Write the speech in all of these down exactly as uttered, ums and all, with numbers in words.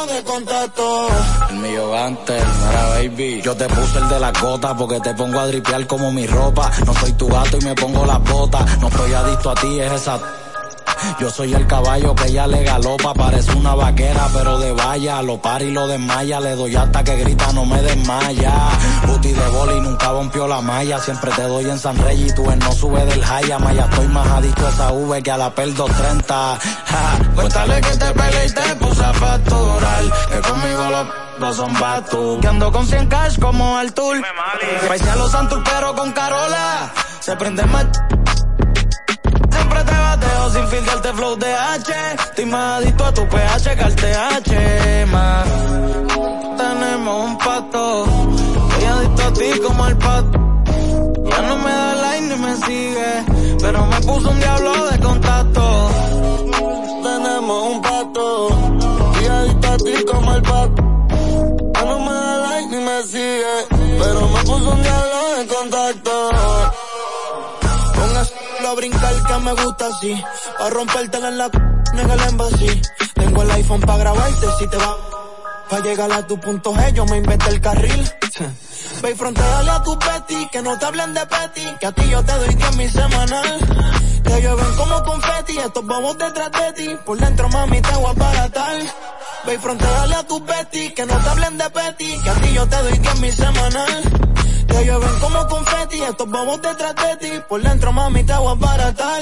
dialogos de contacto. El mío antes, mira baby, yo te puse el de la gota porque te pongo a dripear como mi ropa. No soy tu gato y me pongo las botas, no estoy adicto a ti, es esa. Yo soy el caballo que ella le galopa, parece una vaquera pero de valla, lo para y lo desmaya, le doy hasta que grita no me desmaya. Booty de boli nunca rompió la malla, siempre te doy en San Rey y tú en no sube del haya, maya estoy más adicto a esa V que a la Pel doscientos treinta. Ja, cuéntale que te peleé y te puse a facturar, que conmigo los dos son patus, que ando con cien cash como Artur, paise a los Santur pero con Carola, se prende más. Siempre te bateo sin filtrarte flow de H. Estoy más adicto a tu pH que al T H, ma. Tenemos un pacto. Estoy adicto a ti como al pato. Ya no me da like ni me sigue, pero me puso un diablo de contacto. Tenemos un pacto. Estoy adicto a ti como el pato. Ya no me da like ni me sigue, pero me puso un diablo de contacto. A brincar que me gusta así, a rompértela en la c*** en el embassy. Tengo el iPhone pa' grabarte si te va. Pa' llegar a tu punto G yo me inventé el carril. Ve y fronteale a tu petty, que no te hablen de petty, que a ti yo te doy diez mi semanal. Te llueven como confeti, estos bobos detrás de ti, por dentro mami te voy a baratar. Ve y fronteale a tu petty, que no te hablen de petty, que a ti yo te doy diez mi semanal. Te llueven como confeti, estos bobos detrás de ti, por dentro mami te voy a baratar.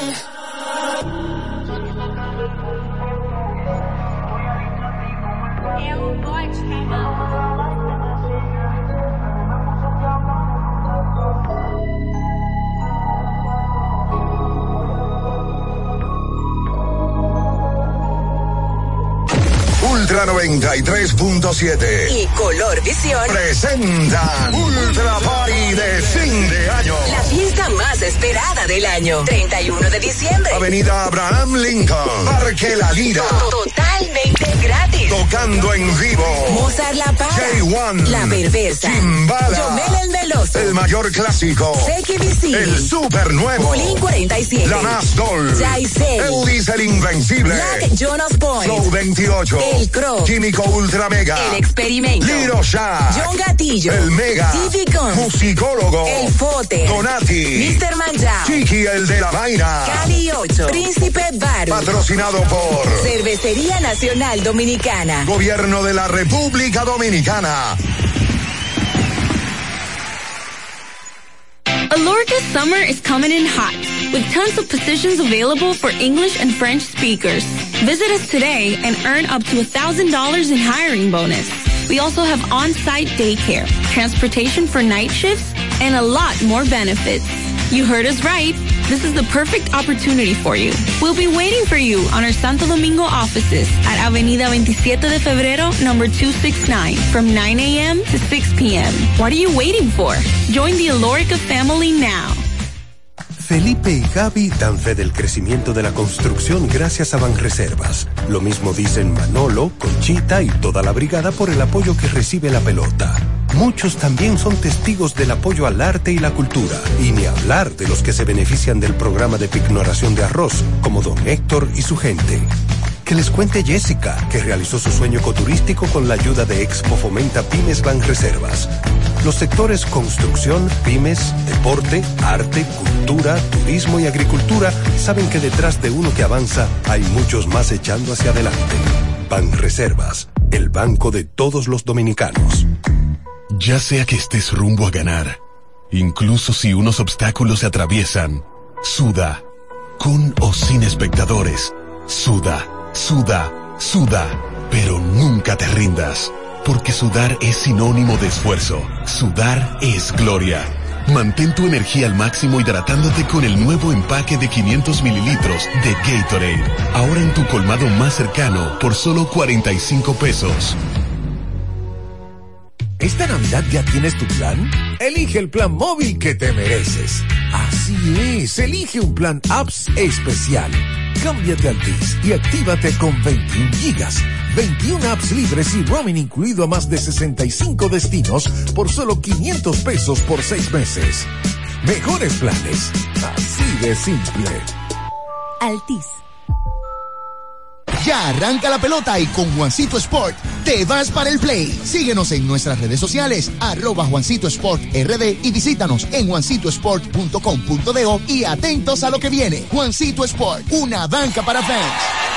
Ultra noventa y tres punto siete y Color Visión presentan Ultra Party de fin de año. La fiesta más esperada del año. treinta y uno de diciembre. Avenida Abraham Lincoln, Parque La Lira. Totalmente gratis. Tocando en vivo. Mozart La Para. J uno. La Perversa. Chimbala. Yomel el Veloso. El Mayor Clásico. Seki Vicini. El Super Nuevo. Bolín cuarenta y siete. La Nas Doll. Jaisel. Eldis el Invencible. Black Jonas Point. Flow veintiocho. El Crow. Químico Ultra Mega. El Experimento. Liro Shack. John Gatillo. El Mega. Típico. Musicólogo. El Fote. Donati. mister Manjao. Chiqui el de la vaina. Cali ocho. Príncipe Baru. Patrocinado por Cervecería Nacional Dominicana. Gobierno de la República Dominicana. Alorca's summer is coming in hot, with tons of positions available for English and French speakers. Visit us today and earn up to one thousand dollars in hiring bonus. We also have on-site daycare, transportation for night shifts, and a lot more benefits. You heard us right. This is the perfect opportunity for you. We'll be waiting for you on our Santo Domingo offices at Avenida veintisiete de Febrero, number two sixty-nine, from nine a.m. to six p.m. What are you waiting for? Join the Alorica family now. Felipe y Gaby dan fe del crecimiento de la construcción gracias a Banreservas. Lo mismo dicen Manolo, Conchita y toda la brigada por el apoyo que recibe la pelota. Muchos también son testigos del apoyo al arte y la cultura, y ni hablar de los que se benefician del programa de pignoración de arroz, como don Héctor y su gente. Que les cuente Jessica, que realizó su sueño ecoturístico con la ayuda de Expo Fomenta Pymes Banreservas. Los sectores construcción, pymes, deporte, arte, cultura, turismo y agricultura saben que detrás de uno que avanza hay muchos más echando hacia adelante. Banreservas, el banco de todos los dominicanos. Ya sea que estés rumbo a ganar, incluso si unos obstáculos se atraviesan, suda, con o sin espectadores, suda, suda, suda, pero nunca te rindas, porque sudar es sinónimo de esfuerzo, sudar es gloria. Mantén tu energía al máximo hidratándote con el nuevo empaque de quinientos mililitros de Gatorade, ahora en tu colmado más cercano por solo cuarenta y cinco pesos. ¿Esta Navidad ya tienes tu plan? Elige el plan móvil que te mereces. Así es, elige un plan apps especial. Cámbiate a Altis y actívate con veintiún gigas, veintiún apps libres y roaming incluido a más de sesenta y cinco destinos por solo quinientos pesos por seis meses. Mejores planes, así de simple. Altis. Ya arranca la pelota y con Juancito Sport te vas para el play. Síguenos en nuestras redes sociales, arroba Juancito Sport R D y visítanos en juancito sport punto com punto do y atentos a lo que viene. Juancito Sport, una banca para fans.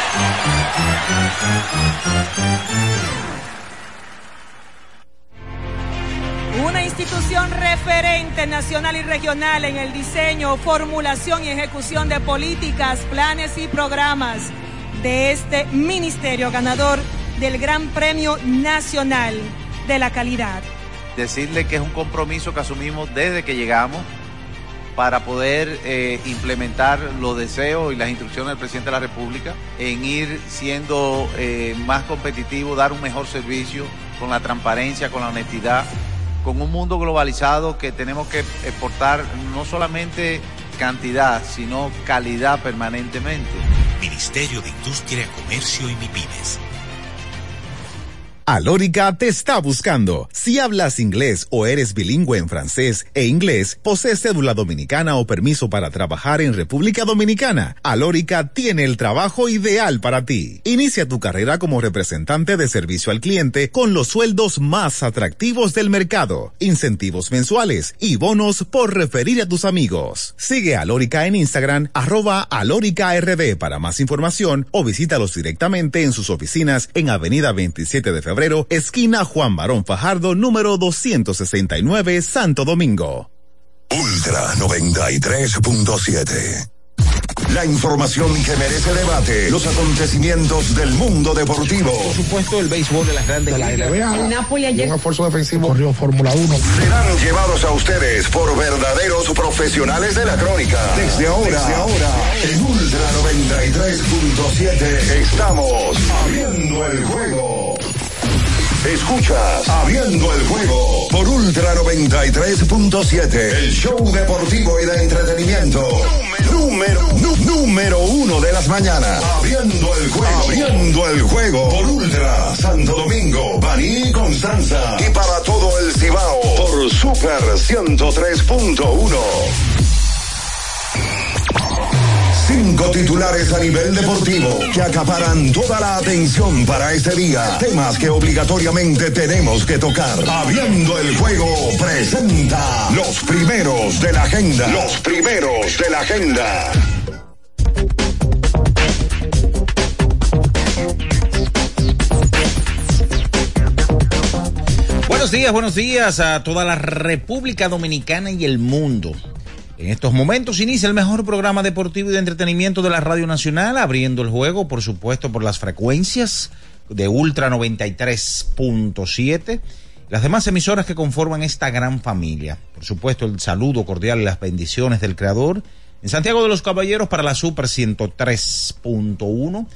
Una institución referente nacional y regional en el diseño, formulación y ejecución de políticas, planes y programas de este ministerio ganador del Gran Premio Nacional de la Calidad. Decirle que es un compromiso que asumimos desde que llegamos para poder eh, implementar los deseos y las instrucciones del presidente de la República en ir siendo eh, más competitivo, dar un mejor servicio con la transparencia, con la honestidad, con un mundo globalizado que tenemos que exportar no solamente cantidad, sino calidad permanentemente. Ministerio de Industria, Comercio y MIPYMES. Alórica te está buscando. Si hablas inglés o eres bilingüe en francés e inglés, posees cédula dominicana o permiso para trabajar en República Dominicana, Alórica tiene el trabajo ideal para ti. Inicia tu carrera como representante de servicio al cliente con los sueldos más atractivos del mercado, incentivos mensuales y bonos por referir a tus amigos. Sigue a Alórica en Instagram, arroba Alórica R D para más información o visítalos directamente en sus oficinas en Avenida veintisiete de febrero, esquina Juan Barón Fajardo, número doscientos sesenta y nueve, Santo Domingo. Ultra noventa y tres punto siete. La información que merece debate, los acontecimientos del mundo deportivo. Por supuesto, el béisbol de las grandes ligas. El Napoli ayer. Un esfuerzo defensivo corrió Fórmula uno. Serán llevados a ustedes por verdaderos profesionales de la crónica. Desde ahora, Desde ahora en Ultra noventa y tres punto siete estamos abriendo el juego. Escuchas Abriendo el Juego por Ultra noventa y tres punto siete, el show deportivo y de entretenimiento número, número, número uno de las mañanas. Abriendo el Juego, Abriendo el Juego por Ultra Santo Domingo, Baní y Constanza y para todo el Cibao por Super ciento tres punto uno. Cinco titulares a nivel deportivo que acaparan toda la atención para este día. Temas que obligatoriamente tenemos que tocar. Abriendo el Juego presenta los primeros de la agenda. Los primeros de la agenda. Buenos días, buenos días a toda la República Dominicana y el mundo. En estos momentos inicia el mejor programa deportivo y de entretenimiento de la Radio Nacional, Abriendo el Juego, por supuesto, por las frecuencias de Ultra noventa y tres punto siete, las demás emisoras que conforman esta gran familia. Por supuesto, el saludo cordial y las bendiciones del Creador. En Santiago de los Caballeros para la Super ciento tres punto uno,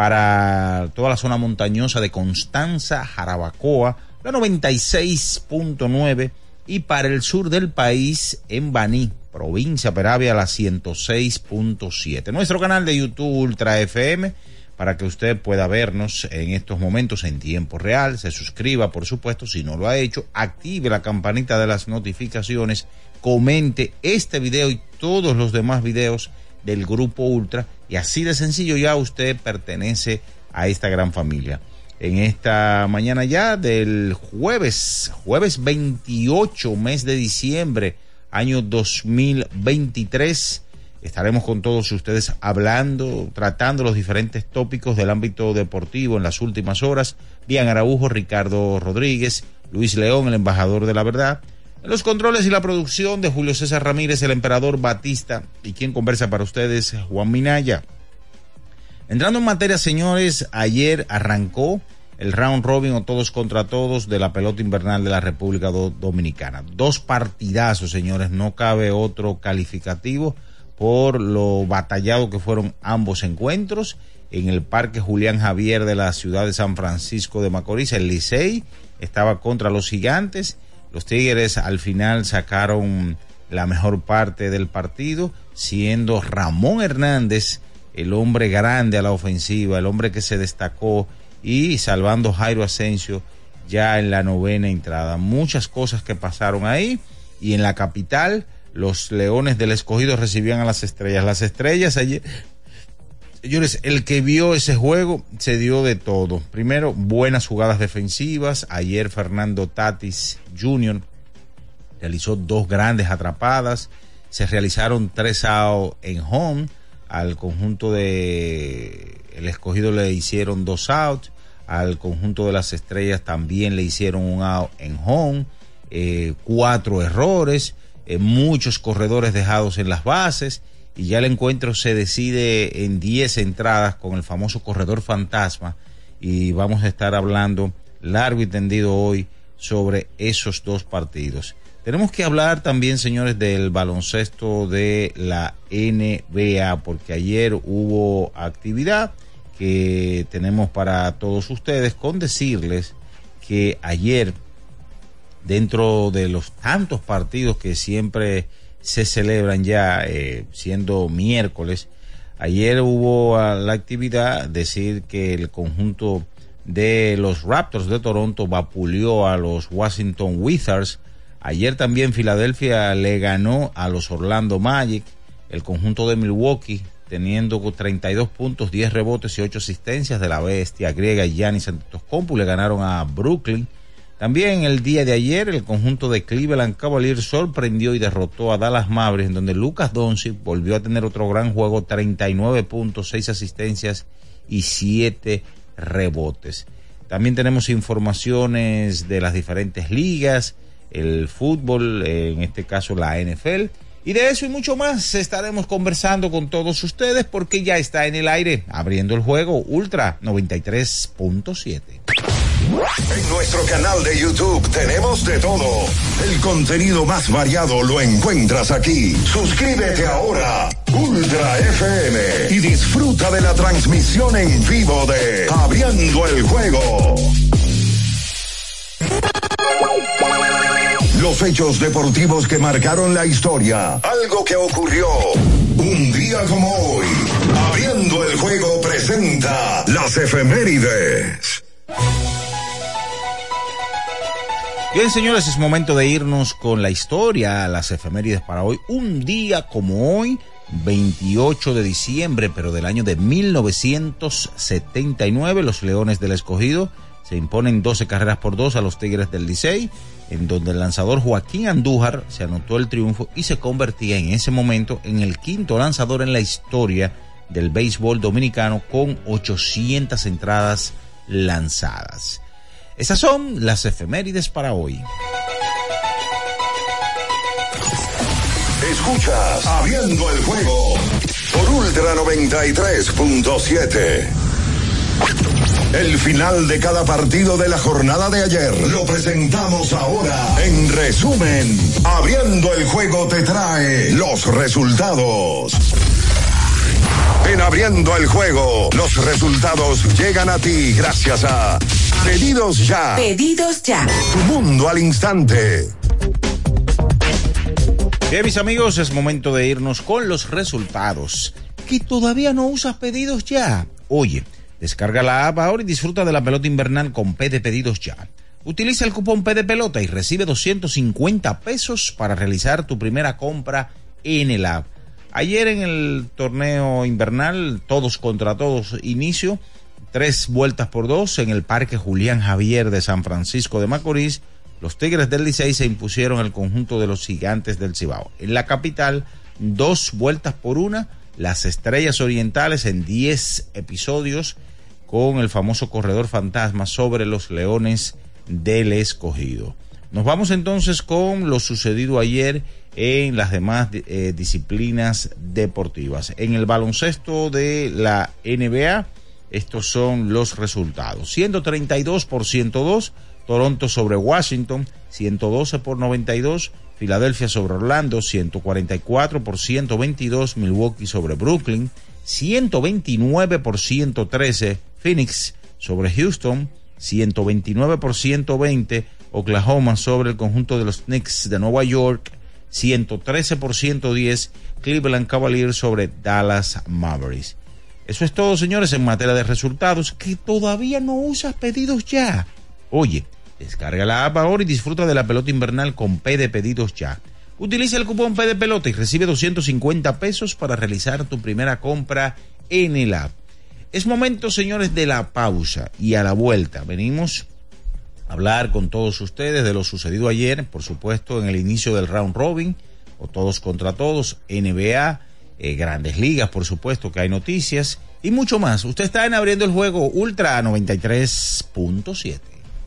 para toda la zona montañosa de Constanza, Jarabacoa, la noventa y seis punto nueve, y para el sur del país en Baní, provincia Peravia, la ciento seis punto siete. Nuestro canal de YouTube Ultra F M, para que usted pueda vernos en estos momentos en tiempo real. Se suscriba, por supuesto, si no lo ha hecho, active la campanita de las notificaciones, comente este video y todos los demás videos del Grupo Ultra, y así de sencillo ya usted pertenece a esta gran familia. En esta mañana ya del jueves, jueves veintiocho, mes de diciembre, año dos mil veintitrés, estaremos con todos ustedes hablando, tratando los diferentes tópicos del ámbito deportivo en las últimas horas. Bian Araujo, Ricardo Rodríguez, Luis León, el embajador de la verdad. En los controles y la producción de Julio César Ramírez, el emperador Batista, y quien conversa para ustedes, Juan Minaya. Entrando en materia, señores, ayer arrancó el round robin o todos contra todos de la pelota invernal de la República Do- Dominicana. Dos partidazos, señores, no cabe otro calificativo por lo batallado que fueron ambos encuentros. En el Parque Julián Javier de la ciudad de San Francisco de Macorís, el Licey estaba contra los Gigantes. Los Tigres al final sacaron la mejor parte del partido, siendo Ramón Hernández el hombre grande a la ofensiva, el hombre que se destacó, y salvando Jairo Asensio ya en la novena entrada. Muchas cosas que pasaron ahí, y en la capital los Leones del Escogido recibían a las Estrellas. Las Estrellas ayer Señores, el que vio ese juego se dio de todo. Primero, buenas jugadas defensivas. Ayer Fernando Tatis junior realizó dos grandes atrapadas. Se realizaron tres outs en home. Al conjunto de el Escogido le hicieron dos outs. Al conjunto de las Estrellas también le hicieron un out en home. Eh, cuatro errores. Eh, muchos corredores dejados en las bases. Y ya el encuentro se decide en diez entradas con el famoso corredor fantasma, y vamos a estar hablando largo y tendido hoy sobre esos dos partidos. Tenemos que hablar también, señores, del baloncesto de la N B A, porque ayer hubo actividad que tenemos para todos ustedes, con decirles que ayer, dentro de los tantos partidos que siempre se celebran ya, eh, siendo miércoles, ayer hubo uh, la actividad, decir que el conjunto de los Raptors de Toronto vapuleó a los Washington Wizards. Ayer también Filadelfia le ganó a los Orlando Magic. El conjunto de Milwaukee, teniendo treinta y dos puntos, diez rebotes y ocho asistencias de la bestia griega Giannis Antetokounmpo, le ganaron a Brooklyn. También el día de ayer el conjunto de Cleveland Cavaliers sorprendió y derrotó a Dallas Mavericks, en donde Lukas Doncic volvió a tener otro gran juego, treinta y nueve puntos, seis asistencias y siete rebotes. También tenemos informaciones de las diferentes ligas, el fútbol, en este caso la N F L, y de eso y mucho más estaremos conversando con todos ustedes, porque ya está en el aire, abriendo el juego, Ultra noventa y tres punto siete. En nuestro canal de YouTube tenemos de todo. El contenido más variado lo encuentras aquí. Suscríbete ahora, Ultra F M, y disfruta de la transmisión en vivo de Abriendo el Juego. Los hechos deportivos que marcaron la historia. Algo que ocurrió un día como hoy. Abriendo el Juego presenta las efemérides. Bien, señores, es momento de irnos con la historia, las efemérides para hoy. Un día como hoy, veintiocho de diciembre, pero del año de mil novecientos setenta y nueve, los Leones del Escogido se imponen doce carreras por dos a los Tigres del Licey, en donde el lanzador Joaquín Andújar se anotó el triunfo y se convertía en ese momento en el quinto lanzador en la historia del béisbol dominicano con ochocientas entradas lanzadas. Esas son las efemérides para hoy. Escuchas Abriendo el Juego por Ultra noventa y tres punto siete. El final de cada partido de la jornada de ayer lo presentamos ahora. En resumen, Abriendo el Juego te trae los resultados. En Abriendo el Juego, los resultados llegan a ti gracias a Pedidos Ya. Pedidos Ya. Tu mundo al instante. Bien, mis amigos, es momento de irnos con los resultados. ¿Que todavía no usas Pedidos Ya? Oye, descarga la app ahora y disfruta de la pelota invernal con P de Pedidos Ya. Utiliza el cupón P de Pelota y recibe doscientos cincuenta pesos para realizar tu primera compra en el app. Ayer en el torneo invernal, todos contra todos, inicio, tres vueltas por dos en el Parque Julián Javier de San Francisco de Macorís. Los Tigres del Licey se impusieron al conjunto de los Gigantes del Cibao. En la capital, dos vueltas por una, las Estrellas Orientales en diez episodios con el famoso corredor fantasma sobre los Leones del Escogido. Nos vamos entonces con lo sucedido ayer en las demás eh, disciplinas deportivas. En el baloncesto de la N B A, estos son los resultados. ciento treinta y dos por ciento dos, Toronto sobre Washington, ciento doce por noventa y dos, Filadelfia sobre Orlando, ciento cuarenta y cuatro por ciento veintidós, Milwaukee sobre Brooklyn, ciento veintinueve por ciento trece, Phoenix sobre Houston, ciento veintinueve por ciento veinte, Oklahoma sobre el conjunto de los Knicks de Nueva York, ciento trece por ciento diez, Cleveland Cavaliers sobre Dallas Mavericks. Eso es todo, señores, en materia de resultados. ¿Que todavía no usas Pedidos Ya? Oye, descarga la app ahora y disfruta de la pelota invernal con P de Pedidos Ya. Utiliza el cupón P de Pelota y recibe doscientos cincuenta pesos para realizar tu primera compra en el app. Es momento, señores, de la pausa y a la vuelta venimos a hablar con todos ustedes de lo sucedido ayer, por supuesto, en el inicio del round robin, o todos contra todos, N B A, eh, Grandes Ligas, por supuesto, que hay noticias y mucho más. Usted está en Abriendo el Juego Ultra noventa y tres punto siete.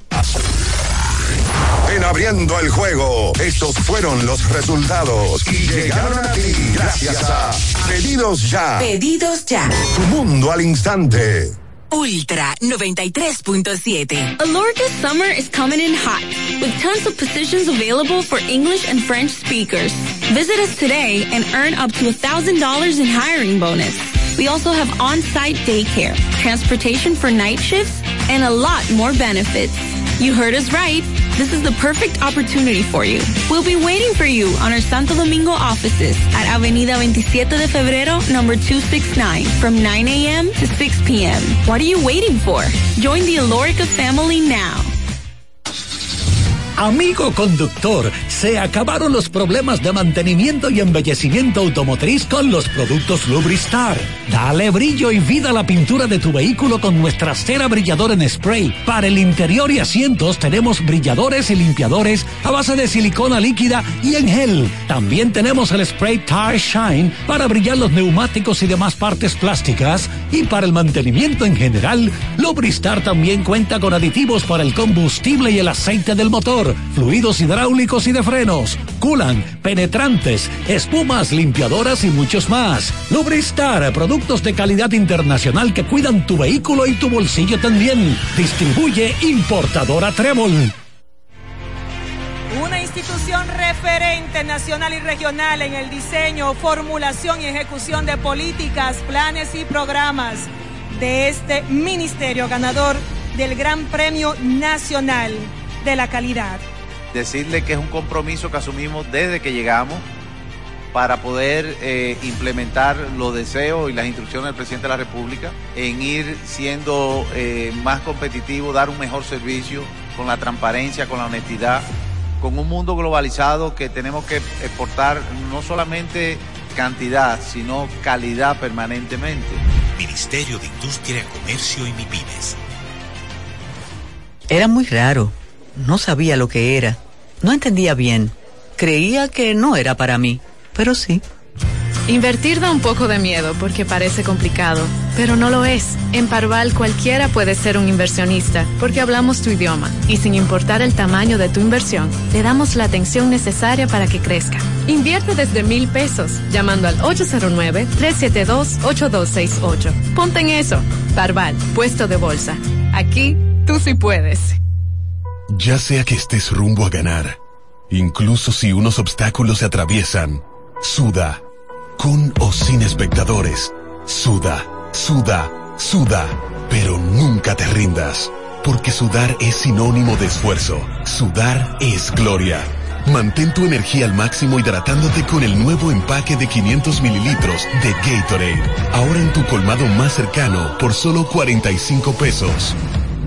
En Abriendo el Juego, estos fueron los resultados y llegaron a ti gracias a Pedidos Ya. Pedidos Ya. Tu mundo al instante. Ultra noventa y tres punto siete. Alorca's summer is coming in hot, with tons of positions available for English and French speakers. Visit us today and earn up to one thousand dollars in hiring bonus. We also have on-site daycare, transportation for night shifts, and a lot more benefits. You heard us right. This is the perfect opportunity for you. We'll be waiting for you on our Santo Domingo offices at Avenida veintisiete de Febrero, number two sixty-nine, from nine a.m. to six p.m. What are you waiting for? Join the Alorica family now. Amigo conductor, se acabaron los problemas de mantenimiento y embellecimiento automotriz con los productos Lubristar. Dale brillo y vida a la pintura de tu vehículo con nuestra cera brilladora en spray. Para el interior y asientos tenemos brilladores y limpiadores a base de silicona líquida y en gel. También tenemos el spray Tire Shine para brillar los neumáticos y demás partes plásticas. Y para el mantenimiento en general, Lubristar también cuenta con aditivos para el combustible y el aceite del motor, fluidos hidráulicos y de frenos, culan, penetrantes, espumas, limpiadoras y muchos más. Lubristar, productos de calidad internacional que cuidan tu vehículo y tu bolsillo también. Distribuye Importadora Trébol. Una institución referente nacional y regional en el diseño, formulación y ejecución de políticas, planes y programas de este ministerio ganador del Gran Premio Nacional de la Calidad. Decirle que es un compromiso que asumimos desde que llegamos para poder eh, implementar los deseos y las instrucciones del presidente de la República en ir siendo eh, más competitivo, dar un mejor servicio con la transparencia, con la honestidad, con un mundo globalizado que tenemos que exportar no solamente cantidad, sino calidad permanentemente. Ministerio de Industria, Comercio y MIPYMES. Era muy raro. No sabía lo que era. No entendía bien. Creía que no era para mí, pero sí. Invertir da un poco de miedo porque parece complicado, pero no lo es. En Parval cualquiera puede ser un inversionista porque hablamos tu idioma y sin importar el tamaño de tu inversión, le damos la atención necesaria para que crezca. Invierte desde mil pesos llamando al ocho cero nueve, tres siete dos, ocho dos seis ocho. Ponte en eso. Parval, puesto de bolsa. Aquí, tú sí puedes. Ya sea que estés rumbo a ganar, incluso si unos obstáculos se atraviesan, suda, con o sin espectadores, suda, suda, suda, pero nunca te rindas, porque sudar es sinónimo de esfuerzo, sudar es gloria. Mantén tu energía al máximo hidratándote con el nuevo empaque de quinientos mililitros de Gatorade, ahora en tu colmado más cercano por solo cuarenta y cinco pesos.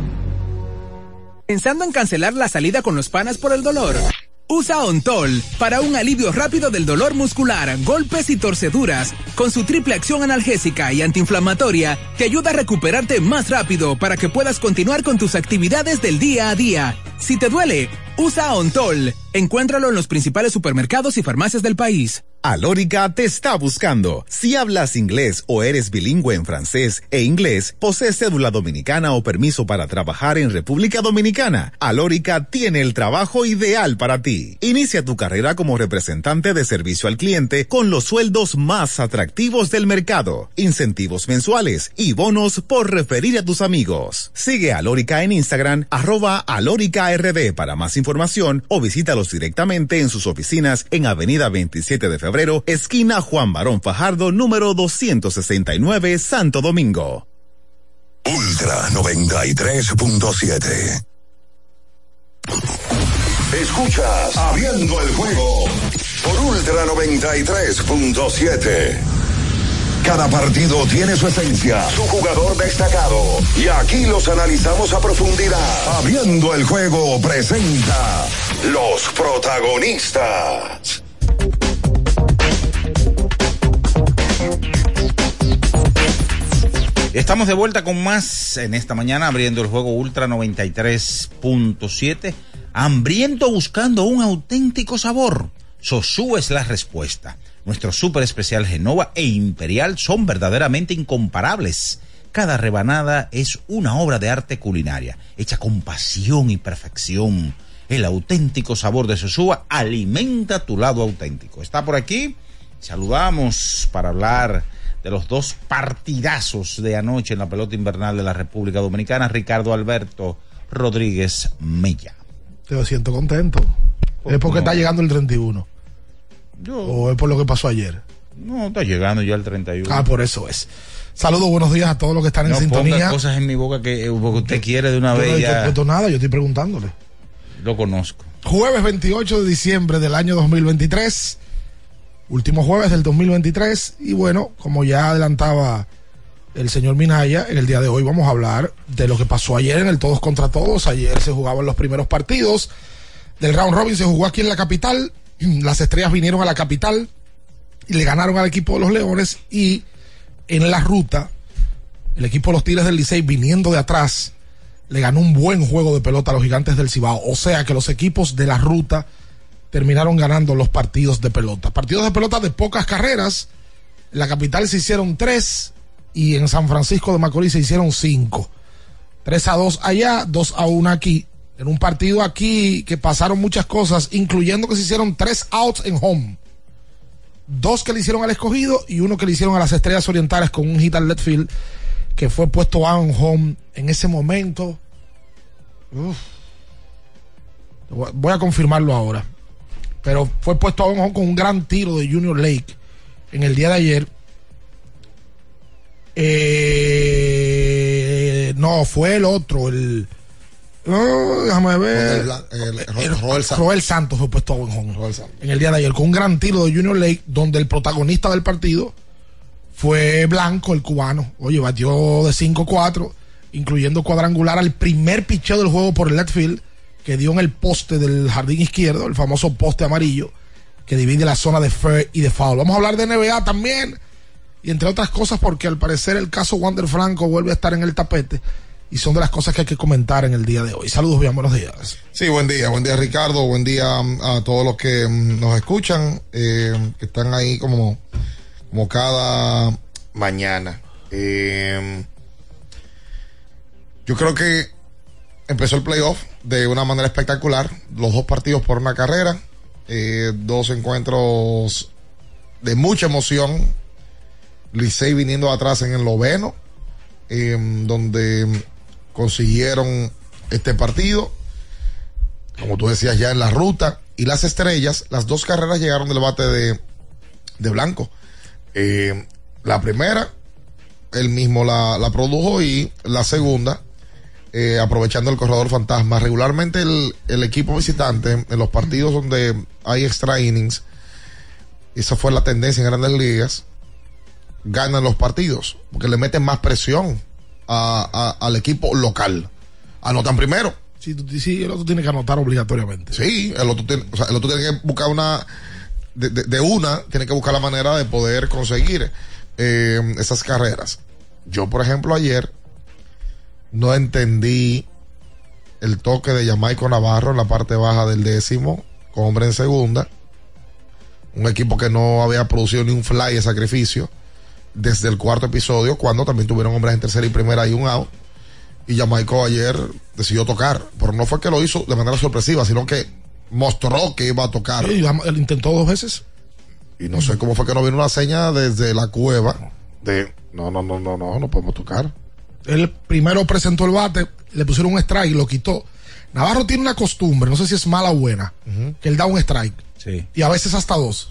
¿Pensando en cancelar la salida con los panas por el dolor? Usa Ontol para un alivio rápido del dolor muscular, golpes y torceduras. Con su triple acción analgésica y antiinflamatoria, te ayuda a recuperarte más rápido para que puedas continuar con tus actividades del día a día. Si te duele, usa Ontol. Encuéntralo en los principales supermercados y farmacias del país. Alórica te está buscando. Si hablas inglés o eres bilingüe en francés e inglés, posees cédula dominicana o permiso para trabajar en República Dominicana, Alórica tiene el trabajo ideal para ti. Inicia tu carrera como representante de servicio al cliente con los sueldos más atractivos del mercado, incentivos mensuales y bonos por referir a tus amigos. Sigue a Alórica en Instagram, arroba Alórica R D para más información o visítalos directamente en sus oficinas en Avenida veintisiete de Febrero, esquina Juan Barón Fajardo, número doscientos sesenta y nueve, Santo Domingo. Ultra noventa y tres punto siete. Escuchas Abriendo el Juego por Ultra noventa y tres punto siete. Cada partido tiene su esencia, su jugador destacado, y aquí los analizamos a profundidad. Abriendo el Juego presenta los protagonistas. Estamos de vuelta con más en esta mañana, abriendo el juego Ultra noventa y tres punto siete. Hambriento buscando un auténtico sabor. Sosúa es la respuesta. Nuestro súper especial Genova e Imperial son verdaderamente incomparables. Cada rebanada es una obra de arte culinaria, hecha con pasión y perfección. El auténtico sabor de Sosúa alimenta tu lado auténtico. Está por aquí. Saludamos para hablar de los dos partidazos de anoche en la pelota invernal de la República Dominicana, Ricardo Alberto Rodríguez Mella. Te siento contento. Pues ¿Es porque no. está llegando el treinta y uno? Yo, ¿O es por lo que pasó ayer? No, está llegando ya el treinta y uno. Ah, por eso es. Saludos, buenos días a todos los que están no en sintonía. No ponga cosas en mi boca que porque usted quiere de una yo vez no ya. he puesto nada, yo estoy preguntándole. Lo conozco. Jueves veintiocho de diciembre del año dos mil veintitrés. Último jueves del dos mil veintitrés. Y bueno, como ya adelantaba el señor Minaya, en el día de hoy vamos a hablar de lo que pasó ayer en el Todos contra Todos. Ayer se jugaban los primeros partidos del Round Robin, se jugó aquí en la capital. Las Estrellas vinieron a la capital y le ganaron al equipo de los Leones, y en la ruta el equipo de los Tigres del Licey, viniendo de atrás, le ganó un buen juego de pelota a los Gigantes del Cibao. O sea que los equipos de la ruta terminaron ganando los partidos de pelota. Partidos de pelota de pocas carreras. En la capital se hicieron tres y en San Francisco de Macorís se hicieron cinco. Tres a dos allá, dos a uno aquí. En un partido aquí que pasaron muchas cosas, incluyendo que se hicieron tres outs en home. Dos que le hicieron al Escogido y uno que le hicieron a las Estrellas Orientales con un hit al left field que fue puesto out en home en ese momento. Uf. Voy a confirmarlo ahora. Pero fue puesto out en home con un gran tiro de Junior Lake en el día de ayer. Eh, no, fue el otro, el... No, déjame ver. El, el, el, el Roel, Santos. Roel Santos fue puesto en home en el día de ayer con un gran tiro de Junior Lake, donde el protagonista del partido fue Blanco, el cubano. Oye, batió de cinco cuatro, incluyendo cuadrangular al primer picheo del juego por el left field, que dio en el poste del jardín izquierdo, el famoso poste amarillo que divide la zona de fair y de foul. Vamos a hablar de N B A también, y entre otras cosas porque al parecer el caso Wander Franco vuelve a estar en el tapete. Y son de las cosas que hay que comentar en el día de hoy. Saludos, bien, buenos días. Sí, buen día, buen día Ricardo, buen día a todos los que nos escuchan, eh, que están ahí como, como cada mañana. Eh, yo creo que empezó el playoff de una manera espectacular, los dos partidos por una carrera, eh, dos encuentros de mucha emoción, Licey viniendo atrás en el noveno, eh, donde consiguieron este partido, como tú decías, ya en la ruta, y las Estrellas, las dos carreras llegaron del bate de, de Blanco. Eh, la primera, él mismo la, la produjo, y la segunda, eh, aprovechando el corredor fantasma. Regularmente el, el equipo visitante, en los partidos donde hay extra innings, esa fue la tendencia en Grandes Ligas, ganan los partidos, porque le meten más presión A, a, al equipo local. Anotan primero. Sí, tú, sí, el otro tiene que anotar obligatoriamente. Sí, el otro tiene, o sea, el otro tiene que buscar una, de, de, de una, tiene que buscar la manera de poder conseguir eh, esas carreras. Yo, por ejemplo, ayer no entendí el toque de Jamaico Navarro en la parte baja del décimo, con hombre en segunda. Un equipo que no había producido ni un fly de sacrificio desde el cuarto episodio, cuando también tuvieron hombres en tercera y primera y un out, y Jamaico ayer decidió tocar, pero no fue que lo hizo de manera sorpresiva, sino que mostró que iba a tocar. Sí, él intentó dos veces. Y no sé cómo fue que no vino una seña desde la cueva de no, no, no, no, no, no podemos tocar. Él primero presentó el bate, le pusieron un strike y lo quitó. Navarro tiene una costumbre, no sé si es mala o buena, uh-huh. que él da un strike. Sí. Y a veces hasta dos.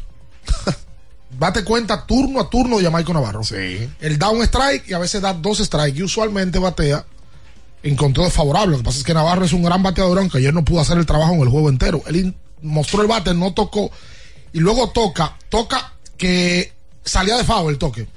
Date cuenta turno a turno de Jamaico Navarro. Sí. Él da un strike y a veces da dos strikes, y usualmente batea en conteo favorable. Lo que pasa es que Navarro es un gran bateador, aunque ayer no pudo hacer el trabajo en el juego entero. Él mostró el bate, no tocó, y luego toca, toca que salía de foul el toque.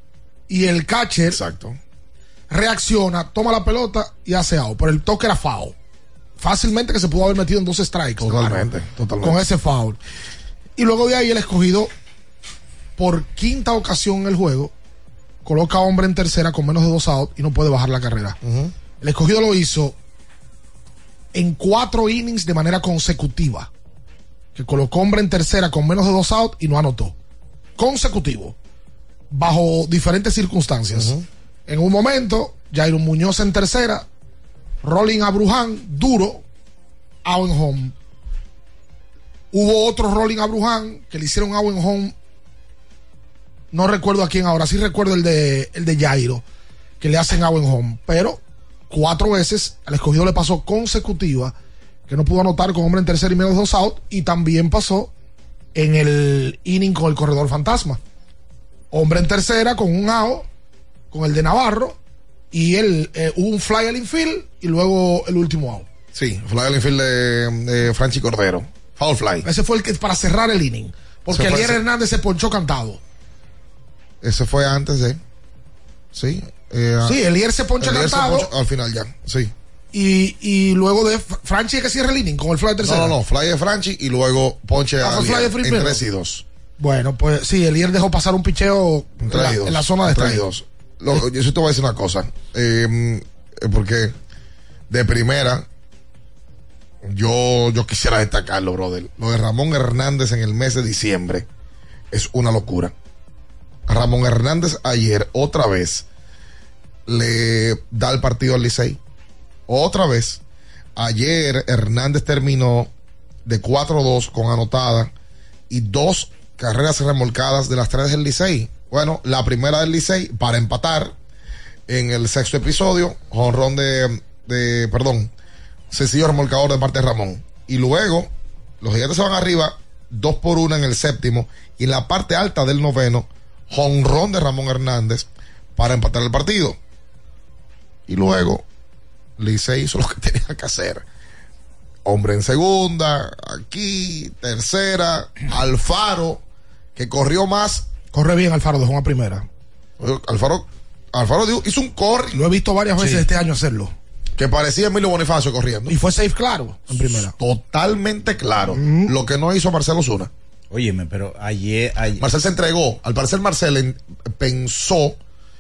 Y el catcher Exacto. reacciona, toma la pelota y hace out. Pero el toque era foul. Fácilmente que se pudo haber metido en dos strikes. Totalmente, claro, totalmente. con ese foul. Y luego de ahí el Escogido, por quinta ocasión en el juego, coloca a hombre en tercera con menos de dos outs y no puede bajar la carrera. Uh-huh. El escogido lo hizo en cuatro innings de manera consecutiva, que colocó hombre en tercera con menos de dos outs y no anotó. Consecutivo, bajo diferentes circunstancias. Uh-huh. En un momento, Jairo Muñoz en tercera, rolling a Bruján, duro, out en home. Hubo otro rolling a Bruján que le hicieron out en home. No recuerdo a quién ahora, sí recuerdo el de el de Jairo, que le hacen out en home. Pero cuatro veces al escogido le pasó consecutiva, que no pudo anotar con hombre en tercera y menos dos out. Y también pasó en el inning con el corredor fantasma. Hombre en tercera con un out, con el de Navarro, y él eh, hubo un fly al infield y luego el último out. Sí, fly al infield de, de Franchi Cordero. Foul fly. Ese fue el que para cerrar el inning. Porque Elier Hernández se ponchó cantado. Ese fue antes de. Sí. Eh, sí, Elier se poncha Elier cantado. Se poncha, al final ya, sí. Y, y luego de Franchi es que cierra el inning con el fly de tercera. No, no, no, fly de Franchi y luego ponche ah, a fly de en tres y dos. Bueno, pues sí, Elier dejó pasar un picheo en la, en la zona de tres y dos. Yo sí te voy a decir una cosa. Eh, porque de primera, yo, yo quisiera destacarlo, brother. Lo de Ramón Hernández en el mes de diciembre es una locura. Ramón Hernández ayer otra vez le da el partido al Licey. Otra vez. Ayer Hernández terminó de cuatro dos con anotada y dos carreras remolcadas de las tres del Licey. Bueno, la primera del Licey para empatar en el sexto episodio, jonrón de, de, perdón, sencillo remolcador de parte de Ramón. Y luego, los Gigantes se van arriba, dos por una en el séptimo, y en la parte alta del noveno, jonrón de Ramón Hernández para empatar el partido. Y luego, Licey hizo lo que tenía que hacer. Hombre en segunda, aquí, tercera, Alfaro, que corrió más. Corre bien Alfaro, dejó una primera. Alfaro, Alfaro dio, hizo un corre. Lo he visto varias veces sí. este año hacerlo. Que parecía Emilio Bonifacio corriendo. Y fue safe claro en primera. Totalmente claro. Mm-hmm. Lo que no hizo Marcelo Zuna. Óyeme, pero ayer, ayer... Marcel se entregó. Al parecer Marcel en, pensó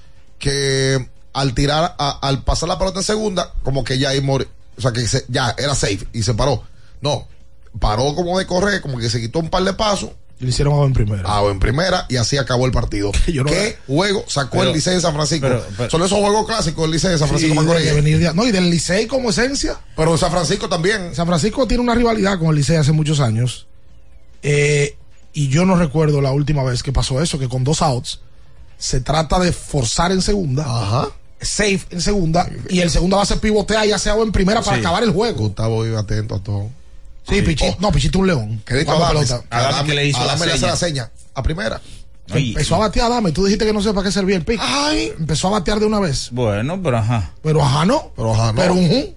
que al tirar, a, al pasar la pelota en segunda, como que ya mor, o sea que se, ya era safe y se paró. No, paró como de correr, como que se quitó un par de pasos. Y le hicieron out en primera. Out en primera y así acabó el partido. No ¿Qué era... juego sacó pero, el Licey de San Francisco? Pero, pero, Son esos juegos clásicos del Licey de San Francisco. Sí, de venir de, no, y del Licey como esencia. Pero San Francisco también. San Francisco tiene una rivalidad con el Licey hace muchos años. Eh, y yo no recuerdo la última vez que pasó eso, que con dos outs se trata de forzar en segunda. Ajá. Safe en segunda. Y el segunda base pivotea y hace out en primera para sí. acabar el juego. Gustavo iba atento a todo. Sí, sí. Pichito, oh. no, Pichito un león. ¿Qué dijo Adame? Adame que le hizo Adame la, seña. la seña a primera. Ay, empezó a batear Adame. Tú dijiste que no sé para qué servía el pick. Ay. Empezó a batear de una vez. Bueno, pero ajá. Pero ajá no. Pero ajá no. Pero uh-huh.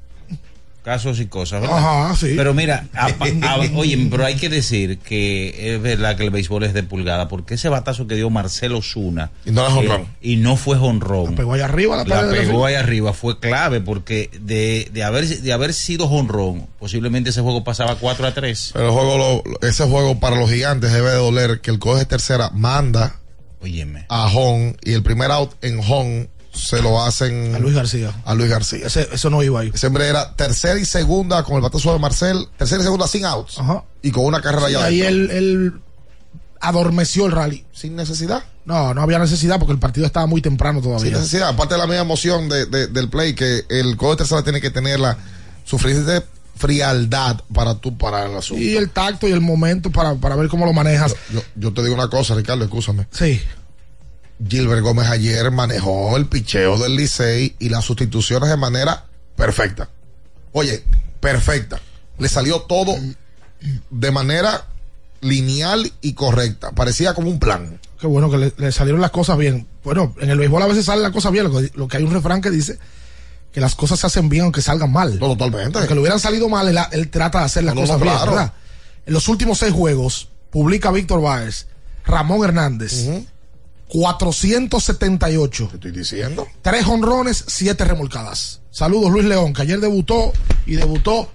Casos y cosas, ¿verdad? Ajá, sí. Pero mira, a, a, oye, pero hay que decir que es verdad que el béisbol es de pulgada, porque ese batazo que dio Marcelo Zuna y no, eh, jonrón. y no fue jonrón. La pegó allá arriba, la, la pegó allá arriba, fue clave porque de, de haber de haber sido jonrón, posiblemente ese juego pasaba cuatro a tres. Pero el juego lo, ese juego para los Gigantes debe de doler que el coge de tercera manda Óyeme. a home y el primer out en home se lo hacen a Luis García. A Luis García. Ese, eso no iba ahí. Ese hombre era tercera y segunda con el batazo de Marcel, tercera y segunda sin outs. Ajá. Y con una carrera sí, ya. Ahí él, él adormeció el rally. Sin necesidad. No, no había necesidad porque el partido estaba muy temprano todavía. Sin necesidad. Aparte de la misma emoción de, de, del play, que el coge de tercera tiene que tener la suficiente frialdad para tú parar el asunto. Y el tacto y el momento para, para ver cómo lo manejas. Yo, yo, yo te digo una cosa, Ricardo, escúchame. Sí. Gilbert Gómez ayer manejó el picheo del Licey y las sustituciones de manera perfecta. Oye, perfecta. Le salió todo de manera lineal y correcta. Parecía como un plan. Qué bueno que le, le salieron las cosas bien. Bueno, en el béisbol a veces salen las cosas bien. Lo que, lo que hay un refrán que dice que las cosas se hacen bien aunque salgan mal. No, totalmente. Aunque le hubieran salido mal, él, él trata de hacer las no, cosas no, claro. bien, ¿verdad? En los últimos seis juegos, publica Víctor Báez, Ramón Hernández, uh-huh. cuatrocientos setenta y ocho. Te estoy diciendo. Tres jonrones, siete remolcadas. Saludos, Luis León, que ayer debutó y debutó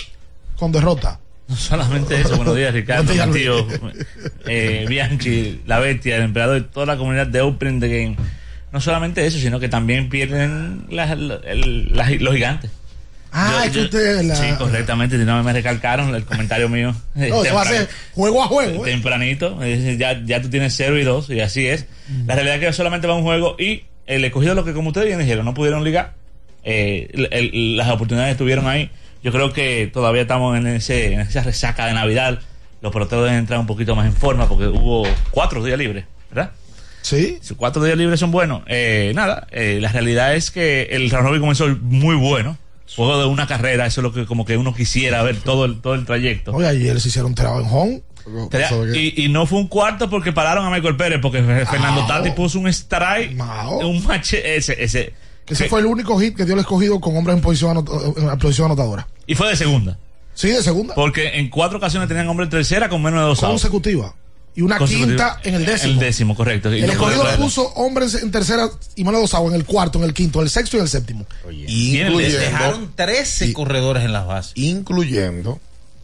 con derrota. No solamente eso, buenos días, Ricardo, mi tío eh, Bianchi, la bestia, el emperador y toda la comunidad de Open the Game. no solamente eso, sino que también pierden las, las, las, los gigantes. Ah, es que ustedes la... Sí, correctamente, no me recalcaron el comentario mío. No, eso va a ser juego a juego. ¿eh? Tempranito, ya, ya tú tienes cero y dos, y así es. Mm. La realidad es que solamente va un juego y el escogido, lo que como ustedes bien dijeron, no pudieron ligar. Eh, el, el, las oportunidades estuvieron ahí. Yo creo que todavía estamos en, ese, en esa resaca de Navidad. Los peloteros deben entrar un poquito más en forma porque hubo cuatro días libres, ¿verdad? Sí. Si cuatro días libres son buenos. Eh, nada, eh, la realidad es que el round robin comenzó muy bueno. Juego de una carrera, eso es lo que como que uno quisiera ver todo el, todo el trayecto. Oye, ayer se hicieron trabajo en home. Y, y no fue un cuarto porque pararon a Michael Pérez, porque ah, Fernando Tati puso un strike, no. un match, ese, ese. Ese que, fue el único hit que dio el escogido con hombres en posición, anot en posición anotadora. Y fue de segunda. Sí, de segunda. Porque en cuatro ocasiones tenían hombre en tercera con menos de dos outs. Consecutiva. Y una quinta en el décimo. El décimo, correcto. El escogido puso hombres en tercera y menos de dos outs en el cuarto, en el quinto, en el sexto y en el séptimo. Oye, y dejaron trece y, corredores en las bases. Incluyendo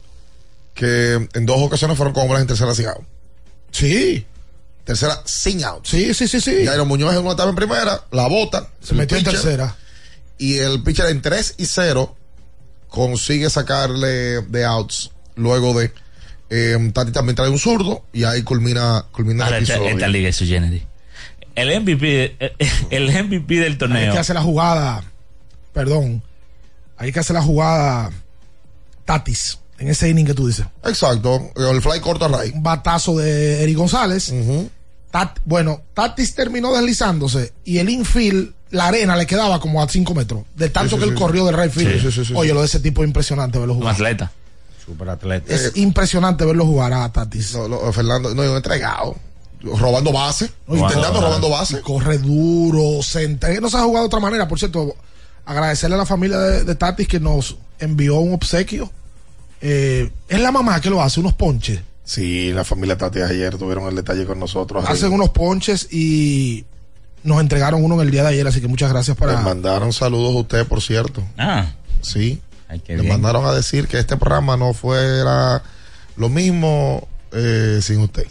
que en dos ocasiones fueron con hombres en tercera sin out. Sí. Tercera sin out. Sí, sí, sí, sí. Jairo Muñoz en una etapa en primera, la bota. Se metió pitcher, en tercera. Y el pitcher en tres y cero consigue sacarle de outs luego de eh, Tati también trae un zurdo y ahí culmina, culmina el episodio. Esta, esta liga es su Kennedy. El M V P, el M V P del torneo. Hay que hacer la jugada, perdón, hay que hacer la jugada Tatis en ese inning que tú dices. Exacto, el fly corto a Ray. Un batazo de Eric González. Uh-huh. Tat, bueno, Tatis terminó deslizándose y el infield, la arena le quedaba como a cinco metros, de tanto sí, sí, que él sí, corrió de right field. Sí, sí, sí, sí, Oye, lo de ese tipo es impresionante verlo jugar. Un atleta. Super atleta. Es eh, impresionante verlo jugar a Tatis. No, no, Fernando, no, entregado. Robando base, no, intentando no, robando base. Corre duro, se entrega. No se ha jugado de otra manera. Por cierto, agradecerle a la familia de, de Tatis que nos envió un obsequio. Eh, es la mamá que lo hace, unos ponches. Sí, la familia Tatis ayer tuvieron el detalle con nosotros. Hacen ahí unos ponches y nos entregaron uno en el día de ayer, así que muchas gracias para... Les mandaron saludos a usted, por cierto. Ah. Sí. Ay, Les mandaron a decir que este programa no fuera lo mismo eh, sin usted.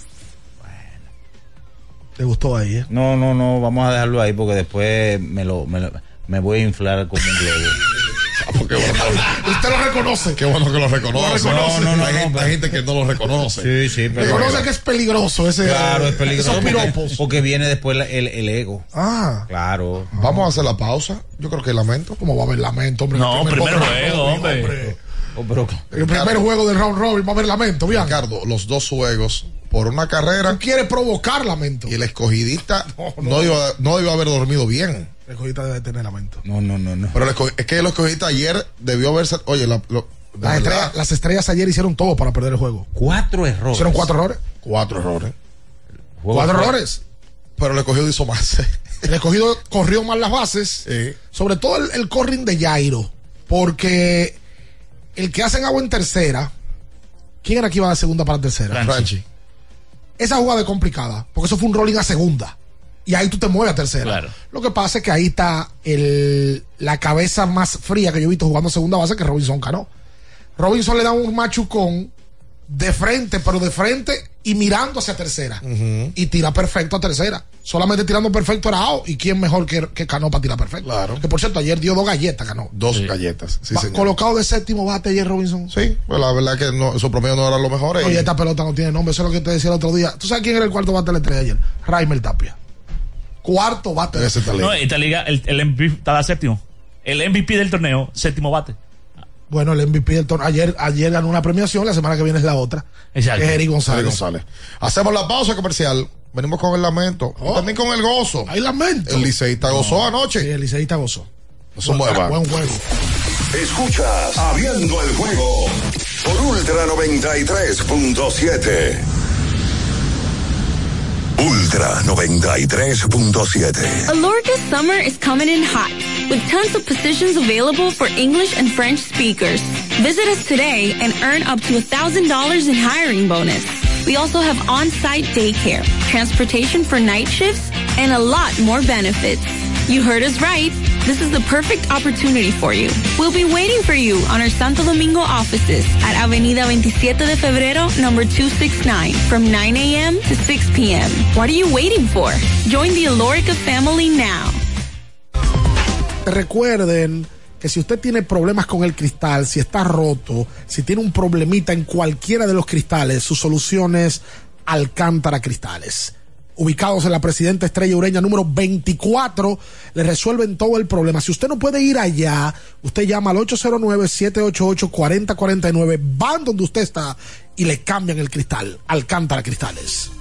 ¿Te gustó ahí, eh? No, no, no, vamos a dejarlo ahí porque después me lo, me, lo, me voy a inflar como un globo. Porque, bueno, usted lo reconoce. Qué bueno que lo reconoce. Lo reconoce. No, no, no, hay, no, gente, hay gente que no lo reconoce. Sí, sí, pero reconoce bueno. que es peligroso ese. Claro, es peligroso. Esos piropos. Porque, porque viene después la, el, el ego. Ah. Claro. Vamos a hacer la pausa. Yo creo que lamento. ¿Cómo va a haber lamento, hombre? No, primer, primer juego, hombre. hombre. Oh, pero, el Ricardo, primer juego del round robin va a haber lamento, bien. Ricardo, los dos juegos por una carrera. Tú quieres provocar lamento. Y el escogidista no, no. no, iba, no iba a haber dormido bien. El escogidista debe tener lamento. No, no, no, no. Pero el es que el escogidista ayer debió haberse. Oye, la, lo, las, estrellas, las estrellas ayer hicieron todo para perder el juego. Cuatro errores. Hicieron cuatro errores. Cuatro errores. Cuatro fue. errores. Pero el escogido hizo más. El escogido corrió más las bases. Sí. Sobre todo el, el corring de Jairo. Porque el que hacen agua en tercera. ¿Quién era que iba de segunda para tercera? Franchi. Franchi. Esa jugada es complicada. Porque eso fue un rolling a segunda. Y ahí tú te mueves a tercera. Claro. Lo que pasa es que ahí está el, la cabeza más fría que yo he visto jugando segunda base, que Robinson Cano. Robinson le da un machucón de frente, pero de frente y mirando hacia tercera. Uh-huh. Y tira perfecto a tercera. Solamente tirando perfecto era out. ¿Y quién mejor que, que Cano para tirar perfecto? Claro. Que por cierto, ayer dio dos galletas, Cano. Dos sí. galletas. Sí, Va, colocado de séptimo bate ayer Robinson. Sí, pues la verdad que no, su promedio no era lo mejor. Oye, esta pelota no tiene nombre. Eso es lo que te decía el otro día. ¿Tú sabes quién era el cuarto bate de la estrella ayer? Raimel Tapia. Cuarto bate. No, esta liga, el, el M V P estaba séptimo. El M V P del torneo, séptimo bate. Bueno, el M V P del torneo. Ayer, ayer ganó una premiación, la semana que viene es la otra. Exacto. Que es Eric González. Eric González. Hacemos la pausa comercial. Venimos con el lamento. Oh. También con el gozo. Hay lamento. El liceísta gozó no. anoche. Sí, el liceísta gozó. No se mueva. Buen juego. Escuchas Abriendo el Juego por Ultra noventa y tres punto siete. Ultra noventa y tres punto siete. Alorca's summer is coming in hot, with tons of positions available for English and French speakers. Visit us today and earn up to one thousand dollars in hiring bonus. We also have on-site daycare, transportation for night shifts, and a lot more benefits. You heard us right. this is the perfect opportunity for you. We'll be waiting for you on our Santo Domingo offices at Avenida veintisiete de Febrero, number two sixty-nine, from nine a.m. to six p.m. What are you waiting for? Join the Alorica family now. Recuerden que si usted tiene problemas con el cristal, si está roto, si tiene un problemita en cualquiera de los cristales, su solución es Alcántara Cristales. Ubicados en la Presidenta Estrella Ureña número veinticuatro, le resuelven todo el problema. Si usted no puede ir allá, usted llama al ocho cero nueve, siete ocho ocho, cuatro cero cuatro nueve, van donde usted está y le cambian el cristal. Alcántara Cristales.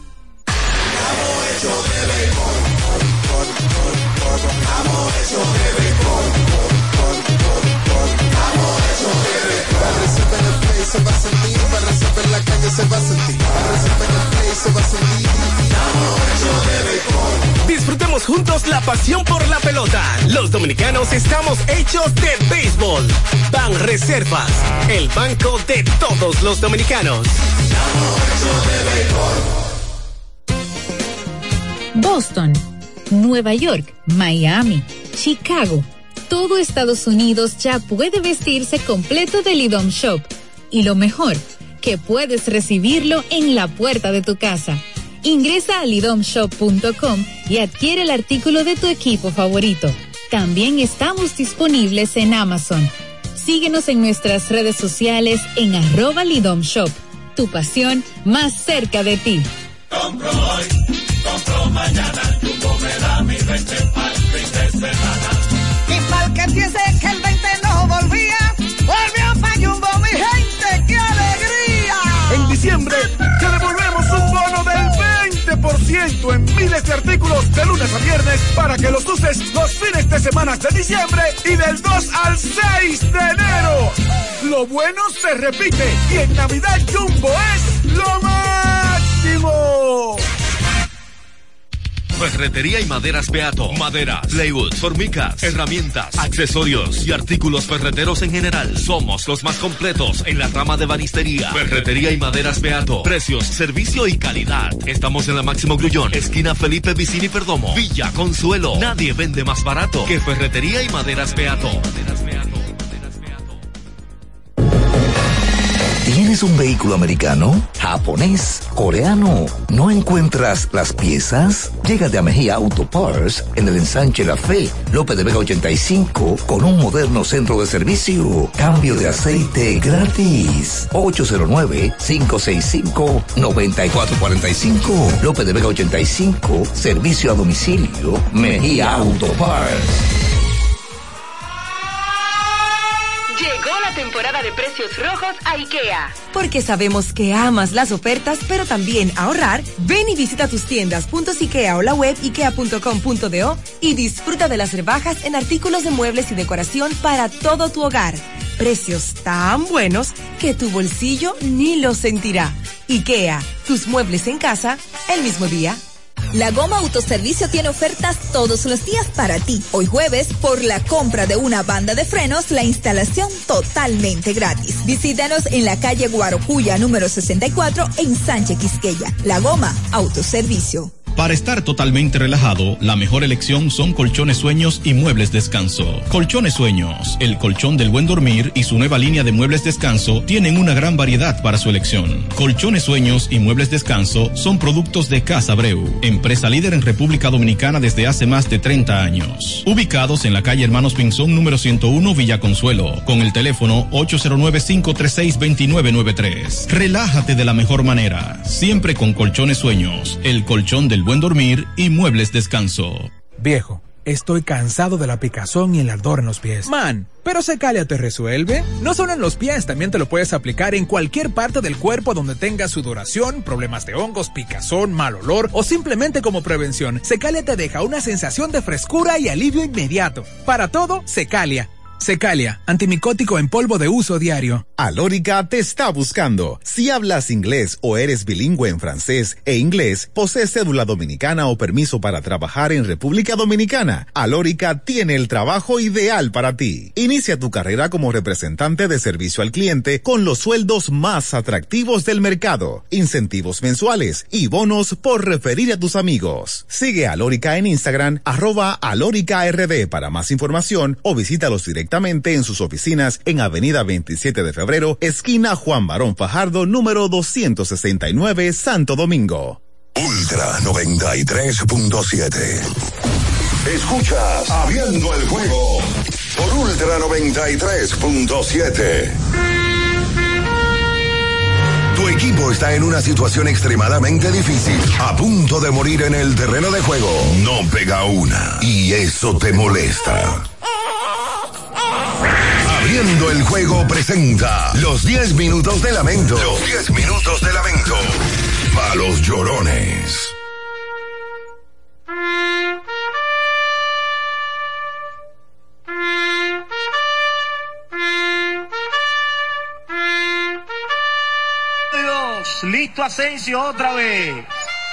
Se va a sentir, Banreserva en la calle se va a sentir, Banreserva en el play se va a sentir. Disfrutemos juntos la pasión por la pelota. Los dominicanos estamos hechos de béisbol. Banreservas, el banco de todos los dominicanos. Boston, Nueva York, Miami, Chicago. Todo Estados Unidos ya puede vestirse completo del Lidom Shop. Y lo mejor, que puedes recibirlo en la puerta de tu casa. Ingresa a lidom shop punto com y adquiere el artículo de tu equipo favorito. También estamos disponibles en Amazon. Síguenos en nuestras redes sociales en arroba Lidom Shop. Tu pasión más cerca de ti. Compro hoy, compro mañana, Jumbo me da mi veinte pa'l fin de semana. Y pa'l que piense que el veinte no volvía, volvió pa' Jumbo, mi gente, ¡qué alegría! En diciembre te devolvemos un bono del veinte por ciento en miles de artículos de lunes a viernes para que los uses los fines de semana de diciembre y del dos al seis de enero. Lo bueno se repite y en Navidad Jumbo es lo máximo. Ferretería y maderas Beato. Maderas, plywood, formicas, herramientas, accesorios y artículos ferreteros en general. Somos los más completos en la rama de banistería. Ferretería y maderas Beato. Precios, servicio y calidad. Estamos en la Máximo Grullón, esquina Felipe Vicini Perdomo, Villa Consuelo. Nadie vende más barato que Ferretería y maderas Beato. ¿Tienes un vehículo americano, japonés, coreano? ¿No encuentras las piezas? Llégate a Mejía Auto Parts en el ensanche La Fe, López de Vega ochenta y cinco, con un moderno centro de servicio. Cambio de aceite gratis. ocho cero nueve, cinco seis cinco, nueve cuatro cuatro cinco. López de Vega ochenta y cinco, servicio a domicilio. Mejía Auto Parts. Llegó la temporada de precios rojos a IKEA. Porque sabemos que amas las ofertas, pero también ahorrar. Ven y visita tus tiendas puntos IKEA o la web ikea punto com punto do y disfruta de las rebajas en artículos de muebles y decoración para todo tu hogar. Precios tan buenos que tu bolsillo ni lo sentirá. IKEA, tus muebles en casa el mismo día. La Goma Autoservicio tiene ofertas todos los días para ti. Hoy jueves, por la compra de una banda de frenos, la instalación totalmente gratis. Visítanos en la calle Guarocuya número sesenta y cuatro en Sánchez Quisqueya. La Goma Autoservicio. Para estar totalmente relajado, la mejor elección son Colchones Sueños y Muebles Descanso. Colchones Sueños, el colchón del buen dormir y su nueva línea de muebles descanso tienen una gran variedad para su elección. Colchones Sueños y Muebles Descanso son productos de Casa Abreu, empresa líder en República Dominicana desde hace más de treinta años. Ubicados en la calle Hermanos Pinzón número ciento uno, Villa Consuelo, con el teléfono ocho cero nueve, cinco tres seis, dos nueve nueve tres. Relájate de la mejor manera, siempre con Colchones Sueños, el colchón del buen dormir y Muebles Descanso. Viejo, estoy cansado de la picazón y el ardor en los pies. Man, ¿pero Secalia te resuelve? No solo en los pies, también te lo puedes aplicar en cualquier parte del cuerpo donde tengas sudoración, problemas de hongos, picazón, mal olor o simplemente como prevención. Secalia te deja una sensación de frescura y alivio inmediato. Para todo, Secalia. Secalia, antimicótico en polvo de uso diario. Alórica te está buscando. Si hablas inglés o eres bilingüe en francés e inglés, posees cédula dominicana o permiso para trabajar en República Dominicana, Alórica tiene el trabajo ideal para ti. Inicia tu carrera como representante de servicio al cliente con los sueldos más atractivos del mercado, incentivos mensuales y bonos por referir a tus amigos. Sigue a Alórica en Instagram, arroba Alórica R D para más información o visítalos directamente en sus oficinas en Avenida veintisiete de febrero, esquina Juan Barón Fajardo, número doscientos sesenta y nueve, Santo Domingo. Ultra noventa y tres punto siete. Escuchas Abriendo el Juego por Ultra noventa y tres punto siete. Tu equipo está en una situación extremadamente difícil, a punto de morir en el terreno de juego. No pega una y eso te molesta. Abriendo el Juego presenta los diez minutos de lamento. Los diez minutos de lamento. Para los llorones. Dios, listo Asensio otra vez.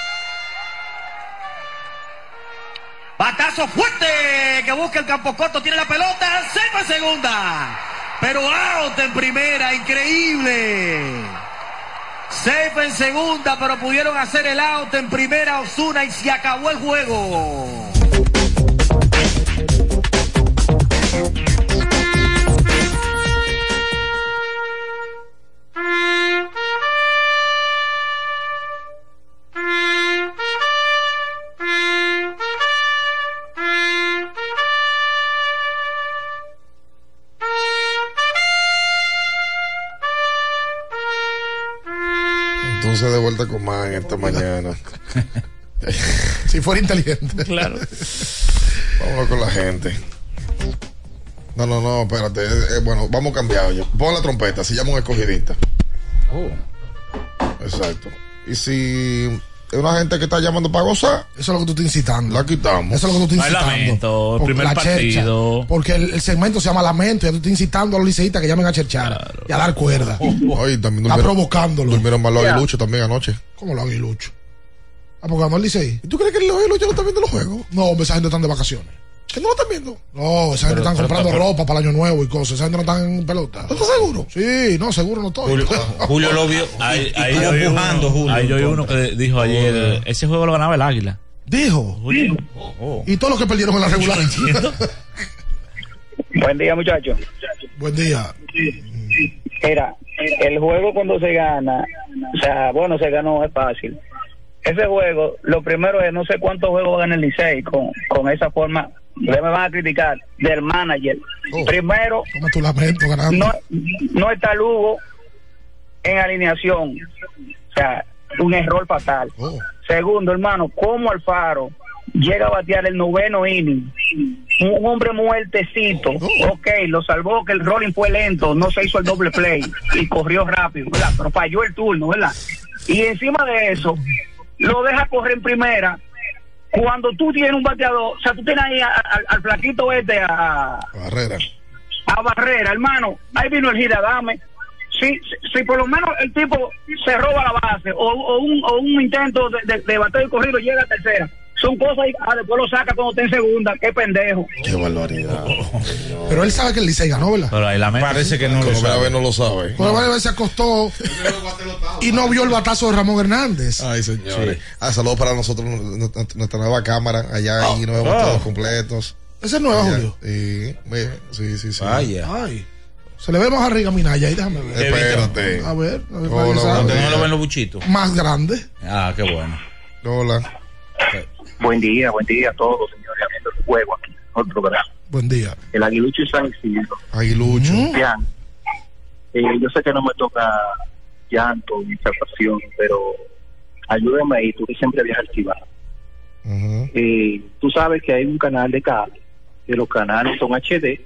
Batazo fuerte que busca el campo corto, tiene la pelota, sepa segunda, pero out en primera, increíble. Safe en segunda, pero pudieron hacer el out en primera Osuna y se acabó el juego. De vuelta con más en esta mañana. Si fuera inteligente. Claro. Vámonos con la gente. No, no, no, espérate. Eh, bueno, vamos a cambiar. Oye. Pon la trompeta, se llama un escogidista. Oh. Exacto. Y si es una gente que está llamando para gozar, eso es lo que tú estás incitando. La quitamos. Eso es lo que tú estás incitando. No lamento, primer la partido. Chercha, porque el, el segmento se llama lamento. Ya tú estás incitando a los liceístas que llamen a cherchar, claro, y a dar cuerda. Ay, también está provocándolo. Durmieron mal los aguiluchos también anoche. ¿Cómo los aguiluchos? ¿Ah, porque ganó el Licey? ¿Y tú crees que los aguiluchos no están viendo los juegos? No, esa gente están de vacaciones. ¿Que no lo están viendo? No, esa gente están comprando pero, ropa para el año nuevo y cosas. Esa gente no están en pelota. ¿No estás seguro? Sí, no, seguro no estoy. Julio, Julio lo vio. Ahí, ahí yo vi uno, Julio, ahí yo vi uno que dijo ayer, oh, ese juego lo ganaba el Águila. Dijo. Julio. Oh, oh. Y todos los que perdieron en la regular. Buen día, muchachos. Buen día. Mira, el juego cuando se gana, o sea, bueno, se ganó, es fácil. Ese juego, lo primero es, no sé cuántos juegos va a ganar el Licey con, con esa forma. Le me van a criticar del manager. Oh, primero, tu lamento, no, no está Lugo en alineación. O sea, un error fatal. Oh. Segundo, hermano, ¿cómo Alfaro llega a batear el noveno inning? Un hombre muertecito. Oh. Ok, lo salvó que el rolling fue lento, no se hizo el doble play y corrió rápido, ¿verdad? Pero falló el turno, ¿verdad? Y encima de eso, lo deja correr en primera. Cuando tú tienes un bateador, o sea, tú tienes ahí a, a, al flaquito este, a Barrera. A Barrera, hermano, ahí vino el Giradame. Si, si, si por lo menos el tipo se roba la base o, o, un, o un intento de, de, de bateo y corrido llega a tercera, son cosas y ah, después lo saca cuando está en segunda. Qué pendejo. Qué barbaridad. Pero él sabe que el Licey ganó, ¿verdad? Pero ahí la mente parece que no lo sabe. Vez no lo sabe. Pero varias veces se acostó y no vio el batazo de Ramón Hernández. Ay, señores. Sí. Ah, saludos para nosotros, nuestra nueva cámara. Allá ahí oh, nos vemos oh. todos completos. ¿Ese es nuevo, Julio? Sí, sí, sí, sí. Vaya. Ay. Se le ve más arriba a Minaya, ahí déjame ver. Espérate. A ver, a ver. Hola, no lo ven los buchitos. Más grande. Ah, qué bueno. Hola. Okay. Buen día, buen día a todos, señores, abriendo el juego aquí, otro programa. Buen día. El Aguilucho y San Isidro. Aguilucho. Bien. Eh, yo sé que no me toca llanto ni salvación, pero ayúdame ahí, tú que siempre viajas al Chivas. Uh-huh. Eh, tú sabes que hay un canal de cable, que los canales son H D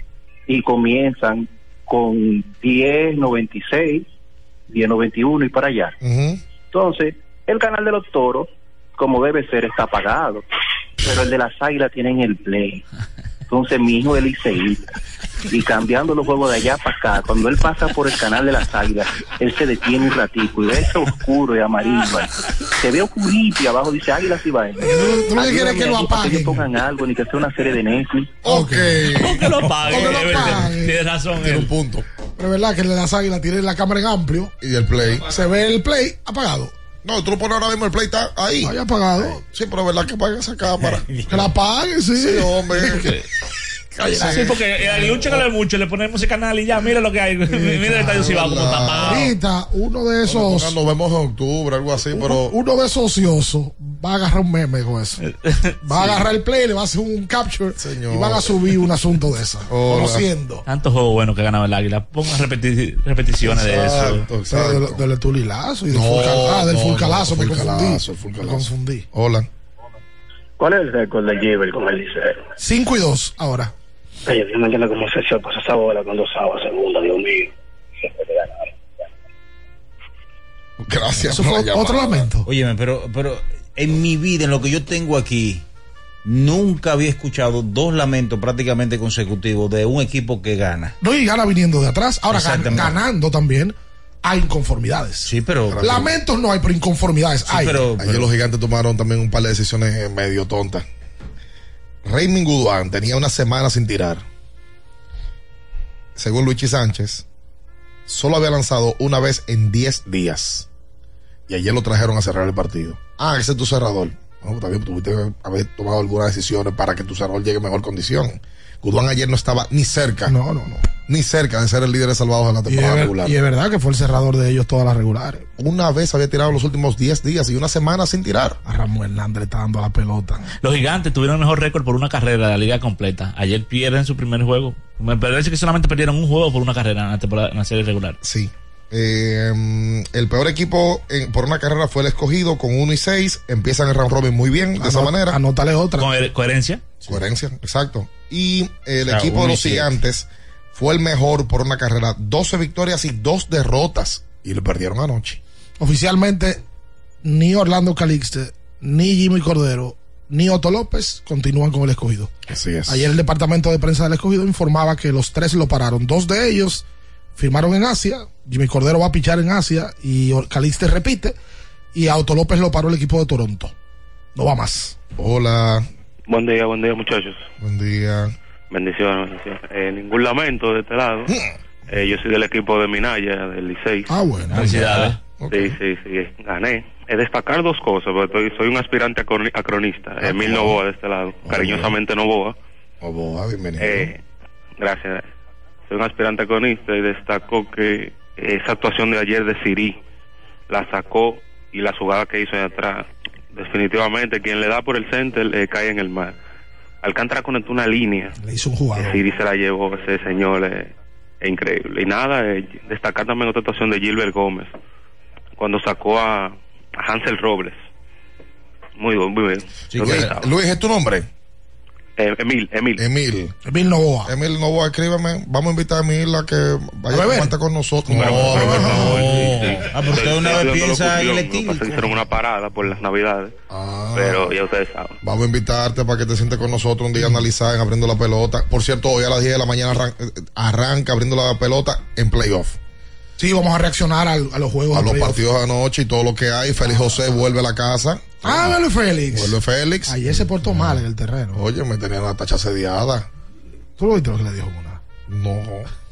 y comienzan con diez noventa y seis, diez noventa y uno y para allá. Uh-huh. Entonces, el canal de los toros, como debe ser, está apagado, pero el de las águilas tienen el play. Entonces mi hijo es liceísta y cambiando los juegos de allá para acá, cuando él pasa por el canal de las Águilas, él se detiene un ratico y ve eso oscuro y amarillo, se ve oscurito y abajo dice Águilas y vaina. ¿Tú no quieres que lo apaguen? Que pongan algo, ni que sea una serie de Netflix. Ok. Que lo paguen. Tienes razón. Tiene un punto. Pero es verdad que las Águilas tiene la cámara en amplio. Y el play. Se ve el play apagado. No, tú lo pones ahora mismo, el play está ahí. Ahí apagado. Sí, pero es verdad que apaga esa cámara. Que la apague, sí. Sí, hombre. Sí, porque a Lucho que le mucho, le ponemos ese canal y ya, mira lo que hay. Mira el estadio Cibao como está apagado. Ahorita, uno de esos. Nos vemos en octubre, algo así, uno, pero. Uno de esos ociosos va a agarrar un meme con eso. Va a agarrar el play, le va a hacer un capture. Señor. Y van a subir un asunto de eso. Conociendo. Tantos juegos buenos que ganaba el Águila. Pongan repeti repeticiones exacto, de eso. Exacto. Del de Tulilazo y del no, Fulcalazo. Ah, del no, Fulcalazo, no, me confundí. Me confundí. Hola. ¿Cuál es el récord de Gilbert con el Liceo? cinco y dos ahora. Oye, yo no entiendo cómo se hizo pues esa bola con dos aguas segunda, Dios mío. Gracias. Eso fue otro lamento. Óyeme, pero, pero en mi vida, en lo que yo tengo aquí, nunca había escuchado dos lamentos prácticamente consecutivos de un equipo que gana. No, y gana viniendo de atrás. Ahora gan ganando también hay inconformidades. Sí, pero... Lamentos no hay, pero inconformidades sí, hay. Pero, Ayer pero, los gigantes tomaron también un par de decisiones medio tontas. Raymond Guduán tenía una semana sin tirar. Según Luigi Sánchez, solo había lanzado una vez en diez días. Y ayer lo trajeron a cerrar el partido. Ah, ese es tu cerrador. No, también tuviste que haber tomado algunas decisiones para que tu cerrador llegue en mejor condición. Guduán ayer no estaba ni cerca. No, no, no. Ni cerca de ser el líder de salvados en la temporada y es, regular. Y es verdad que fue el cerrador de ellos todas las regulares. Una vez había tirado los últimos diez días y una semana sin tirar. A Ramón Hernández le está dando la pelota. Los gigantes tuvieron el mejor récord por una carrera de la liga completa. Ayer pierden su primer juego. Me parece que solamente perdieron un juego por una carrera en la, temporada, en la serie regular. Sí. Eh, el peor equipo en, por una carrera fue el Escogido con uno y seis. Empiezan el round robin muy bien de Anot esa manera. Anótale otra. Con coherencia. Sí. Coherencia, exacto. Y el o sea, equipo de los Gigantes fue el mejor por una carrera. doce victorias y dos derrotas. Y le perdieron anoche. Oficialmente, ni Orlando Calixte, ni Jimmy Cordero, ni Otto López continúan con el Escogido. Así es. Ayer el departamento de prensa del Escogido informaba que los tres lo pararon. Dos de ellos firmaron en Asia. Jimmy Cordero va a pichar en Asia y Calixte repite. Y a Otto López lo paró el equipo de Toronto. No va más. Hola. Buen día, buen día, muchachos. Buen día. Bendiciones, bendiciones. Eh, ningún lamento de este lado. Eh, yo soy del equipo de Minaya, del Licey. Ah, bueno. Felicidades. Okay. Sí, sí, sí, gané. Eh, destacar dos cosas, porque estoy, soy un aspirante a cronista. Ah, Emil claro. Novoa de este lado. Oh, cariñosamente Novoa. Novoa, bienvenido. Eh, gracias. Soy un aspirante a cronista y destacó que esa actuación de ayer de Siri la sacó y la jugada que hizo de atrás. Definitivamente, quien le da por el center eh, cae en el mar. Alcántara conectó una línea. Le hizo un jugador. Siri se la llevó ese señor. Eh, es increíble. Y nada, eh, destacar también otra actuación de Gilbert Gómez cuando sacó a, a Hansel Robles. Muy bien, muy bien. Sí, Luis, ¿es tu nombre? Eh, Emil, Emil. Emil. Emil Novoa. Emil Novoa, escríbeme. Vamos a invitar a Emil a que vaya a compartir con nosotros. No, no, no, no, no, no. Ah, pero usted una vez piensa en el equipo. Hicieron una parada por las navidades. Ah, pero ya ustedes saben. Vamos a invitarte para que te sientes con nosotros un día a analizar en Abriendo la Pelota. Por cierto, hoy a las diez de la mañana arranca, arranca Abriendo la Pelota en playoff. Sí, vamos a reaccionar a, a los juegos. A los partidos de anoche y todo lo que hay. Félix José vuelve a la casa. Ah, vuelve Félix. Vuelve Félix. Ayer se portó mal en el terreno. Oye, me tenía una tacha asediada. ¿Tú lo viste lo que le dijo una? No.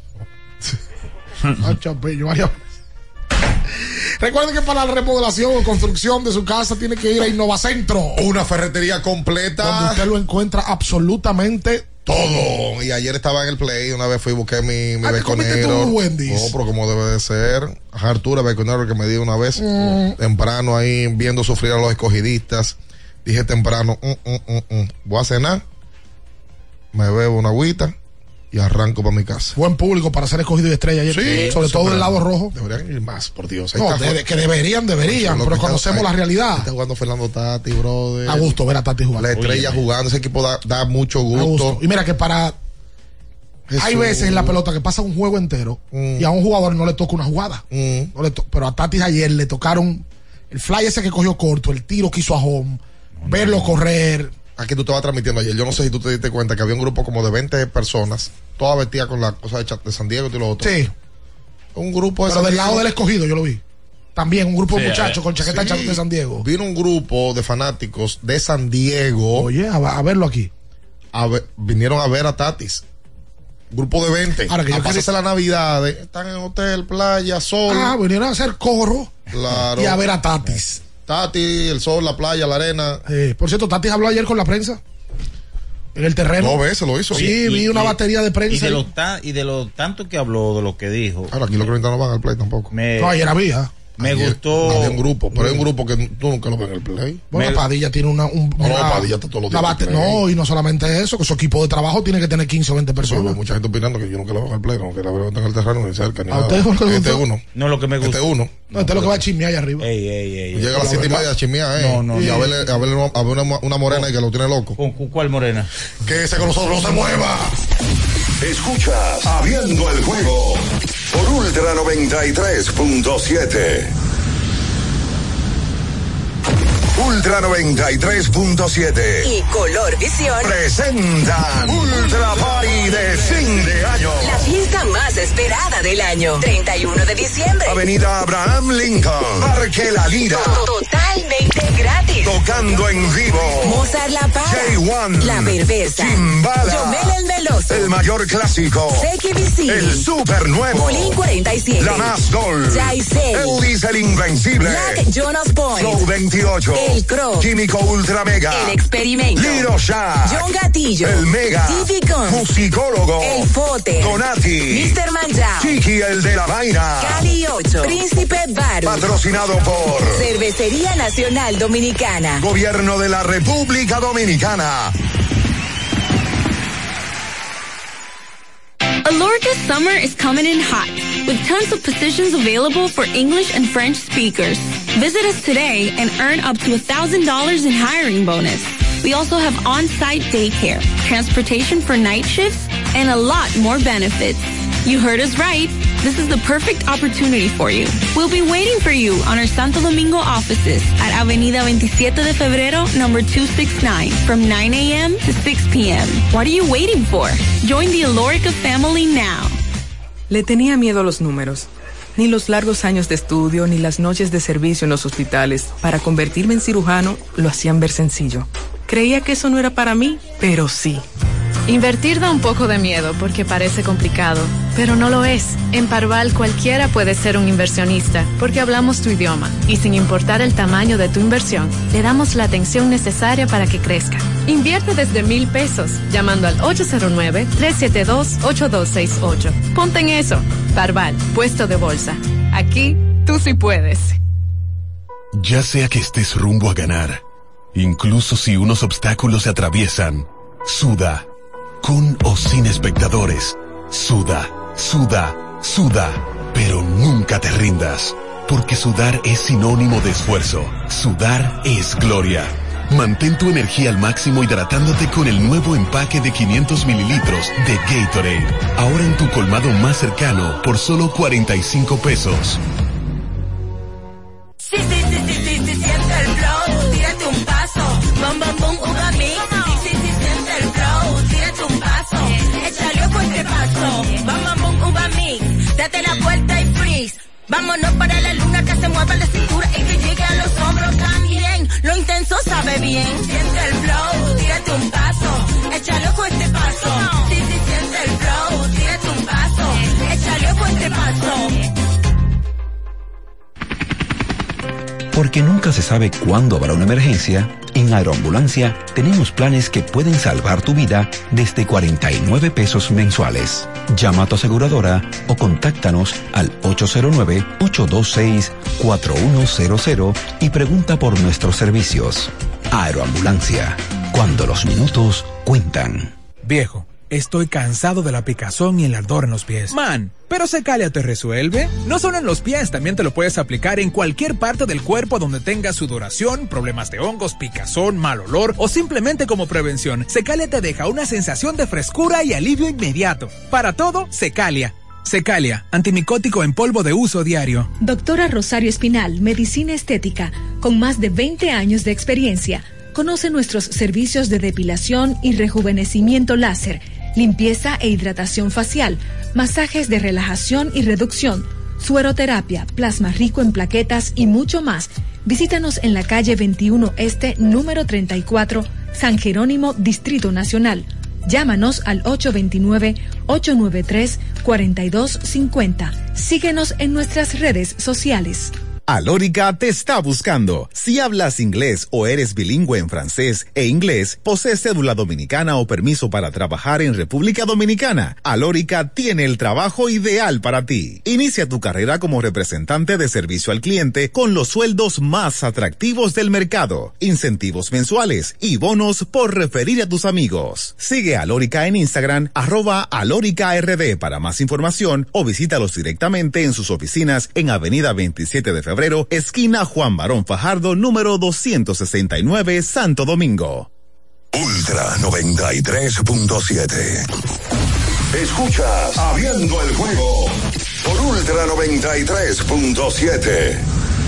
Tacha Peño, varias veces. Recuerden que para la remodelación o construcción de su casa tiene que ir a Innovacentro. Una ferretería completa. Donde usted lo encuentra absolutamente todo. Y ayer estaba en el play, una vez fui y busqué mi, mi baconero. No, pero como debe de ser. A Arturo, baconero que me dio una vez mm. temprano ahí viendo sufrir a los escogidistas. Dije temprano, mm, mm, mm, mm. voy a cenar, me bebo una agüita y arranco para mi casa. Buen público para ser escogido y estrella ayer. Sí, sobre todo del lado rojo. Deberían ir más, por Dios. No, debe, que deberían, deberían, pero conocemos la realidad. Está jugando Fernando Tati, brother. A gusto ver a Tati jugar. La estrella Oye, jugando, ese equipo da, da mucho gusto. gusto. Y mira que para... Jesús. Hay veces en la pelota que pasa un juego entero mm. y a un jugador no le toca una jugada. Mm. No le to pero a Tatis ayer le tocaron el fly ese que cogió corto, el tiro que hizo a home, no, verlo no. correr. aquí tú te vas transmitiendo ayer. Yo no sé si tú te diste cuenta que había un grupo como de veinte personas, todas vestidas con la cosa de, de San Diego y todo lo otro. Sí. Un grupo de Pero San del Diego. lado del escogido yo lo vi. También un grupo Sí, de muchachos eh, con chaqueta sí. de San Diego. Vino un grupo de fanáticos de San Diego. Oye, a, a verlo aquí. A ver, vinieron a ver a Tatis. Grupo de veinte. Ahora que yo a pasarse quería- la Navidad. eh, Están en hotel, playa, sol. Ah, vinieron a hacer coro Claro. y a ver a Tatis. Tati, el sol, la playa, la arena. Eh, por cierto, Tatis habló ayer con la prensa. En el terreno. Dos veces lo hizo. Sí, Y- vi una y- batería de prensa. Y de, ahí. lo ta- y de lo tanto que habló, de lo que dijo. Ahora aquí los clientes no van al play tampoco. Me, No, ayer había. me Ayer gustó. Había un grupo, pero hay un grupo que tú nunca lo ves en el play. Bueno, Me- Padilla tiene una. Un, No, no, una- Padilla está todos los días una en bate- el play. No, y no solamente eso, que su equipo de trabajo tiene que tener quince o veinte Pero personas. hay mucha gente opinando que yo nunca lo veo en el play, no que la veo en el terreno ni cerca ni ¿A nada. usted no le Este gustó? uno. No, lo que me Este gustó. uno. No, este es lo que va a chismear allá arriba. Ey, ey, ey. Llega a las siete y media a chismear, eh. No, no, y no. a verle, a verle una, a ver una, una morena y que lo tiene loco. ¿Con, con cuál morena? Que ese con nosotros no se mueva. Escuchas Abriendo el juego por Ultra noventa y tres punto siete. Ultra noventa y tres punto siete Y Color Visión presentan Ultra Party de fin de año. la fiesta más esperada del año. treinta y uno de diciembre. Avenida Abraham Lincoln, Parque La Lira. Totalmente gratis. Tocando en vivo. Mozart La Para. J uno. La Perversa. Chimbala. Yomel el Meloso. El mayor clásico. Seki Vicini. El super nuevo. Bulín cuarenta y siete. La más Gol. Yaisel. Elvis el Invencible. Black Jonas Point. Flow veintiocho. El Crow. Químico Ultra Mega. El Experimento. Liro Shack. John Gatillo. El Mega. Stevie Guns. Musicólogo. El Fote. Donati. mister Manjao. Chiqui el de la vaina. Cali ocho. Príncipe Baru. Patrocinado por Cervecería Nacional Dominicana. Gobierno de la República Dominicana. Alorca's summer is coming in hot, with tons of positions available for English and French speakers. Visit us today and earn up to one thousand dollars in hiring bonus. We also have on-site daycare, transportation for night shifts, and a lot more benefits. You heard us right. This is the perfect opportunity for you. We'll be waiting for you on our Santo Domingo offices at Avenida veintisiete de Febrero, number two sixty-nine, from nine a.m. to six p.m. What are you waiting for? Join the Alorica family now. Le tenía miedo a los números. Ni los largos años de estudio, ni las noches de servicio en los hospitales para convertirme en cirujano lo hacían ver sencillo. Creía que eso no era para mí, pero sí. Invertir da un poco de miedo porque parece complicado, pero no lo es. En Parval cualquiera puede ser un inversionista porque hablamos tu idioma y sin importar el tamaño de tu inversión, le damos la atención necesaria para que crezca. Invierte desde mil pesos llamando al ocho cero nueve, tres siete dos, ocho dos seis ocho. Ponte en eso. Parval, puesto de bolsa. Aquí, tú sí puedes. Ya sea que estés rumbo a ganar, incluso si unos obstáculos se atraviesan, suda. Con o sin espectadores, suda, suda, suda, pero nunca te rindas, porque sudar es sinónimo de esfuerzo, sudar es gloria. Mantén tu energía al máximo hidratándote con el nuevo empaque de quinientos mililitros de Gatorade, ahora en tu colmado más cercano por solo cuarenta y cinco pesos. Sí, sí, sí, sí, sí, sí, siente el flow, tírate un paso, bam, bam, bum, uva mix. Sí, sí, sí, siente el flow, tírate un paso, échale ojo este paso, bam, bam, bum, uva mix. Date la vuelta y freeze, vámonos para la luna que se mueva la cintura y que llegue a los hombros también. Lo intenso sabe bien, siente el flow, tírate un paso, échale ojo este paso. Sí, sí, siente el flow, tírate un paso, échale ojo este paso. Porque nunca se sabe cuándo habrá una emergencia, en Aeroambulancia tenemos planes que pueden salvar tu vida desde cuarenta y nueve pesos mensuales. Llama a tu aseguradora o contáctanos al ocho cero nueve, ocho dos seis, cuatro uno cero cero y pregunta por nuestros servicios. Aeroambulancia, cuando los minutos cuentan. Viejo, estoy cansado de la picazón y el ardor en los pies. Man, ¿pero Secalia te resuelve? No solo en los pies, también te lo puedes aplicar en cualquier parte del cuerpo donde tengas sudoración, problemas de hongos, picazón, mal olor o simplemente como prevención. Secalia te deja una sensación de frescura y alivio inmediato. Para todo, Secalia. Secalia, antimicótico en polvo de uso diario. Doctora Rosario Espinal, Medicina Estética, con más de veinte años de experiencia. Conoce nuestros servicios de depilación y rejuvenecimiento láser, limpieza e hidratación facial, masajes de relajación y reducción, sueroterapia, plasma rico en plaquetas y mucho más. Visítanos en la calle veintiuno Este, número treinta y cuatro, San Jerónimo, Distrito Nacional. Llámanos al ocho dos nueve, ocho nueve tres, cuatro dos cinco cero. Síguenos en nuestras redes sociales. Alórica te está buscando. Si hablas inglés o eres bilingüe en francés e inglés, posees cédula dominicana o permiso para trabajar en República Dominicana, Alórica tiene el trabajo ideal para ti. Inicia tu carrera como representante de servicio al cliente con los sueldos más atractivos del mercado, incentivos mensuales y bonos por referir a tus amigos. Sigue a Alórica en Instagram, arroba Alórica R D para más información o visítalos directamente en sus oficinas en Avenida veintisiete de febrero, esquina Juan Barón Fajardo, número doscientos sesenta y nueve, Santo Domingo. Ultra noventa y tres punto siete. Escuchas Abriendo el Juego por Ultra noventa y tres punto siete.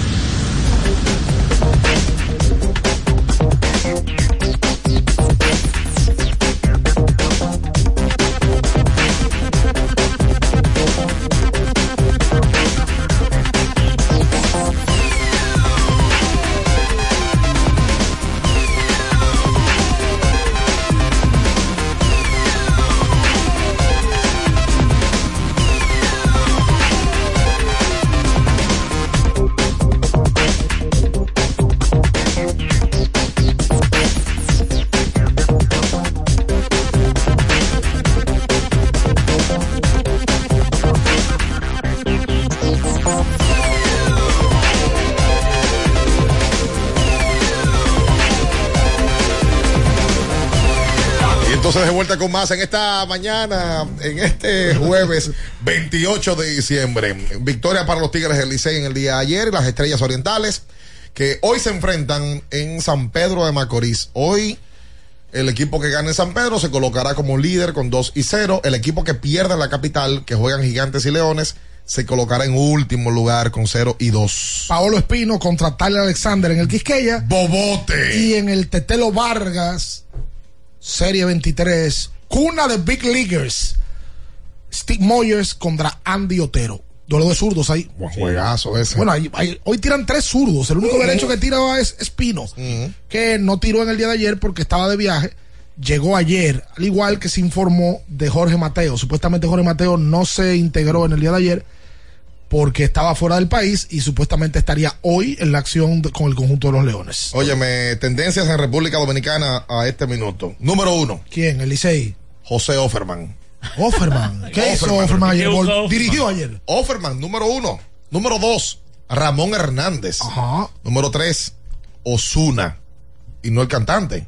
De vuelta con más en esta mañana, en este jueves veintiocho de diciembre. Victoria para los Tigres del Licey en el día de ayer y las Estrellas Orientales, que hoy se enfrentan en San Pedro de Macorís. Hoy el equipo que gane en San Pedro se colocará como líder con dos y cero. El equipo que pierda en la capital, que juegan Gigantes y Leones, se colocará en último lugar con cero y dos. Paolo Espino contra Tyler Alexander en el Quisqueya. Bobote. Y en el Tetelo Vargas, Serie veintitrés, cuna de Big Leaguers, Steve Moyers contra Andy Otero. Duelo de zurdos ahí. Buen juegazo ese. Bueno, ahí, ahí, hoy tiran tres zurdos. El único uh-huh. derecho que tira es Espino, uh-huh. que no tiró en el día de ayer porque estaba de viaje. Llegó ayer, al igual que se informó de Jorge Mateo. Supuestamente Jorge Mateo no se integró en el día de ayer porque estaba fuera del país y supuestamente estaría hoy en la acción de, con el conjunto de los Leones. Óyeme, tendencias en República Dominicana a este minuto. Número uno. ¿Quién? ¿El Licey? José Offerman. Offerman. ¿Qué hizo Offerman ayer? Offerman? Dirigió ayer. Offerman, número uno. Número dos, Ramón Hernández. Ajá. Número tres, Osuna. Y no el cantante.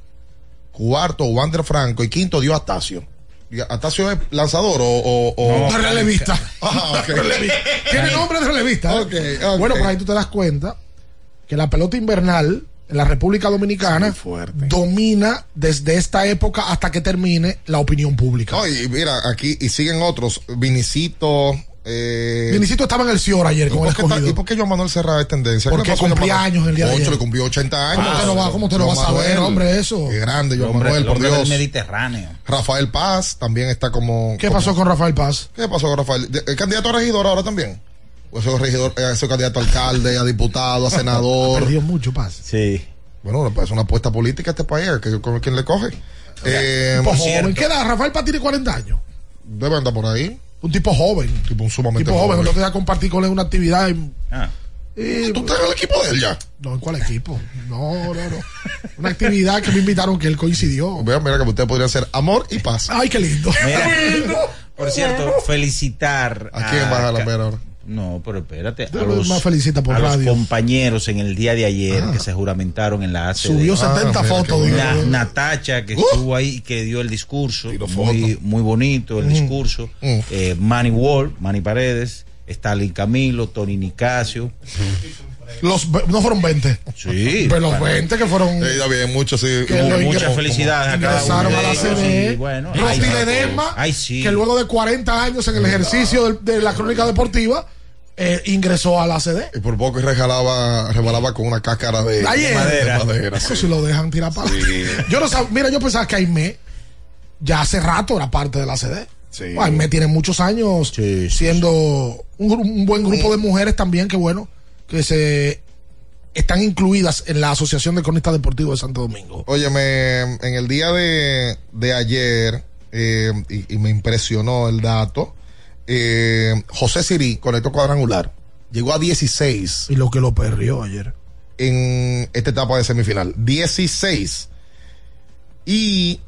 Cuarto, Wander Franco. Y quinto, dio Astacio. ¿Astacio es lanzador o...? o, o... No, relevista. Ah, okay. Tiene nombre de relevista. ¿eh? Okay, okay. Bueno, por ahí tú te das cuenta que la pelota invernal en la República Dominicana domina desde esta época hasta que termine la opinión pública. No, y mira, aquí y siguen otros. Vinicito... Eh... Vinicito estaba en el C I O R ayer con el escogido. ¿Y por qué Joan Manuel Serra es tendencia? Porque cumplía años el día de ayer. Ocho, le cumplió ochenta años. ¿Cómo te lo va, cómo te lo vas a ver, hombre, eso? Qué grande, Joan hombre, Manuel, por Dios. Del Mediterráneo. Rafael Paz también está como... ¿Qué como... pasó con Rafael Paz? ¿Qué pasó con Rafael? ¿El candidato a regidor ahora también? ¿O ese regidor, ese candidato a alcalde, a diputado, a senador? Ha perdido mucho Paz. Sí. Bueno, pues es una apuesta política a este país, que ¿quién le coge? Eh, pues joven, ¿qué edad? Rafael Paz tiene cuarenta años. Debe andar por ahí. Un tipo joven. Tipo un sumamente tipo joven. joven. No te voy a compartir con él una actividad. En, ah. y, ¿Tú estás en el equipo de él ya? No, ¿en cuál equipo? No, no, no. Una actividad que me invitaron que él coincidió. Vean, mira que usted podría ser amor y paz. Ay, qué lindo. Mira, por cierto, felicitar. ¿A quién vas a la ver ahora? No, pero espérate. A los, más felicita por a radio. los compañeros en el día de ayer ah. que se juramentaron en la A C D. Subió setenta ah, fotos. Na, Natacha, que uh. estuvo ahí, que dio el discurso. Muy, muy bonito el mm. discurso. Mm. Eh, Manny Wall, Manny Paredes, Stalin Camilo, Tony Nicasio. Los, no fueron veinte. Sí. Pero los veinte que fueron. Sí, bien, mucho, sí. Que muchas mucha felicidades a cada uno. A la C D. Bueno, Rosy Ledesma, sí. que luego de cuarenta años en el ejercicio de, de la crónica deportiva, eh, ingresó a la A C D. Y por poco regalaba, rebalaba con una cáscara de, Ayer, de madera. De madera Eso sí. si lo dejan tirar para. Sí. Yo no sab, mira, yo pensaba que Aimé ya hace rato era parte de la A C D. Sí. Bueno, Aimé tiene muchos años sí, sí, siendo sí. Un, un buen grupo sí. de mujeres también, que bueno, que se están incluidas en la Asociación de Cronistas Deportivos de Santo Domingo. Óyeme, en el día de, de ayer, eh, y, y me impresionó el dato, eh, José Sirí conectó cuadrangular, llegó a dieciséis. Y lo que lo perrió ayer. En esta etapa de semifinal, dieciséis. Y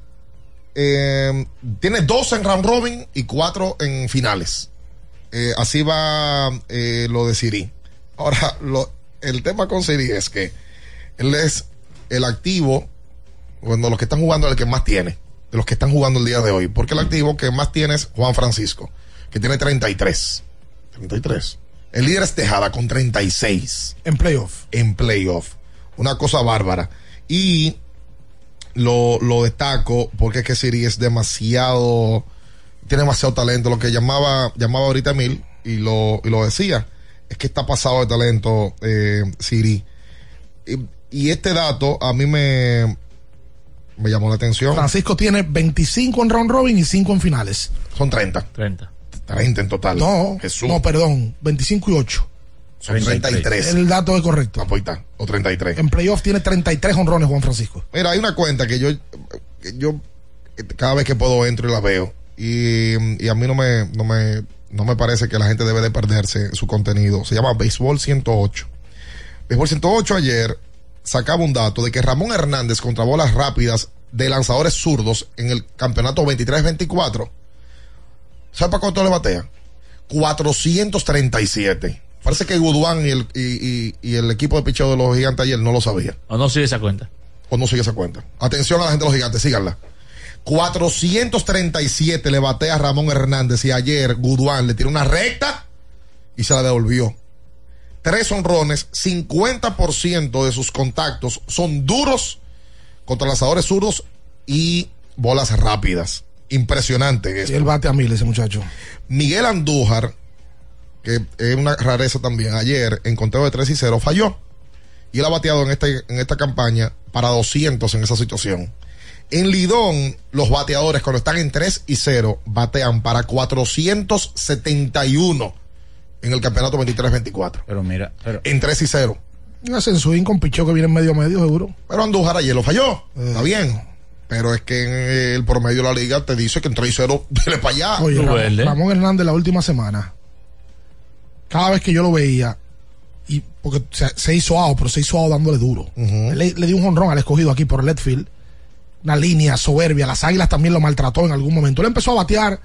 eh, tiene dos en round robin y cuatro en finales. Eh, así va eh, lo de Sirí. Ahora, lo el tema con Sirí es que él es el activo, bueno, los que están jugando, el que más tiene, de los que están jugando el día de hoy, porque el activo que más tiene es Juan Francisco, que tiene treinta y tres. treinta y tres. El líder es Tejada con treinta y seis. En playoff. En playoff. Una cosa bárbara. Y lo, lo destaco porque es que Sirí es demasiado, tiene demasiado talento, lo que llamaba, llamaba ahorita Emil, y lo, y lo decía. Es que está pasado de talento eh, Sirí. Y, y este dato a mí me, me llamó la atención. Francisco tiene veinticinco en round robin y cinco en finales. Son treinta. treinta. treinta en total. No, Jesús. No, perdón, veinticinco y ocho. Son treinta y tres. El dato es correcto. Ah, pues está, o treinta y tres. En playoff tiene treinta y tres honrones Juan Francisco. Mira, hay una cuenta que yo, que yo cada vez que puedo entro y la veo. Y, y a mí no me, no me, no me parece que la gente debe de perderse su contenido. Se llama Béisbol ciento ocho. Béisbol ciento ocho ayer sacaba un dato de que Ramón Hernández contra bolas rápidas de lanzadores zurdos en el campeonato veintitrés veinticuatro. ¿Sabe para cuánto le batea? cuatrocientos treinta y siete. Parece que Guduán y el, y, y, y el equipo de picheo de los Gigantes ayer no lo sabía. O no sigue esa cuenta. O no sigue esa cuenta. Atención a la gente de los Gigantes, síganla. cuatrocientos treinta y siete le batea a Ramón Hernández y ayer Guduán le tiró una recta y se la devolvió. Tres honrones, cincuenta por ciento de sus contactos son duros contra lanzadores zurdos y bolas rápidas. Impresionante esto. Y él bate a mil ese muchacho. Miguel Andújar, que es una rareza también, ayer en conteo de tres y cero falló. Y él ha bateado en, este, en esta campaña para doscientos en esa situación. En Lidón, los bateadores cuando están en tres y cero batean para cuatrocientos setenta y uno en el campeonato veintitrés veinticuatro. Pero mira, pero... en tres y cero. Hacen swing con picheo que viene medio a medio, seguro. Pero Andújar ayer lo falló. Eh. Está bien. Pero es que en el promedio de la liga te dice que en tres y cero dile para allá. Oye, Ramón, Ramón Hernández la última semana, cada vez que yo lo veía, y porque se, se hizo out, pero se hizo out dándole duro. Uh-huh. Le, le dio un jonrón al escogido aquí por el left field. Una línea soberbia. Las Águilas también lo maltrató en algún momento. Él empezó a batear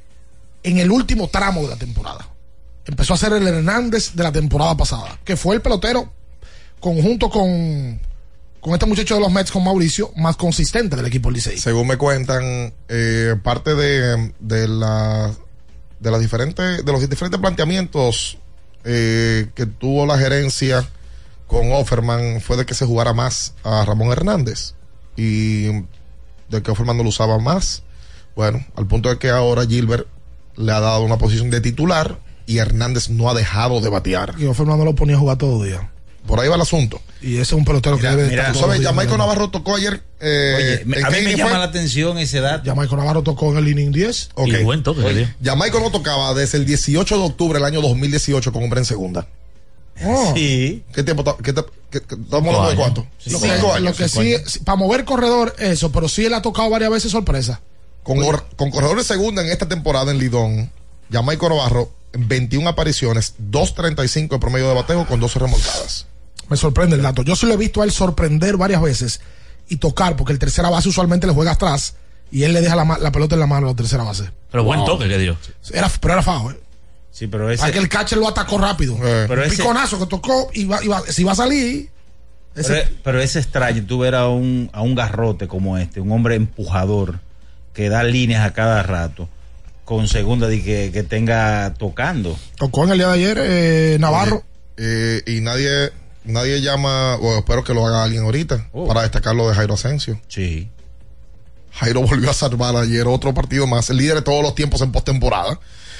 en el último tramo de la temporada. Empezó a ser el Hernández de la temporada pasada, que fue el pelotero conjunto con con este muchacho de los Mets, con Mauricio, más consistente del equipo Licey. Según me cuentan, eh, parte de, de la de las diferentes de los diferentes planteamientos eh, que tuvo la gerencia con Offerman fue de que se jugara más a Ramón Hernández y de que Offerman no lo usaba más. Bueno, al punto de que ahora Gilbert le ha dado una posición de titular y Hernández no ha dejado de batear. Y Offerman no lo ponía a jugar todo el día. Por ahí va el asunto. Y ese es un pelotero mira, que debe mira, estar. ¿Sabes? Jamaico Navarro tocó ayer. Eh, Oye, a mí me llama fue? la atención ese dato. Jamaico Navarro tocó en el inning diez. Okay. Y buen toque. Oye, Jamaico no tocaba desde el dieciocho de octubre del año dos mil dieciocho con hombre en segunda. Oh. Sí. ¿Qué tiempo? ¿Qué te, qué, qué, ¿Estamos hablando de cuánto? Sí, sí, cinco años. Lo que sí, sí para mover corredor, eso, pero sí él ha tocado varias veces sorpresa. Con, or, con corredor de segunda en esta temporada en Lidón, Jamaico Navarro, veintiuna apariciones, dos treinta y cinco de promedio de bateo con doce remolcadas. Me sorprende el dato. Yo sí lo he visto a él sorprender varias veces y tocar, porque el tercera base usualmente le juega atrás y él le deja la, la pelota en la mano a la tercera base. Pero wow. Buen toque que dio. Era, pero era fajo, ¿eh? Sí, pero ese... Aquel catcher lo atacó rápido. Eh. Pero un ese... piconazo que tocó y va, y va, si va a salir. Ese... Pero, pero es extraño tú ver a un, a un garrote como este, un hombre empujador que da líneas a cada rato, con segunda de que, que tenga tocando. Tocó en el día de ayer eh, Navarro. Oye, eh, y nadie... Nadie llama, o espero que lo haga alguien ahorita, oh. para destacar lo de Jairo Asensio. Sí. Jairo volvió a salvar ayer otro partido más, el líder de todos los tiempos en postemporada.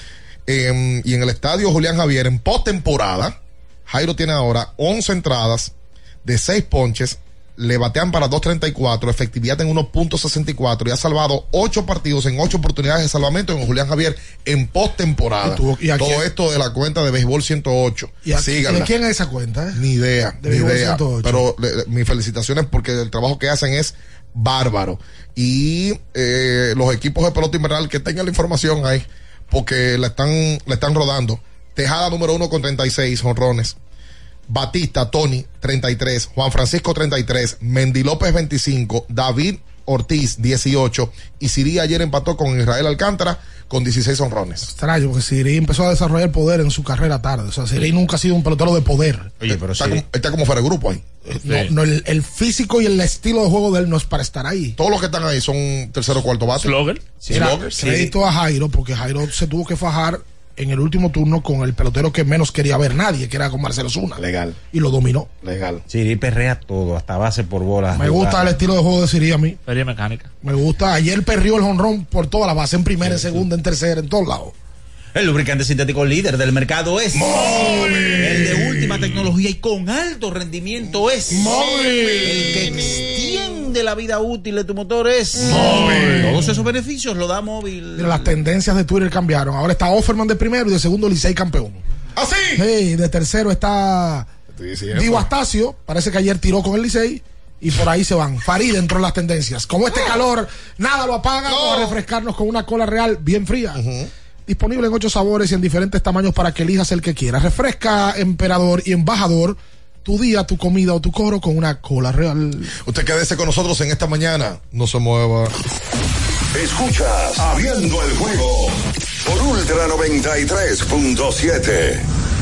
eh, y en el estadio Julián Javier, en postemporada, Jairo tiene ahora once entradas de seis ponches, le batean para dos treinta y cuatro, efectividad en uno punto sesenta y cuatro y ha salvado ocho partidos en ocho oportunidades de salvamento en Julián Javier en postemporada. Todo esto de la cuenta de Béisbol ciento ocho. ¿Y a, ¿De quién es esa cuenta? Eh? Ni idea, de ni idea. ciento ocho. Pero le, mis felicitaciones porque el trabajo que hacen es bárbaro. Y eh, los equipos de pelota invernal que tengan la información ahí, porque la están, la están rodando. Tejada número uno con treinta y seis jonrones. Batista, Tony, treinta y tres, Juan Francisco, treinta y tres, Mendy López, veinticinco, David Ortiz, dieciocho, y Siri ayer empató con Israel Alcántara con dieciséis honrones. Extraño, porque Siri empezó a desarrollar poder en su carrera tarde. O sea, Siri sí. nunca ha sido un pelotero de poder. Oye, pero está, sí. como, está como fuera de grupo ahí. No, sí. no el, el físico y el estilo de juego de él no es para estar ahí. Todos los que están ahí son tercero o cuarto bate. Slogger. Sí, Slogger. Crédito sí. a Jairo, porque Jairo se tuvo que fajar en el último turno con el pelotero que menos quería ver nadie, que era con Marcelo Zuna. Legal. Y lo dominó. Legal. Siri perrea todo, hasta base por bola. Me gusta jugar. El estilo de juego de Siri a mí. Feria mecánica. Me gusta. Ayer perrió el jonrón por toda la base, en primera, en segunda, en tercera, en todos lados. El lubricante sintético líder del mercado es Móvil. El de última tecnología y con alto rendimiento es Móvil. El que extiende la vida útil de tu motor es Móvil. Todos esos beneficios lo da Móvil. Mira, las tendencias de Twitter cambiaron. Ahora está Offerman de primero y de segundo Licey campeón. ¿Ah, sí? Sí, de tercero está Divo Astacio. Parece que ayer tiró con el Licey. Y por ahí se van. Farid entró en las tendencias. Como este calor, nada lo apaga. No. Vamos a refrescarnos con una cola real bien fría. Uh-huh. Disponible en ocho sabores y en diferentes tamaños para que elijas el que quieras. Refresca, emperador y embajador, tu día, tu comida o tu coro con una cola real. Usted quédese con nosotros en esta mañana. No se mueva. Escuchas Abriendo el Juego por Ultra noventa y tres punto siete.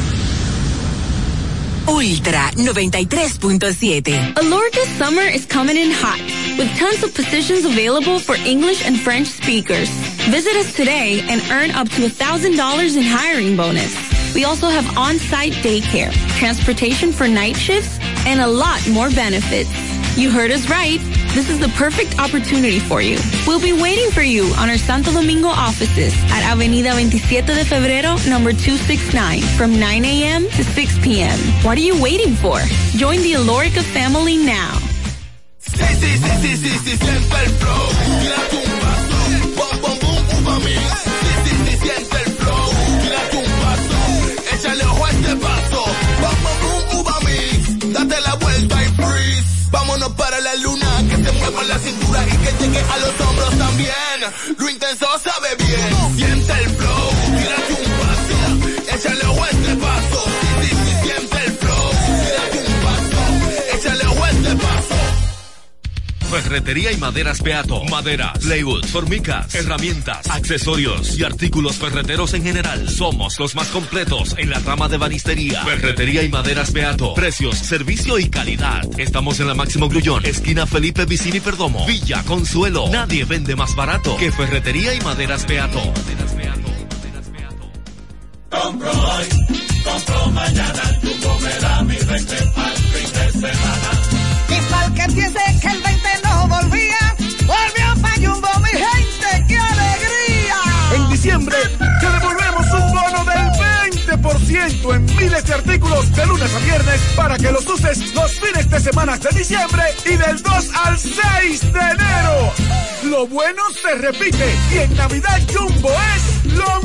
Ultra noventa y tres punto siete. Alorca's summer is coming in hot, with tons of positions available for English and French speakers. Visit us today and earn up to one thousand dollars in hiring bonus. We also have on-site daycare, transportation for night shifts, and a lot more benefits. You heard us right. This is the perfect opportunity for you. We'll be waiting for you on our Santo Domingo offices at Avenida veintisiete de Febrero, number two sixty-nine, from nine a.m. to six p.m. What are you waiting for? Join the Alorica family now. Sí, sí, sí, sí, sí, sí, siente el flow. Tírate un paso, bom, bom, bom, uva mix. Sí, sí, sí, siente el flow. Tírate un paso, échale ojo a este paso. Bom, bom, bom, uva mix. Date la vuelta y freeze. Vámonos para la luna, que se mueva la cintura y que llegue a los hombros también. Lo intenso sabe bien. Siente el flow, tírate un paso, échale ojo a este paso. Sí, sí, sí, siente el flow, tírate un paso, échale ojo a este paso. Ferretería y maderas Beato. Maderas, plywood, formicas, herramientas, accesorios y artículos ferreteros en general. Somos los más completos en la rama de banistería. Ferretería y maderas Beato. Precios, servicio y calidad. Estamos en la Máximo Grullón, esquina Felipe Vicini Perdomo, Villa Consuelo. Nadie vende más barato que Ferretería y maderas Beato. Maderas Beato. Maderas Beato. Compro hoy, compro mañana. Jumbo me da mi veinte pa'l fin de semana. Y pa'l que piense que el veinte no volvía, volvió pa' Jumbo, mi gente, ¡qué alegría! En diciembre te devolvemos un bono del veinte por ciento en miles de artículos de lunes a viernes para que los uses los fines de semana de diciembre y del dos al seis de enero. Lo bueno se repite y en Navidad Jumbo es lo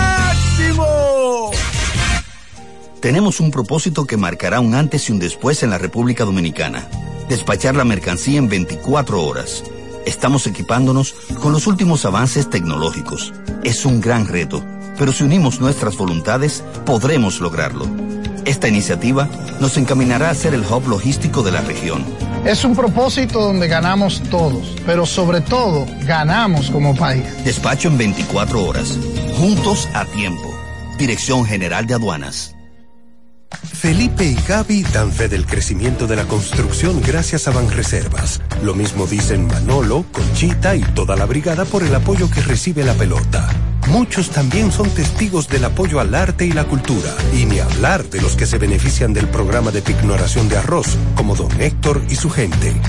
máximo. Tenemos un propósito que marcará un antes y un después en la República Dominicana. Despachar la mercancía en veinticuatro horas. Estamos equipándonos con los últimos avances tecnológicos. Es un gran reto, pero si unimos nuestras voluntades, podremos lograrlo. Esta iniciativa nos encaminará a ser el hub logístico de la región. Es un propósito donde ganamos todos, pero sobre todo, ganamos como país. Despacho en veinticuatro horas. Juntos a tiempo. Dirección General de Aduanas. Felipe y Gaby dan fe del crecimiento de la construcción gracias a Banreservas. Lo mismo dicen Manolo, Conchita y toda la brigada por el apoyo que recibe la pelota. Muchos también son testigos del apoyo al arte y la cultura. Y ni hablar de los que se benefician del programa de pignoración de arroz, como don Héctor y su gente.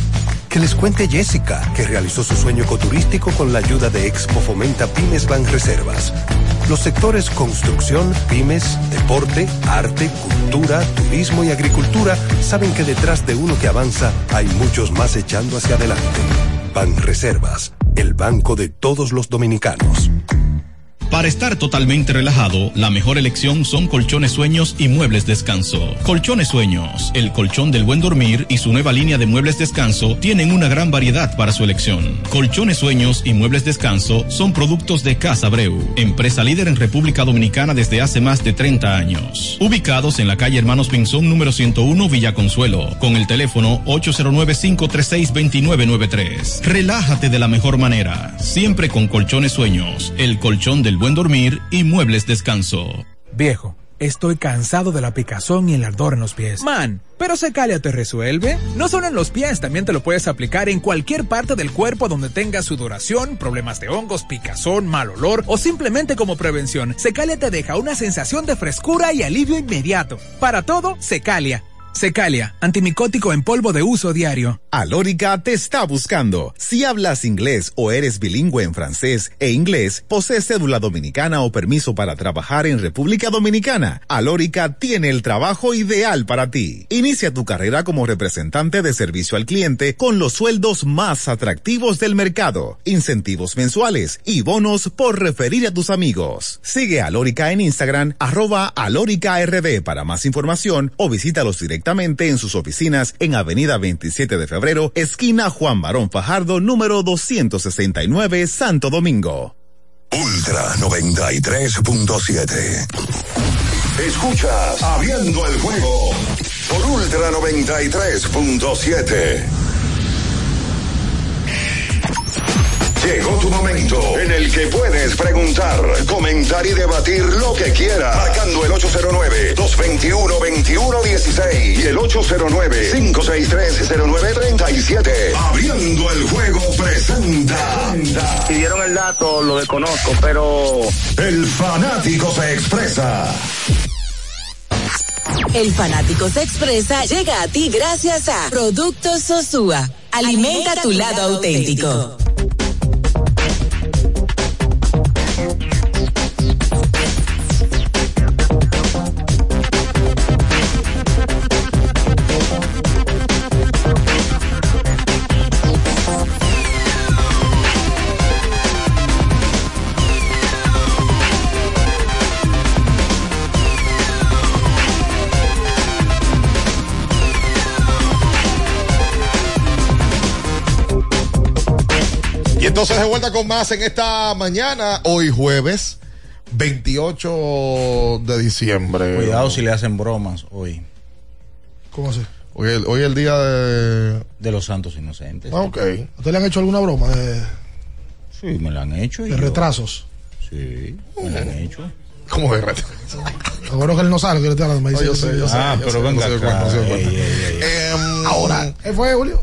Que les cuente Jessica, que realizó su sueño ecoturístico con la ayuda de Expo Fomenta Pymes Banreservas. Los sectores construcción, pymes, deporte, arte, cultura, turismo y agricultura saben que detrás de uno que avanza hay muchos más echando hacia adelante. Banreservas, el banco de todos los dominicanos. Para estar totalmente relajado, la mejor elección son Colchones Sueños y Muebles Descanso. Colchones Sueños, el colchón del buen dormir y su nueva línea de muebles descanso tienen una gran variedad para su elección. Colchones Sueños y Muebles Descanso son productos de Casa Abreu, empresa líder en República Dominicana desde hace más de treinta años. Ubicados en la calle Hermanos Pinzón número ciento uno, Villa Consuelo, con el teléfono ocho cero nueve, cinco tres seis, dos nueve nueve tres. Relájate de la mejor manera, siempre con Colchones Sueños, el colchón del buen dormir y Muebles Descanso. Viejo, estoy cansado de la picazón y el ardor en los pies. Man, ¿pero Secalia te resuelve? No solo en los pies, también te lo puedes aplicar en cualquier parte del cuerpo donde tengas sudoración, problemas de hongos, picazón, mal olor o simplemente como prevención. Secalia te deja una sensación de frescura y alivio inmediato. Para todo, Secalia. Secalia, antimicótico en polvo de uso diario. Alórica te está buscando. Si hablas inglés o eres bilingüe en francés e inglés, posees cédula dominicana o permiso para trabajar en República Dominicana, Alórica tiene el trabajo ideal para ti. Inicia tu carrera como representante de servicio al cliente con los sueldos más atractivos del mercado, incentivos mensuales y bonos por referir a tus amigos. Sigue a Alórica en Instagram, arroba Alórica R D para más información o visítalos directamente directamente en sus oficinas en Avenida veintisiete de febrero, esquina Juan Barón Fajardo, número doscientos sesenta y nueve, Santo Domingo. Ultra noventa y tres punto siete. Escuchas Abriendo el Juego por Ultra noventa y tres punto siete. Llegó tu momento en el que puedes preguntar, comentar y debatir lo que quieras. Marcando el ocho cero nueve, dos dos uno, dos uno uno seis y el ocho cero nueve, cinco seis tres, cero nueve tres siete. Abriendo el Juego presenta. Si dieron el dato, lo desconozco, pero... El fanático se expresa. El fanático se expresa llega a ti gracias a Productos Sosúa. Alimenta, Alimenta tu lado, lado auténtico. auténtico. Entonces de vuelta con más en esta mañana, hoy jueves veintiocho de diciembre. Cuidado si le hacen bromas hoy. ¿Cómo así? Hoy el, hoy el día de... De los santos inocentes. Ah, ok. ¿Usted le han hecho alguna broma de... Sí, me la han hecho. ¿De yo... retrasos? Sí, me la han hecho. ¿Cómo de retrasos? Lo bueno que él no sabe que le está hablando. Me dice, no, yo sé, yo sé. Ah, yo pero sé, venga no sé acá. cuánto, no sé Ey, ey, ey. Eh, Ahora, ¿qué fue, Julio?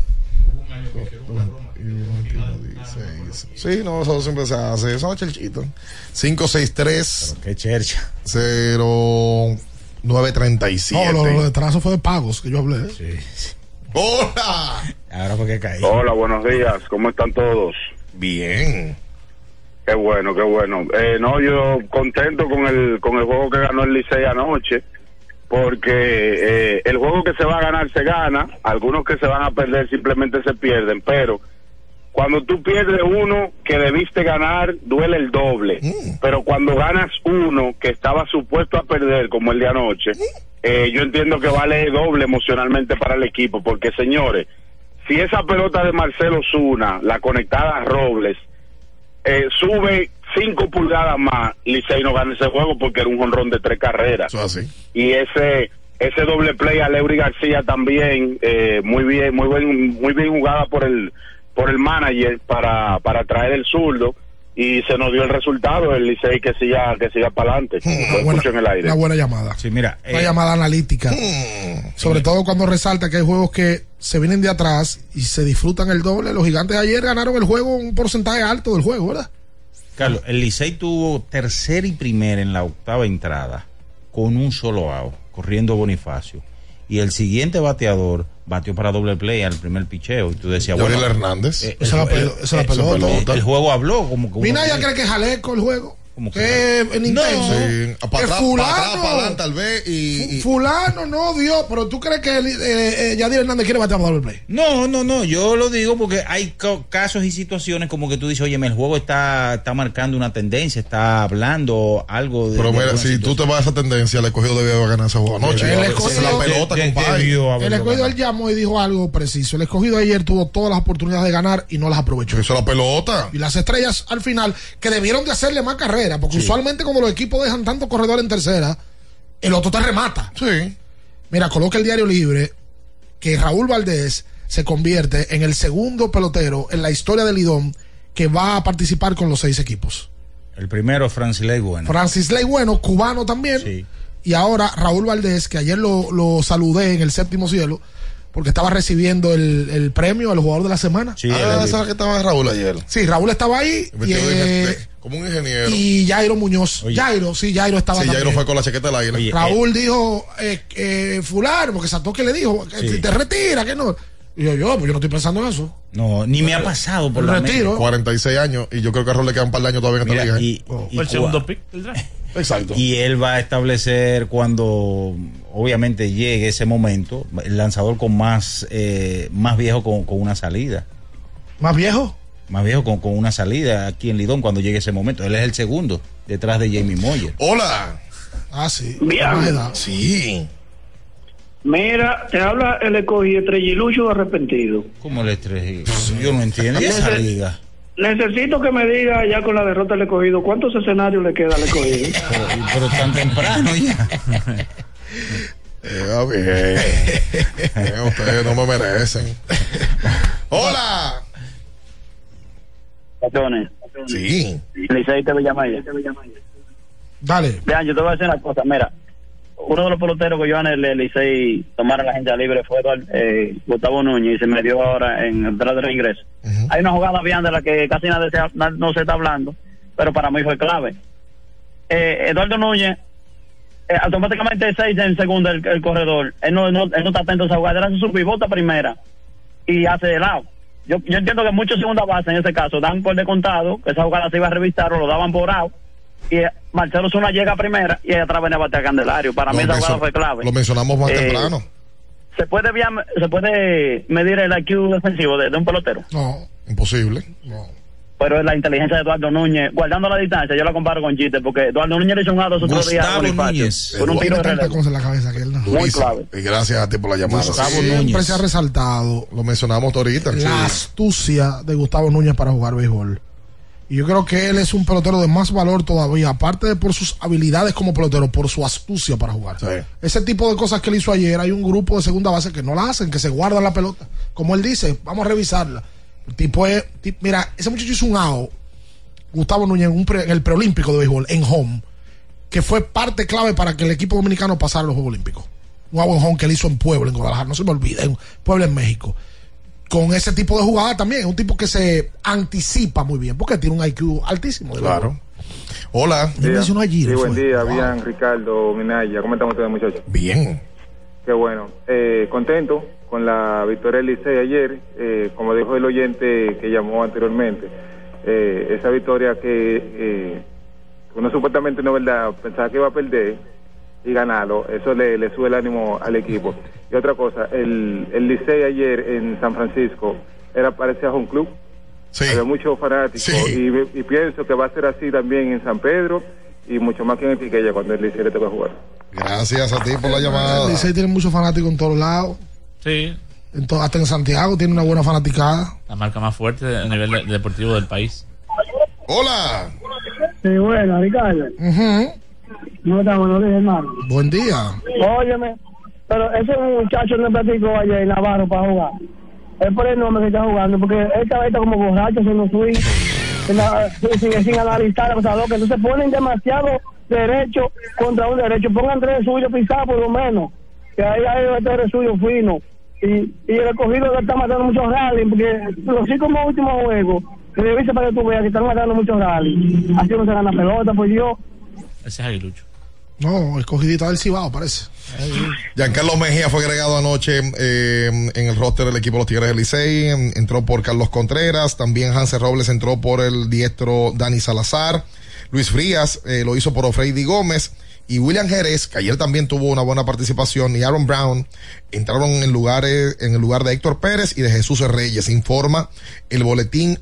Sí, no, eso siempre se hace. Son chelchitos. cinco seis tres. Qué chercha. cero nueve tres siete. No, lo de trazo fue de pagos que yo hablé. ¿eh? Sí, sí. ¡Hola! Ahora fue que caí. Hola, buenos días. ¿Cómo están todos? Bien. Qué bueno, qué bueno. Eh, no, yo contento con el con el juego que ganó el Licey anoche, porque eh, el juego que se va a ganar se gana, algunos que se van a perder simplemente se pierden, pero cuando tú pierdes uno que debiste ganar, duele el doble. Mm. Pero cuando ganas uno que estaba supuesto a perder, como el de anoche, mm. eh, yo entiendo que vale doble emocionalmente para el equipo. Porque, señores, si esa pelota de Marcelo Zuna, la conectada a Robles, eh, sube cinco pulgadas más, Licey no gana ese juego porque era un jonrón de tres carreras. Eso así. Y ese ese doble play a Leury García también, eh, muy bien, muy bien, muy bien jugada por el por el manager para para traer el zurdo, y se nos dio el resultado, el Licey que siga que siga para adelante. Una buena, en el aire. Una buena llamada. Sí, mira, una eh, llamada analítica. Mm, sobre sí. todo cuando resalta que hay juegos que se vienen de atrás y se disfrutan el doble. Los Gigantes ayer ganaron el juego un porcentaje alto del juego, ¿verdad? Carlos, el Licey tuvo tercer y primer en la octava entrada con un solo out, corriendo Bonifacio, y el siguiente bateador batió para doble play al primer picheo y tú decías, Gabriel bueno, Hernández. Eh, esa es la, pel- esa es la pelota. pelota. El juego habló como que Minaya cree que es jaleco el juego. Como que, que es intenso. Sí. Para que atrás, fulano, para atrás, para adelante, tal vez. Y, y... Fulano no dio, pero tú crees que eh, eh, Yadier Hernández quiere batear para doble play. No, no, no, yo lo digo porque hay co- casos y situaciones como que tú dices, oye, el juego está, está marcando una tendencia, está hablando algo de. Pero de mira, si situación. tú te vas a esa tendencia, el escogido debió haber ganado ese juego anoche. El Esa es la pelota, de, compadre. de, el escogido él llamó y dijo algo preciso. El escogido ayer tuvo todas las oportunidades de ganar y no las aprovechó. Eso es la pelota. Y las estrellas al final, que debieron de hacerle más carrera, porque sí. usualmente cuando los equipos dejan tanto corredor en tercera, el otro te remata. Sí. Mira, coloca el diario libre que Raúl Valdés se convierte en el segundo pelotero en la historia del Lidón que va a participar con los seis equipos. El primero, Francis Ley Bueno. Francis Ley Bueno, cubano también. Sí. Y ahora Raúl Valdés, que ayer lo, lo saludé en el séptimo cielo, porque estaba recibiendo el, el premio al jugador de la semana. Sí, ah, ¿sabes que estaba Raúl ayer? Sí, Raúl estaba ahí. Y, eh, como un ingeniero. Y Jairo Muñoz. Oye. Jairo, sí, Jairo estaba Sí, también. Jairo fue con la chaqueta del aire. Oye, Raúl eh, dijo, eh, eh, fulano, porque Satoque le dijo, que sí. te retira, que no. Y yo, yo, pues yo no estoy pensando en eso. No, ni me ha pasado por el la retiro. mente. cuarenta y seis años y yo creo que a Raúl le quedan un par de años todavía en esta liga. Y, oh. y el segundo pick del draft. Exacto. Y él va a establecer cuando obviamente llegue ese momento el lanzador con más eh, más viejo con, con una salida. ¿Más viejo? Más viejo con, con una salida aquí en Lidón cuando llegue ese momento. Él es el segundo detrás de Jamie Moyer. Hola. Ah, sí. Bien. Sí. Mira, te habla el escogido Estrellilucho arrepentido. ¿Cómo el estrella? Yo no entiendo esa liga. Necesito que me diga ya con la derrota del escogido, ¿cuántos escenarios le queda al escogido? pero, pero tan temprano ya. Eh, bien. eh, ustedes no me merecen. Hola. Patones. Sí. Licey te llama ahí. Dale. Vean, yo te voy a decir una cosa, mira. Uno de los peloteros que yo en el Licey tomara la gente libre fue eh, Gustavo Núñez y se me dio ahora en el draft de ingreso. Uh-huh. Hay una jugada bien de la que casi nadie se, no se está hablando, pero para mí fue clave. Eh, Eduardo Núñez, eh, automáticamente seis en segundo el, el corredor. Él no, no, él no está atento a esa jugada, él hace su pivota primera y hace de lado. Yo, yo entiendo que muchos segunda base en ese caso dan por descontado que esa jugada se iba a revisar o lo daban por out. Y Marcelo Zuna llega a primera y atrás venía a batear Candelario. Para lo mí esa jugada fue clave. Lo mencionamos más eh, temprano. ¿Se puede, via, ¿Se puede medir el I Q defensivo de, de un pelotero? No, imposible. No. Pero es la inteligencia de Eduardo Núñez, guardando la distancia, yo la comparo con Chiste, porque Eduardo Núñez le hizo un lado otro día a Núñez con un tiro de relevo. En la cabeza que él no. Muy clave. Y gracias a ti por la llamada. Gustavo sí, Núñez. Siempre se ha resaltado. Lo mencionamos ahorita. La sí. astucia de Gustavo Núñez para jugar béisbol. Y yo creo que él es un pelotero de más valor todavía, aparte de por sus habilidades como pelotero, por su astucia para jugar. Sí. Ese tipo de cosas que él hizo ayer, hay un grupo de segunda base que no la hacen, que se guardan la pelota. Como él dice, vamos a revisarla. El tipo es, tipo, mira, ese muchacho hizo un A O, Gustavo Núñez, en, un pre, en el preolímpico de béisbol, en home, que fue parte clave para que el equipo dominicano pasara a los Juegos Olímpicos. Un A O en home que él hizo en Puebla, en Guadalajara, no se me olvide, en Puebla, en México. Con ese tipo de jugada también, es un tipo que se anticipa muy bien, porque tiene un I Q altísimo. Claro. Verdad. Hola. Sí, mencionó allí, sí, buen día, wow. bien, Ricardo, Minaya. ¿Cómo están ustedes, muchachos? Bien. Qué bueno. Eh, contento con la victoria del Licey ayer. Eh, como dijo el oyente que llamó anteriormente, eh, esa victoria que eh, uno supuestamente no es verdad, pensaba que iba a perder y ganarlo, eso le, le sube el ánimo al equipo. Y otra cosa, el, el Licey ayer en San Francisco era parecía un club. Sí. Había muchos fanáticos sí. y, y pienso que va a ser así también en San Pedro y mucho más que en el Quiqueya cuando el Licey le toca jugar. Gracias a ti por la llamada. El Licey tiene muchos fanáticos en todos lados. Sí. En to, hasta en Santiago tiene una buena fanaticada. La marca más fuerte a nivel de, deportivo del país. Hola. Sí, bueno, Ricardo. Uh-huh. No está buenos días, hermano. Buen día. Óyeme, pero ese muchacho no platicó ayer en Navarro para jugar. Es por el nombre que está jugando, porque él está, está como borracho, se nos fue sin, sin analizar, o sea, lo que entonces ponen demasiado derecho contra un derecho. Pongan tres suyos pisados por lo menos, que ahí hay tres suyos finos. Y, y el escogido le está matando muchos rallies, porque los sí como último juego, que revisa para que tú veas que están matando muchos rallies. Así no se gana pelota, pues yo. Ese es Aguilucho. No, escogidita del Cibao, parece. Giancarlo Mejía fue agregado anoche eh, en el roster del equipo de los Tigres del Licey. Entró por Carlos Contreras. También Hansel Robles entró por el diestro Dani Salazar. Luis Frías eh, lo hizo por Ofreidy Gómez. Y William Jerez, que ayer también tuvo una buena participación, y Aaron Brown entraron en, lugares, en el lugar de Héctor Pérez y de Jesús Reyes. Informa el boletín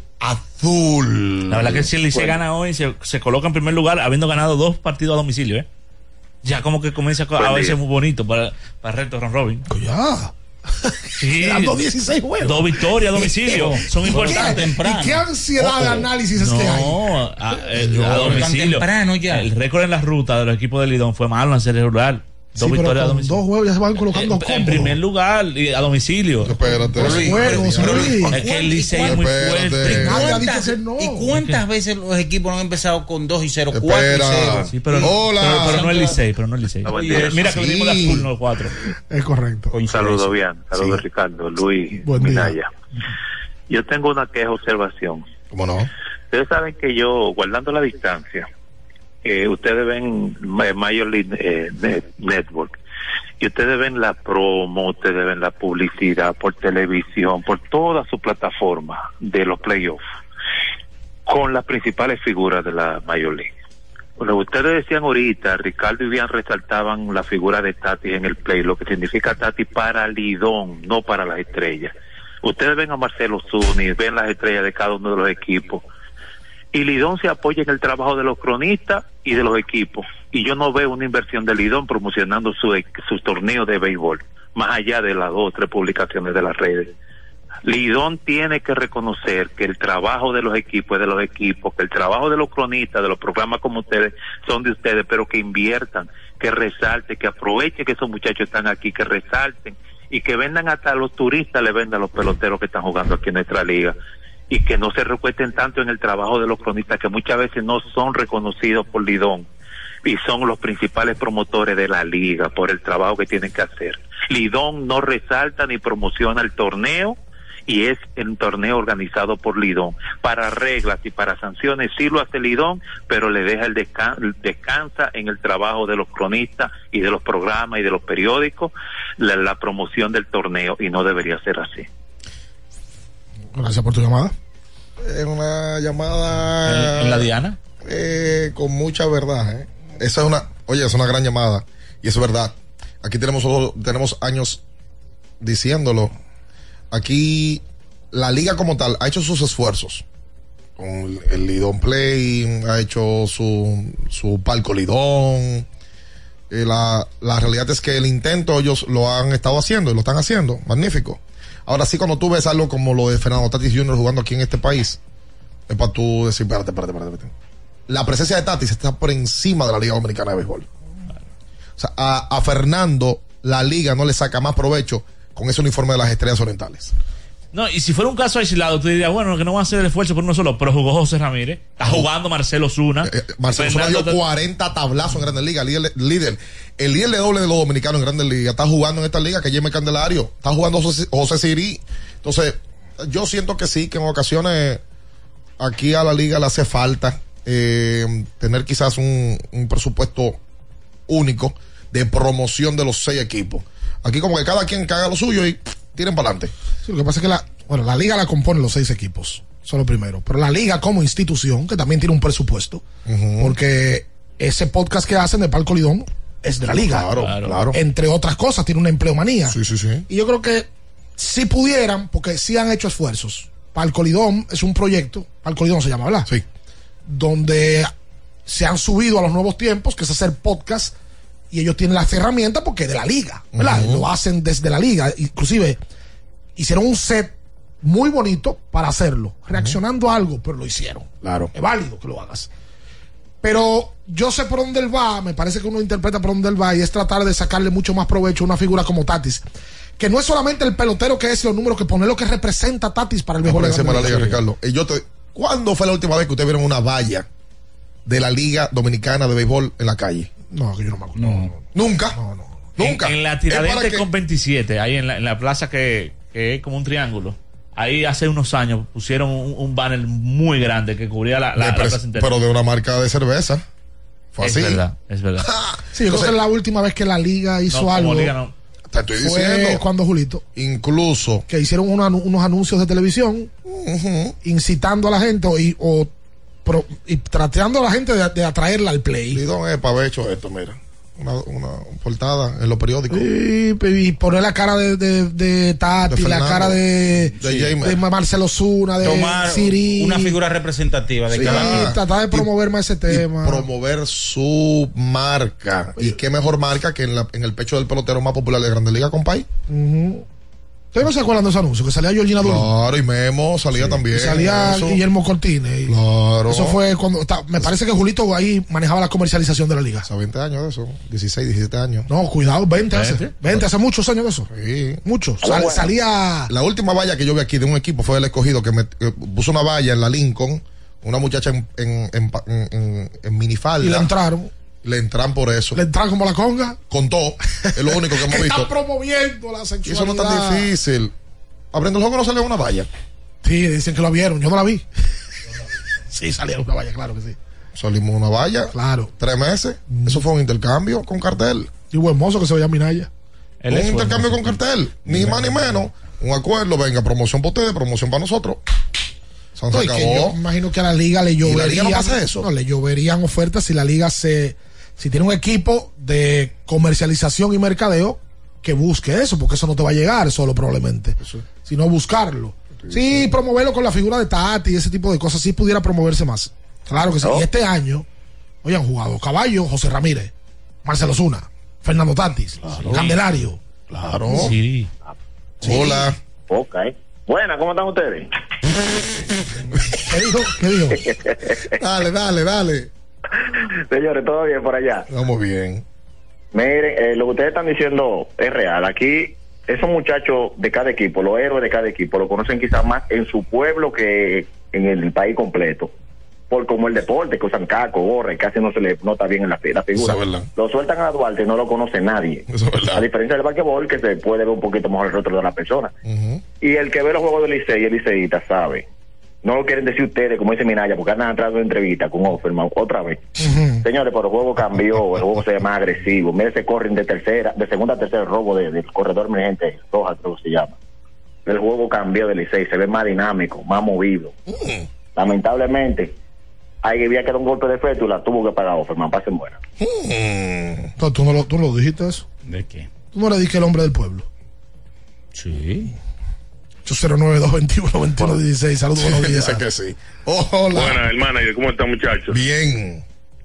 azul. La verdad que si el Licey bueno. gana hoy, se, se coloca en primer lugar, habiendo ganado dos partidos a domicilio, ¿eh? Ya como que comienza a, a verse muy bonito para, para el reto Ron Robin. Ya. Sí. Dando dieciséis juegos. Dos victorias a domicilio. Son importantes. ¿Y qué ansiedad Ojo. de análisis es no, que hay? No, a, a, a domicilio. Temprano ya. El récord en la ruta de los equipos de Lidón fue malo en serie regular. Dos sí, victorias a domicilio. Dos juegos ya se van colocando en, en primer lugar y a domicilio. Espérate. Los juegos, es que el Licey es muy fuerte. ¿Y cuántas, no. ¿Y cuántas veces los equipos no han empezado con dos y cero, cuatro y cero? Sí, pero, Hola. Pero, pero no el Licey, pero no el Licey. Mira que sí. venimos de azul, no cuatro. Es correcto. Un saludo bien, saludos sí. Ricardo, Luis, Buen Minaya. Yo tengo una queja, observación. ¿Cómo no? Ustedes saben que yo, guardando la distancia, eh, ustedes ven Major League eh, Network, y ustedes ven la promo, ustedes ven la publicidad por televisión, por toda su plataforma de los playoffs, con las principales figuras de la Major League. Bueno, ustedes decían ahorita, Ricardo y Bian resaltaban la figura de Tatis en el play, lo que significa Tatis para Lidón, no para las estrellas. Ustedes ven a Marcelo Zuni, ven las estrellas de cada uno de los equipos, y Lidón se apoya en el trabajo de los cronistas y de los equipos. Y yo no veo una inversión de Lidón promocionando su, su torneo de béisbol, más allá de las dos o tres publicaciones de las redes. Lidón tiene que reconocer que el trabajo de los equipos es de los equipos, que el trabajo de los cronistas, de los programas como ustedes, son de ustedes, pero que inviertan, que resalten, que aprovechen que esos muchachos están aquí, que resalten, y que vendan hasta a los turistas, le vendan a los peloteros que están jugando aquí en nuestra liga. Y que no se recuesten tanto en el trabajo de los cronistas, que muchas veces no son reconocidos por Lidón y son los principales promotores de la liga por el trabajo que tienen que hacer. Lidón no resalta ni promociona el torneo, y es un torneo organizado por Lidón. Para reglas y para sanciones sí lo hace Lidón, pero le deja el descan- descansa en el trabajo de los cronistas y de los programas y de los periódicos la, la promoción del torneo, y no debería ser así. Gracias por tu llamada. Es una llamada... ¿En la Diana? Eh, con mucha verdad, ¿eh? Esa es una... Oye, es una gran llamada. Y es verdad. Aquí tenemos, tenemos años diciéndolo. Aquí la liga como tal ha hecho sus esfuerzos. Con el Lidón Play, ha hecho su, su palco Lidón. Eh, la, la realidad es que el intento ellos lo han estado haciendo y lo están haciendo. Magnífico. Ahora sí, cuando tú ves algo como lo de Fernando Tatis junior jugando aquí en este país, es para tú decir, espérate, espérate, espérate, espérate. La presencia de Tatis está por encima de la Liga Dominicana de Béisbol. O sea, a, a Fernando la liga no le saca más provecho con ese uniforme de las Estrellas Orientales. No, y si fuera un caso aislado, tú dirías, bueno, que no va a hacer el esfuerzo por uno solo, pero jugó José Ramírez, está jugando Marcelo Zuna. Eh, Marcelo Zuna dio cuarenta tablazos en Grandes Ligas, líder, líder, el líder de doble de los dominicanos en Grandes Ligas, está jugando en esta liga, que Jaime Candelario, está jugando José, José Sirí. Entonces, yo siento que sí, que en ocasiones aquí a la liga le hace falta eh, tener quizás un, un presupuesto único de promoción de los seis equipos. Aquí como que cada quien caga lo suyo y tiren para adelante. Sí, lo que pasa es que la, bueno, la liga la componen los seis equipos, eso es lo primero. Pero la liga como institución, que también tiene un presupuesto, uh-huh. porque ese podcast que hacen de Palco Lidón es de la liga. Claro, claro, claro. Entre otras cosas, tiene una empleomanía. Sí, sí, sí. Y yo creo que si pudieran, porque sí han hecho esfuerzos. Palco Lidón es un proyecto, Palco Lidón se llama, ¿verdad? Sí. Donde se han subido a los nuevos tiempos, que es hacer podcast, y ellos tienen las herramientas porque es de la liga, ¿verdad? Uh-huh. Lo hacen desde la liga. Inclusive hicieron un set muy bonito para hacerlo, reaccionando uh-huh. a algo, pero lo hicieron. Claro. Es válido que lo hagas. Pero yo sé por dónde él va, me parece que uno interpreta por dónde él va, y es tratar de sacarle mucho más provecho a una figura como Tatis, que no es solamente el pelotero que es, los números, que poner lo que representa Tatis para el béisbol de la liga, Ricardo. Y yo te, ¿cuándo fue la última vez que ustedes vieron una valla de la Liga Dominicana de Béisbol en la calle? No, que yo no me acuerdo. No, no, Nunca. No, no. Nunca. En, en la Tiradentes que... con veintisiete, ahí en la, en la plaza que, que es como un triángulo. Ahí hace unos años pusieron un, un banner muy grande que cubría la, la, la pres- plaza entera. Pero de una marca de cerveza. Fue es así. verdad, es verdad. Sí, yo creo que es la última vez que la liga hizo No, algo. como liga no. Te estoy Fue diciendo. cuando Julito. Incluso. Que hicieron una- unos anuncios de televisión uh-huh. incitando a la gente o, y, o pro- y tratando a la gente de, de atraerla al play. Lidón es para haber hecho esto, mira. Una, una portada en los periódicos. Y, y poner la cara de, de, de Tati, De la Fernando, cara de, de Jamer. de Marcelo Zuna, de Tomar Siri. una figura representativa de Sí, cada equipo. tratar de promover más ese tema. Promover su marca. Y qué mejor marca que en, la, en el pecho del pelotero más popular de Grandes Ligas, compay. Ujú. ¿Ustedes no se acuerdan de ese anuncio? Que salía Georgina Durán. Claro, y Memo salía también. Y salía eso. Guillermo Cortines. y Claro. Eso fue cuando. está- me parece que Julito ahí manejaba la comercialización de la liga. Hace veinte años de eso. dieciséis, diecisiete años. No, cuidado, veinte hace. ¿veinte? veinte, hace muchos años de eso. Sí. Muchos. Sal- salía. La última valla que yo vi aquí de un equipo fue el escogido que me eh, puso una valla en la Lincoln. Una muchacha en, en, en, en, en- en minifalda. Y le entraron. Le entran por eso. Le entraron como la conga. Con todo. Es lo único que hemos Que visto. están promoviendo la Y sexualidad. eso no es tan difícil. Abriendo el juego no salió una valla. Sí, dicen que lo vieron. Yo no la vi. Sí, salía una valla, claro que sí. Salimos una valla. Claro. Tres meses. Eso fue un intercambio con cartel. Y buen mozo que se veía Minaya. Un intercambio con cartel. Ni más ni menos. Un acuerdo. Venga, promoción para ustedes, promoción para nosotros. Se No, y que acabó. yo me imagino que a la liga le ¿Y la lloverían. liga no pasa eso? No, le lloverían ofertas si la liga se. Si tiene un equipo de comercialización y mercadeo que busque eso, porque eso no te va a llegar solo probablemente. Sino buscarlo. Sí, promoverlo con la figura de Tati y ese tipo de cosas, sí pudiera promoverse más. Claro que sí. No. Y este año, hoy han jugado Caballo, José Ramírez, Marcelo Zuna, Fernando Tatis, Candelario. Claro. Sí. Hola. Poca, ¿eh? Buena, ¿cómo están ustedes? ¿Qué dijo? ¿Qué dijo? Dale, dale, dale. Señores, ¿todo bien por allá? Vamos bien. Miren, eh, lo que ustedes están diciendo es real. Aquí, esos muchachos de cada equipo, los héroes de cada equipo, lo conocen quizás más en su pueblo que en el país completo. Por como el deporte, que usan caco, gorra, y casi no se le nota bien en la, la figura. Eso es verdad. Lo sueltan a Duarte y no lo conoce nadie. Eso es verdad. A diferencia del basquetbol, que se puede ver un poquito mejor el rostro de la persona. Y el que ve los juegos del Licey y el liceísta sabe. No lo quieren decir ustedes, como dice Minaya, porque andan atrás de una entrevista con Offerman otra vez. Señores, pero el juego cambió, el juego se ve más agresivo. Mire, se corren de tercera, de segunda a tercera robo de- del corredor emergente, Roja, creo que se llama. El juego cambió del Licey, se ve más dinámico, más movido. Lamentablemente, ahí había quedado un golpe de fétula, tuvo que pagar Offerman, pasen buena. No, ¿tú, no lo, ¿Tú no lo dijiste eso? ¿De qué? ¿Tú no le dijiste el hombre del pueblo? Sí. ocho cero nueve, dos dos uno, dos uno uno seis. Saludos, buenos días. Dice que sí. Hola. Buenas, hermana, ¿cómo están, muchachos? Bien.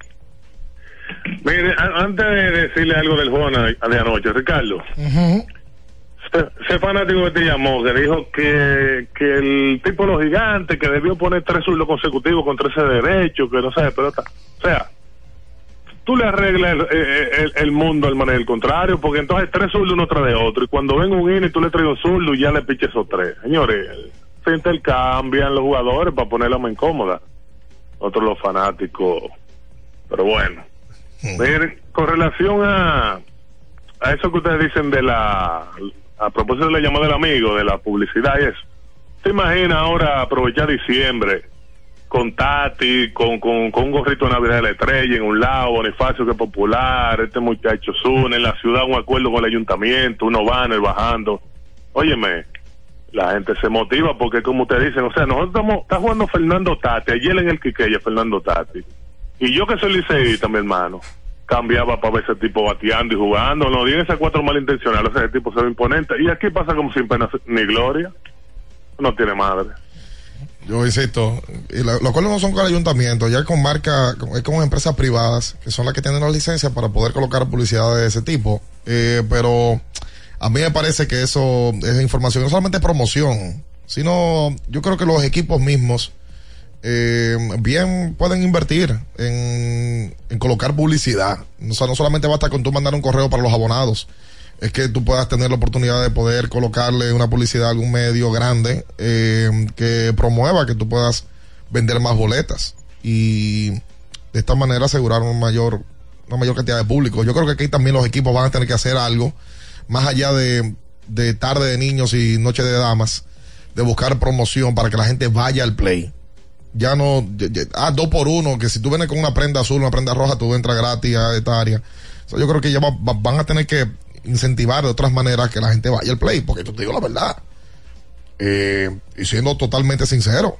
Mire, a- antes de decirle algo del juego de de anoche, Ricardo, Ujú. ese- ese fanático que te llamó, que dijo que, que el tipo de los gigantes, que debió poner tres zurdos consecutivos con trece derechos, que no sabe pelota. O sea, tú le arreglas el, el, el mundo al manera del contrario, porque entonces tres zurdos uno tras de otro, y cuando venga un in y tú le traes un zurdo, ya le piches esos tres. Señores, se intercambian los jugadores para ponerla más incómoda. Otros los fanáticos. Pero bueno. Miren, con relación a a eso que ustedes dicen de la a propósito de la llamada del amigo, de la publicidad y eso, ¿te imaginas ahora aprovechar diciembre con Tati, con, con, con un gorrito de Navidad de la estrella en un lado, Bonifacio que es popular, este muchacho Zuna, en la ciudad un acuerdo con el ayuntamiento, unos banners bajando? Óyeme, la gente se motiva porque como ustedes dicen, o sea, nosotros estamos, está jugando Fernando Tati, ayer en el Quiqueya Fernando Tati, y yo que soy liceísta, mi hermano, cambiaba para ver ese tipo bateando y jugando, no digan esas cuatro malintencionados, o sea, ese tipo se ve imponente, y aquí pasa como sin pena ni gloria, no tiene madre. Yo insisto, y la- los acuerdos no son con el ayuntamiento, ya es con marca, con- es con empresas privadas, que son las que tienen la licencia para poder colocar publicidad de ese tipo. Eh, pero a mí me parece que eso es información, no solamente promoción, sino yo creo que los equipos mismos eh, bien pueden invertir en, en colocar publicidad. O sea, no solamente basta con tú mandar un correo para los abonados, es que tú puedas tener la oportunidad de poder colocarle una publicidad a algún medio grande eh, que promueva que tú puedas vender más boletas y de esta manera asegurar un mayor, una mayor cantidad de público. Yo creo que aquí también los equipos van a tener que hacer algo más allá de, de tarde de niños y noche de damas, de buscar promoción para que la gente vaya al play. Ya no, ya, ya, ah, dos por uno, que si tú vienes con una prenda azul, una prenda roja, tú entras gratis a esta área. O sea, yo creo que ya va, va, van a tener que incentivar de otras maneras que la gente vaya al play, porque yo te digo la verdad. Eh, y siendo totalmente sincero,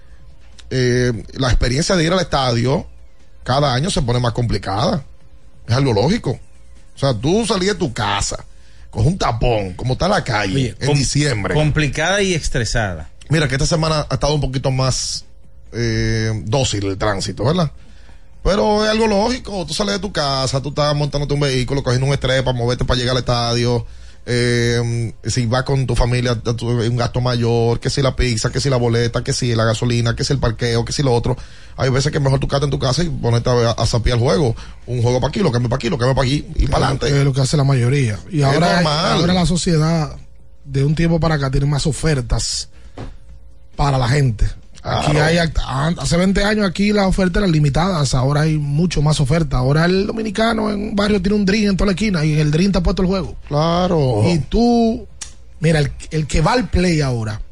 eh, la experiencia de ir al estadio cada año se pone más complicada. Es algo lógico. O sea, tú salís de tu casa con un tapón, como está la calle, Oye, en com- diciembre. Complicada y estresada. Mira que esta semana ha estado un poquito más eh, dócil el tránsito, ¿verdad? Pero es algo lógico. Tú sales de tu casa, tú estás montándote un vehículo, cogiendo un estrés para moverte para llegar al estadio. Eh, si vas con tu familia, un gasto mayor, que si la pizza, que si la boleta, que si la gasolina, que si el parqueo, que si lo otro. Hay veces que es mejor tú quedarte en tu casa y ponerte a, a zapiar el juego. Un juego para aquí, lo cambio para aquí, lo cambio para aquí y para adelante. Es lo que hace la mayoría. Y ahora, ahora la sociedad de un tiempo para acá tiene más ofertas para la gente. Aquí claro. hay, hace veinte años aquí las ofertas eran limitadas, ahora hay mucho más ofertas. Ahora el dominicano en un barrio tiene un drink en toda la esquina y en el drink está puesto el juego. Claro. Y tú, mira, el, el que va al play ahora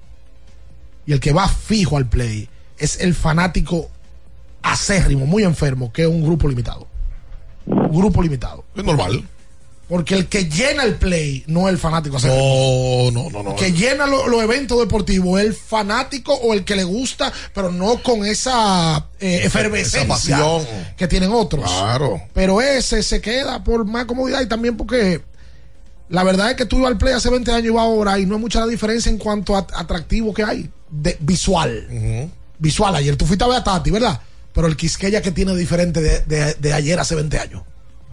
y el que va fijo al play es el fanático acérrimo, muy enfermo, que es un grupo limitado. Un grupo limitado. Es normal. Porque el que llena el play no es el fanático acérrimo. No, no, no, no. El que llena los lo eventos deportivos es el fanático o el que le gusta, pero no con esa eh, efervescencia esa pasión que tienen otros. Claro. Pero ese se queda por más comodidad y también porque la verdad es que tú ibas al play hace veinte años y vas ahora y no hay mucha diferencia en cuanto a atractivo que hay. De, visual. Uh-huh. Visual. Ayer tú fuiste a ver a Tati, ¿verdad? Pero el Quisqueya que tiene diferente de, de, de ayer hace veinte años.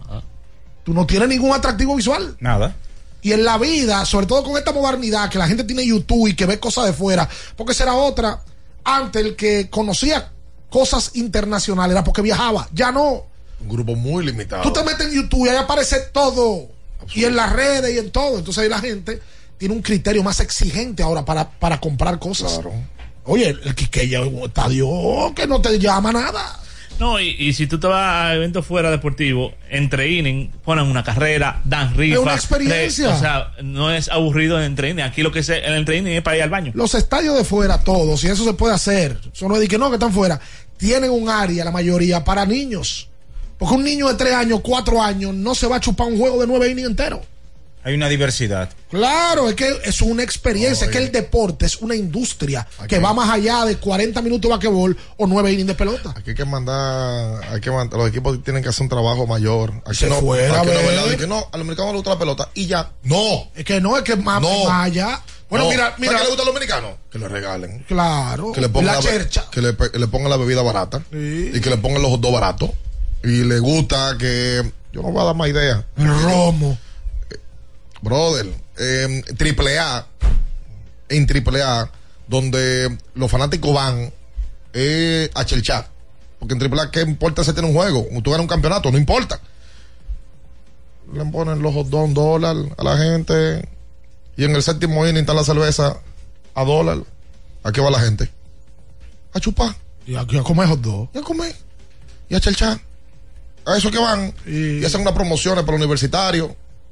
Tú no tienes ningún atractivo visual. Nada. Y en la vida, sobre todo con esta modernidad, que la gente tiene YouTube y que ve cosas de fuera, porque será otra. Antes el que conocía cosas internacionales era porque viajaba. Ya no. Un grupo muy limitado. Tú te metes en YouTube y ahí aparece todo. Y en las redes y en todo. Entonces ahí la gente tiene un criterio más exigente ahora para, para comprar cosas. Claro. Oye, el Quisqueya es un estadio que no te llama nada. No, y, y si tú te vas a eventos fuera deportivos, entre inning, ponen una carrera, dan rifas. Es una experiencia. Re, o sea, no es aburrido en entre inning. Aquí lo que es en el entre inning es para ir al baño. Los estadios de fuera, todos, y eso se puede hacer. Eso no es de que no, que están fuera. Tienen un área, la mayoría, para niños. Porque un niño de tres años, cuatro años, no se va a chupar un juego de nueve innings entero. Hay una diversidad. Claro, es que es una experiencia, Oye. es que el deporte es una industria Aquí. que va más allá de cuarenta minutos de basquetbol o nueve innings de pelota. Aquí hay que mandar, hay que mandar, los equipos tienen que hacer un trabajo mayor. Aquí se no, fuera, aquí no, ¿verdad? Que no, al americano le gusta la pelota y ya. No. Es que no, es que más, no. más allá. Bueno, no. mira, mira. ¿Sabes qué le gusta al dominicano? Que le regalen. Claro. Que le pongan la, la chercha. Que le, le pongan la bebida barata. Sí. Y que le pongan los dos baratos. Y le gusta que, yo no voy a dar más idea. El romo. Brother, eh, triple A, en triple A, donde los fanáticos van eh, a chelchar. Porque en triple A, ¿qué importa si tiene un juego? Tú ganas un campeonato, no importa. Le ponen los hot dogs dólar a la gente. Y en el séptimo inning está la cerveza a dólar. ¿A qué va la gente? A chupar. Y a, a comer hot dogs. Y a comer. Y a chelchar. A eso que van. Y, y hacen unas promociones para los universitarios.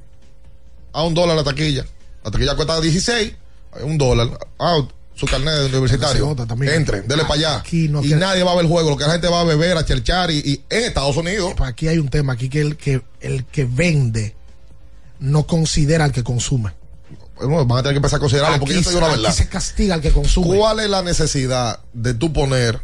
A un dólar la taquilla. La taquilla cuesta dieciséis, un dólar. Ah, su carnet de universitario. Entre, dele para allá. No y que... nadie va a ver el juego. Lo que la gente va a beber, a cherchar y, y en Estados Unidos. Aquí hay un tema, aquí que el que el que vende no considera al que consume. Bueno, van a tener que empezar a considerarlo, porque yo te digo la verdad. Aquí se castiga al que consume. ¿Cuál es la necesidad de tú poner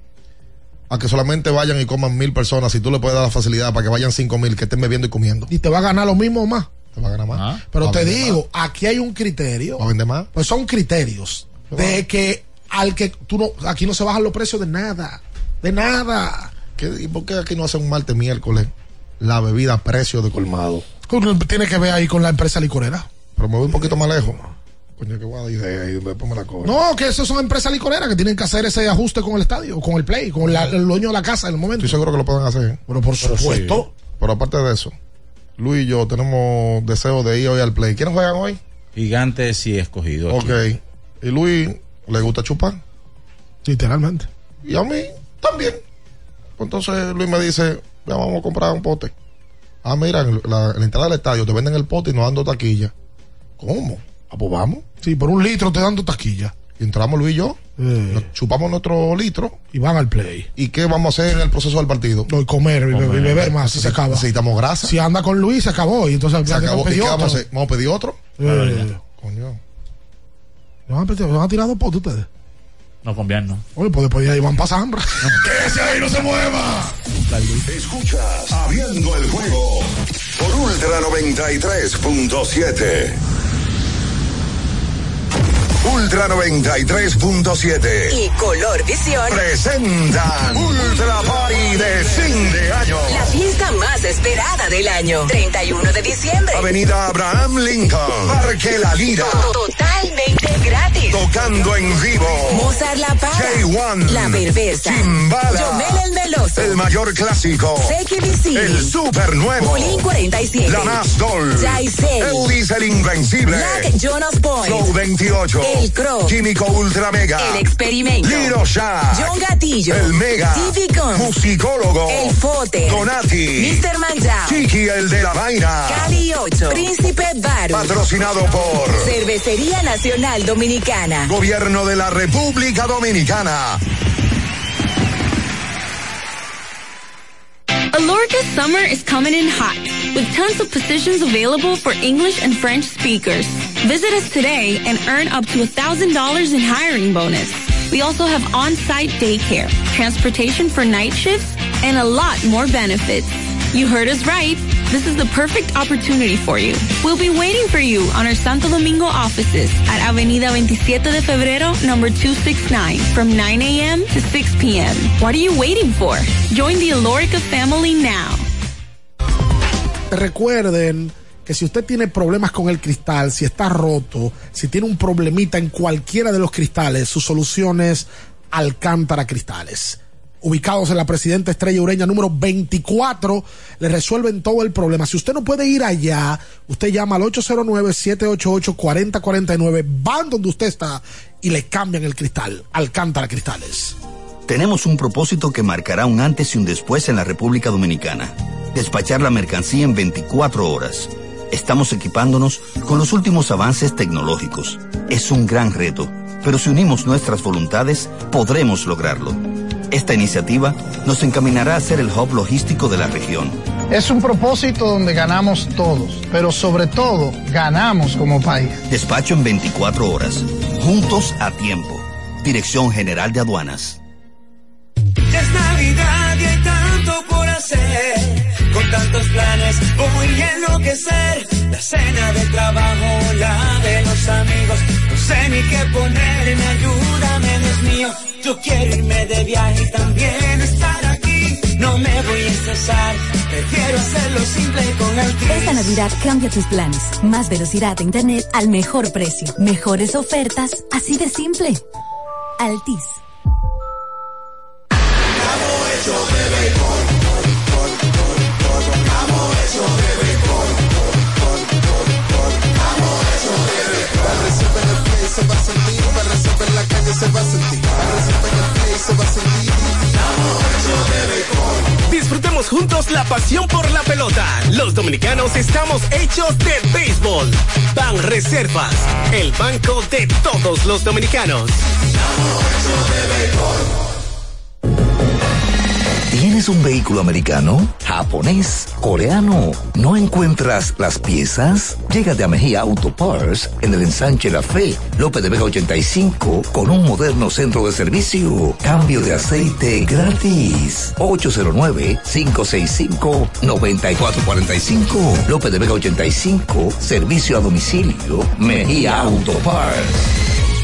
a que solamente vayan y coman mil personas si tú le puedes dar la facilidad para que vayan cinco mil que estén bebiendo y comiendo? Y te va a ganar lo mismo o más. Te va a ganar más. Ah, pero te digo, más. Aquí hay un criterio. ¿Va a vender más? Pues son criterios de va? que al que tú no, aquí no se bajan los precios de nada, de nada. ¿Qué, ¿Y por qué aquí no hacen un martes miércoles la bebida a precio de colmado? Tiene que ver ahí con la empresa licorera. Pero me voy un poquito más lejos. Coño, qué buena idea y después me la cobro. No, que eso son empresas licoreras que tienen que hacer ese ajuste con el estadio, con el play, con la, el dueño de la casa en el momento. Estoy seguro que lo pueden hacer. Pero por pero supuesto. Sí. Pero aparte de eso, Luis y yo tenemos deseo de ir hoy al play. ¿Quiénes juegan hoy? Gigantes y Escogido. Ok. Aquí. ¿Y Luis le gusta chupar? Literalmente. Y a mí también. Entonces Luis me dice, ya vamos a comprar un pote. Ah, mira, en la, en la entrada del estadio te venden el pote y nos dan dos taquillas. ¿Cómo? Ah, pues vamos. Sí, por un litro te dan dos taquillas. Y entramos Luis y yo, eh. nos chupamos nuestro litro. Y van al play. ¿Y qué vamos a hacer en el proceso del partido? No, y comer, y beber, beber más, si se acaba. Necesitamos grasa. Si anda con Luis, se acabó. Y entonces se acabó. ¿Y qué vamos a hacer? ¿Vamos a pedir otro? Eh. Coño. ¿Me van a, ¿me van a tirar dos potes ustedes? No conviene, ¿no? Oye, pues después de ahí van pasando. ¡Que ese ahí no se mueva! Escuchas Abriendo el Juego por Ultra noventa y tres punto siete. Ultra noventa y tres punto siete y Color Visión presentan Ultra Party de fin de año. La fiesta más esperada del año. treinta y uno de diciembre. Avenida Abraham Lincoln, Parque La Lira. Totalmente gratis. Tocando en vivo. Mozart La Para. J uno. La Perversa. Chimbala. Yomel el Meloso. El Mayor Clásico. Seki Vicini. El Super Nuevo. Bolín cuarenta y siete. La Más Doll. Jaisel. Elvis el Invencible. Black Jonas Point. Flow veintiocho. El Crow. Químico Ultra Mega. El Experimento. Liro Shack. John Gatillo. El Mega. Stevie Guns. Musicólogo. El Fote. Donati. mister Manjao. Chiqui el de la vaina. Cali ocho. Príncipe Baru. Patrocinado por Cervecería Nacional Dominicana. Gobierno de la República Dominicana. Alorca's summer is coming in hot, with tons of positions available for English and French speakers. Visit us today and earn up to one thousand dollars in hiring bonus. We also have on-site daycare, transportation for night shifts, and a lot more benefits. You heard us right. This is the perfect opportunity for you. We'll be waiting for you on our Santo Domingo offices at Avenida veintisiete de Febrero, number two sixty-nine, from nine a.m. to six p.m. What are you waiting for? Join the Alorica family now. Recuerden que si usted tiene problemas con el cristal, si está roto, si tiene un problemita en cualquiera de los cristales, su solución es Alcántara Cristales. Ubicados en la Presidenta Estrella Ureña número veinticuatro, le resuelven todo el problema. Si usted no puede ir allá, usted llama al ocho cero nueve, siete ocho ocho, cuatro cero cuatro nueve, van donde usted está y le cambian el cristal. Alcántara Cristales. Tenemos un propósito que marcará un antes y un después en la República Dominicana. Despachar la mercancía en veinticuatro horas. Estamos equipándonos con los últimos avances tecnológicos. Es un gran reto, pero si unimos nuestras voluntades, podremos lograrlo. Esta iniciativa nos encaminará a ser el hub logístico de la región. Es un propósito donde ganamos todos, pero sobre todo ganamos como país. Despacho en veinticuatro horas, juntos a tiempo. Dirección General de Aduanas. Ya es Navidad y hay tanto por hacer. Con tantos planes voy a enloquecer. La cena de trabajo, la de los amigos. No sé ni qué ponerme, ayúdame, Dios mío. Yo quiero irme de viaje y también estar aquí. No me voy a estresar, prefiero hacerlo simple con Altis. Esta Navidad cambia tus planes. Más velocidad de internet al mejor precio. Mejores ofertas, así de simple. Altis. Se va a sentir, para resolver en la calle se va a sentir, para resolver en el play se va a sentir. Disfrutemos juntos la pasión por la pelota. Los dominicanos estamos hechos de béisbol. Ban Reservas, el banco de todos los dominicanos. ¿Tienes un vehículo americano, japonés, coreano? ¿No encuentras las piezas? Llégate a Mejía Auto Parts en el ensanche La Fe, López de Vega ochenta y cinco, con un moderno centro de servicio. Cambio de aceite gratis. ocho cero nueve, cinco seis cinco, nueve cuatro cuatro cinco. López de Vega ochenta y cinco, servicio a domicilio. Mejía Auto Parts.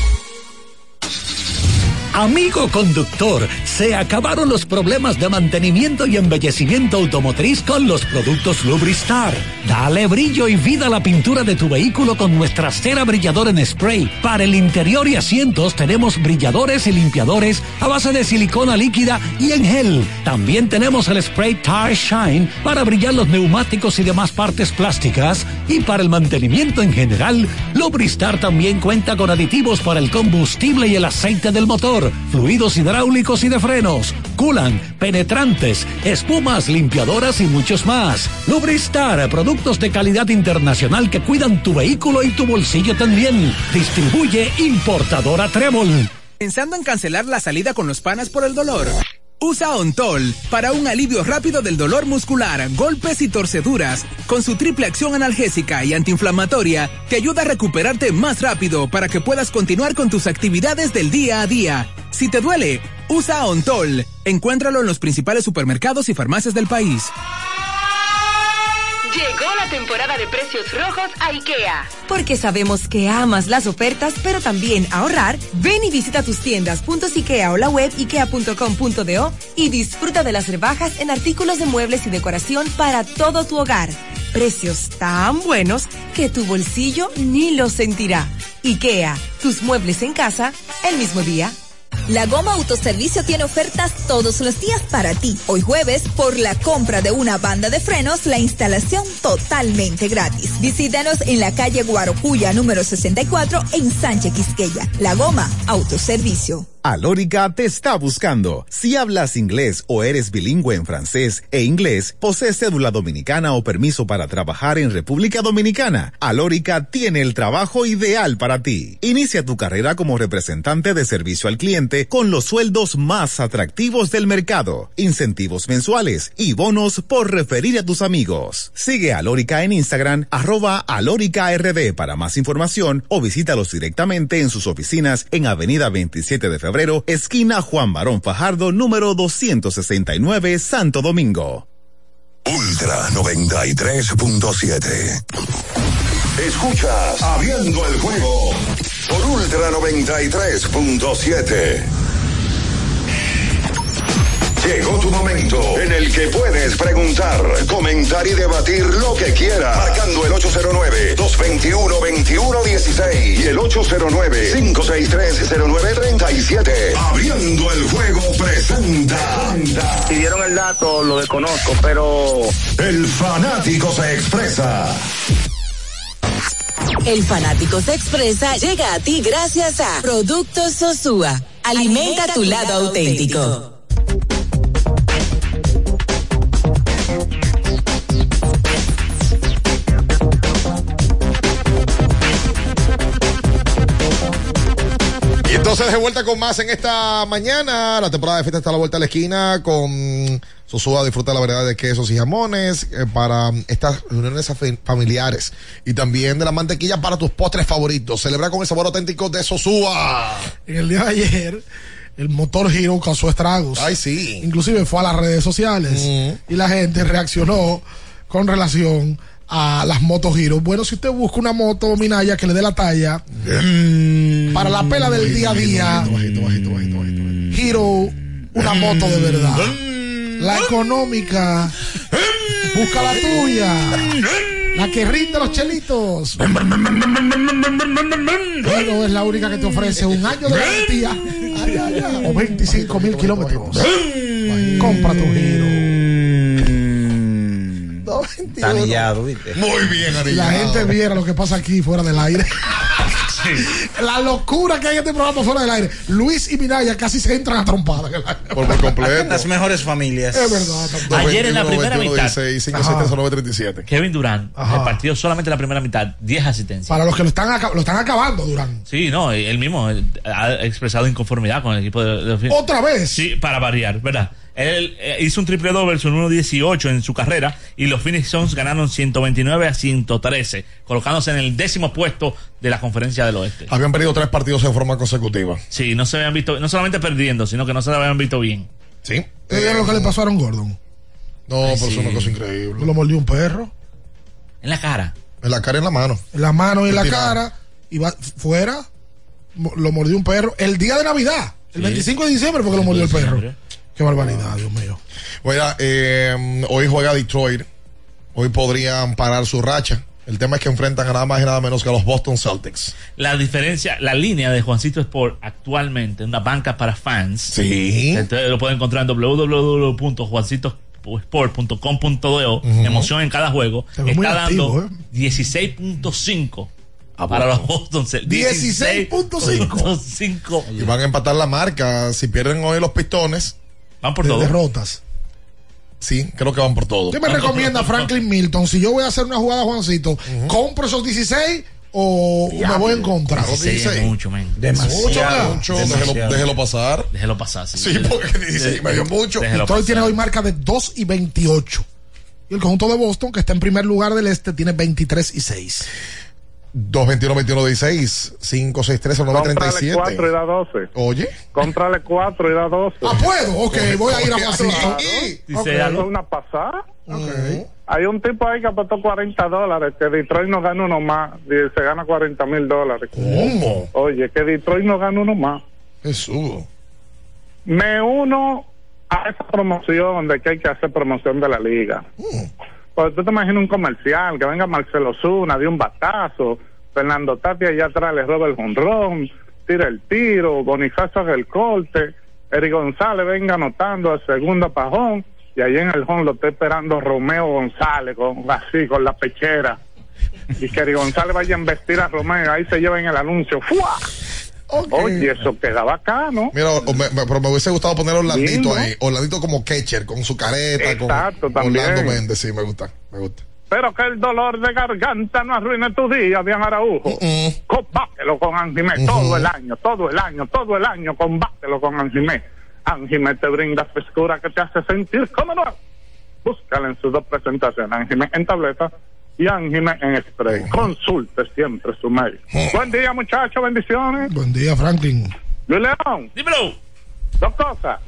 Amigo conductor, se acabaron los problemas de mantenimiento y embellecimiento automotriz con los productos Lubristar. Dale brillo y vida a la pintura de tu vehículo con nuestra cera brilladora en spray. Para el interior y asientos tenemos brilladores y limpiadores a base de silicona líquida y en gel. También tenemos el spray Tire Shine para brillar los neumáticos y demás partes plásticas. Y para el mantenimiento en general, Lubristar también cuenta con aditivos para el combustible y el aceite del motor. motor, fluidos hidráulicos y de frenos, culan, penetrantes, espumas, limpiadoras y muchos más. Lubristar, productos de calidad internacional que cuidan tu vehículo y tu bolsillo también. Distribuye importadora Trébol. ¿Pensando en cancelar la salida con los panas por el dolor? Usa Ontol para un alivio rápido del dolor muscular, golpes y torceduras. Con su triple acción analgésica y antiinflamatoria, te ayuda a recuperarte más rápido para que puedas continuar con tus actividades del día a día. Si te duele, usa Ontol. Encuéntralo en los principales supermercados y farmacias del país. Llegó la temporada de precios rojos a IKEA. Porque sabemos que amas las ofertas, pero también ahorrar. Ven y visita tus tiendas puntos IKEA o la web ikea punto com punto do y disfruta de las rebajas en artículos de muebles y decoración para todo tu hogar. Precios tan buenos que tu bolsillo ni lo sentirá. IKEA, tus muebles en casa el mismo día. La Goma Autoservicio tiene ofertas todos los días para ti. Hoy jueves, por la compra de una banda de frenos, la instalación totalmente gratis. Visítanos en la calle Guarocuya número sesenta y cuatro en Sánchez Quisqueya. La Goma Autoservicio. Alórica te está buscando. Si hablas inglés o eres bilingüe en francés e inglés, posees cédula dominicana o permiso para trabajar en República Dominicana, Alórica tiene el trabajo ideal para ti. Inicia tu carrera como representante de servicio al cliente con los sueldos más atractivos del mercado, incentivos mensuales y bonos por referir a tus amigos. Sigue a Alórica en Instagram, arroba Alórica R D para más información o visítalos directamente en sus oficinas en Avenida veintisiete de febrero, esquina Juan Barón Fajardo, número doscientos sesenta y nueve, Santo Domingo. Ultra noventa y tres punto siete. Escuchas Abriendo el Juego por Ultra noventa y tres punto siete. Llegó tu momento en el que puedes preguntar, comentar y debatir lo que quieras. Marcando el ocho cero nueve, dos dos uno, dos uno uno seis y el ocho cero nueve, cinco seis tres, cero nueve tres siete. Abriendo el Juego presenta. Si dieron el dato, lo desconozco, pero... El fanático se expresa. El fanático se expresa llega a ti gracias a Productos Sosúa. Alimenta, Alimenta tu lado auténtico. auténtico. Entonces, de vuelta con más en esta mañana. La temporada de fiesta está a la vuelta de la esquina. Con Sosúa disfruta la variedad de quesos y jamones eh, para estas reuniones familiares. Y también de la mantequilla para tus postres favoritos. Celebra con el sabor auténtico de Sosúa. En el día de ayer, el motor Hero causó estragos. Ay, sí. Inclusive fue a las redes sociales. Mm. Y la gente reaccionó con relación a las motos Hero. Bueno, si usted busca una moto Minaya que le dé la talla mm, para la pela del día a día, bajito, bajito, bajito, bajito, bajito. Hero, una moto de verdad, la económica, busca la tuya, la que rinde los chelitos. Hero es la única que te ofrece un año de garantía o veinticinco mil kilómetros. Compra tu Hero. Está anillado, ¿viste? Muy bien, anillado. Si la gente viera lo que pasa aquí fuera del aire. Sí. La locura que hay en este programa fuera del aire. Luis y Minaya casi se entran a trompadas. Por muy completo. Las mejores familias. Es verdad. Ayer en la primera mitad, dieciséis, cinco, siete, nueve, treinta y siete. Kevin Durant, el partido solamente en la primera mitad, diez asistencias. Para los que lo están, lo están acabando, Durant. Sí, no, él mismo ha expresado inconformidad con el equipo de, de... ¿Otra vez? Sí, para variar, ¿verdad? Él eh, hizo un triple doble en uno dieciocho en su carrera y los Phoenix Suns ganaron ciento veintinueve a ciento trece, colocándose en el décimo puesto de la Conferencia del Oeste. Habían perdido tres partidos en forma consecutiva. Sí, no se habían visto, no solamente perdiendo, sino que no se habían visto bien. Sí. ¿Ustedes vieron lo que le pasó a Aaron Gordon? No, Ay, pero sí. Es una cosa increíble. Lo mordió un perro. En la cara. En la cara y en la mano. En la mano y en la cara. Y va fuera. Lo mordió un perro. El día de Navidad. El sí. veinticinco de diciembre porque lo mordió el perro. Qué barbaridad, Dios mío. Oiga, eh, hoy juega Detroit. Hoy podrían parar su racha. El tema es que enfrentan a nada más y nada menos que a los Boston Celtics. La diferencia, la línea de Juancito Sport actualmente, una banca para fans. Sí. Entonces lo pueden encontrar en doble u doble u doble u punto juancito sport punto com punto do. Uh-huh. Emoción en cada juego. Está dando activo, ¿eh? dieciséis punto cinco para los Boston Celtics. dieciséis punto cinco. Y van a empatar la marca. Si pierden hoy los Pistones, van por de todo. Derrotas. Sí, creo que van por todo. ¿Qué me recomienda Franklin Milton? Si yo voy a hacer una jugada, Juancito, uh-huh. ¿compro esos dieciséis o ya, me voy en contra? dieciséis es mucho, men. Demasiado. Mucho, demasiado. Déjelo, déjelo pasar. Déjelo pasar, sí. Sí, porque dieciséis me dio mucho. Detroit tiene hoy marca de dos y veintiocho. Y el conjunto de Boston, que está en primer lugar del este, tiene veintitrés y seis. dos veintiuno veintiuno dieciséis, cinco seis tres nueve treinta y siete. cuatro y da doce. Oye. Cómprale cuatro y da doce. Ah, puedo. Ok, voy a ir a Juancito. Okay. ¿Es una pasada? Okay. Hay un tipo ahí que apostó cuarenta dólares, que Detroit no gana uno más, se gana cuarenta mil dólares. ¿Cómo? Oye, que Detroit no gana uno más. Jesús. Me uno a esa promoción de que hay que hacer promoción de la liga. Mm. Porque tú te imaginas un comercial, que venga Marcelo Zuna, de un batazo, Fernando Tapia allá atrás le roba el jonrón, tira el tiro, Bonifacio haga el corte, Eric González venga anotando el segundo pajón, y ahí en el home lo está esperando Romeo González, con así, con la pechera, y que Eric González vaya a embestir a Romeo, ahí se lleven el anuncio, ¡fua! Okay. Oye, eso queda bacano. Mira, me, me, pero me hubiese gustado poner a Orlandito ahí. Orlandito como catcher, con su careta. Exacto, con también. Orlando Méndez, sí, me gusta, me gusta. Pero que el dolor de garganta no arruine tu día, Dian Araujo. Uh-uh. Combátelo con Anjimé uh-huh. todo el año, todo el año, todo el año, combátelo con Anjimé. Anjimé te brinda frescura que te hace sentir como no. Búscala en sus dos presentaciones, Anjimé en tableta y Anjimé en spray. Uh-huh. Consulte siempre su médico. Uh-huh. Buen día, muchachos, bendiciones. Buen día, Franklin. Luis León. Dímelo. Dos cosas.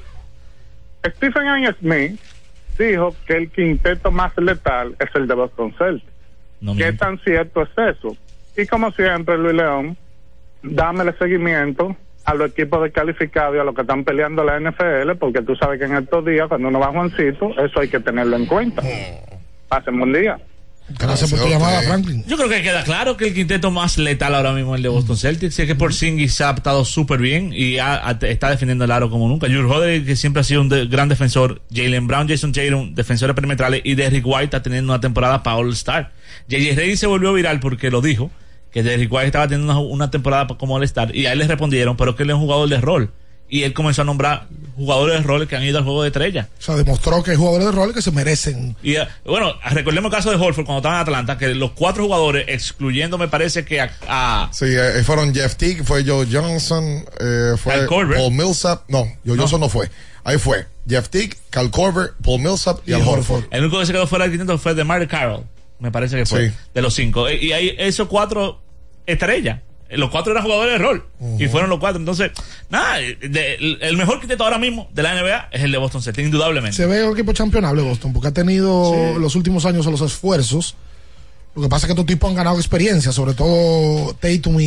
Stephen A. Smith dijo que el quinteto más letal es el de Boston Celtics. No ¿Qué tan cierto es eso? Y como siempre, Luis León, dámele seguimiento a los equipos descalificados y a los que están peleando la N F L, porque tú sabes que en estos días, cuando uno va a Juancito, eso hay que tenerlo en cuenta. Pasen buen día. Gracias por tu llamada, Franklin. Yo creo que queda claro que el quinteto más letal ahora mismo es el de Boston Celtics. Es que Porzingis se ha adaptado súper bien y ha, ha, está defendiendo el aro como nunca. Jrue Holiday, que siempre ha sido un de, gran defensor. Jaylen Brown, Jason Tatum, defensores perimetrales. Y Derrick White está teniendo una temporada para All-Star. J J Redick se volvió viral porque lo dijo, que Derrick White estaba teniendo una, una temporada como All-Star. Y a él le respondieron, pero que él es un jugador de rol. Y él comenzó a nombrar jugadores de rol que han ido al juego de estrella. O sea, demostró que hay jugadores de rol que se merecen. Y bueno, recordemos el caso de Horford cuando estaba en Atlanta, que los cuatro jugadores, excluyendo me parece que a... a sí, eh, fueron Jeff Teague, fue Joe Johnson, eh, fue Paul Millsap, no, Joe no. Johnson no fue. Ahí fue Jeff Teague, Cal Korver, Paul Millsap y, y Al Horford. Horford. El único que se quedó fuera del quinteto fue DeMar Carroll, me parece que fue, sí. de los cinco. Y ahí esos cuatro estrellas. Los cuatro eran jugadores de rol uh-huh. y fueron los cuatro. Entonces, nada, de, de, el mejor quinteto ahora mismo de la N B A es el de Boston Celtics, indudablemente. Se ve un equipo campeonable Boston porque ha tenido sí. los últimos años los esfuerzos. Lo que pasa es que estos tipos han ganado experiencia, sobre todo Tatum y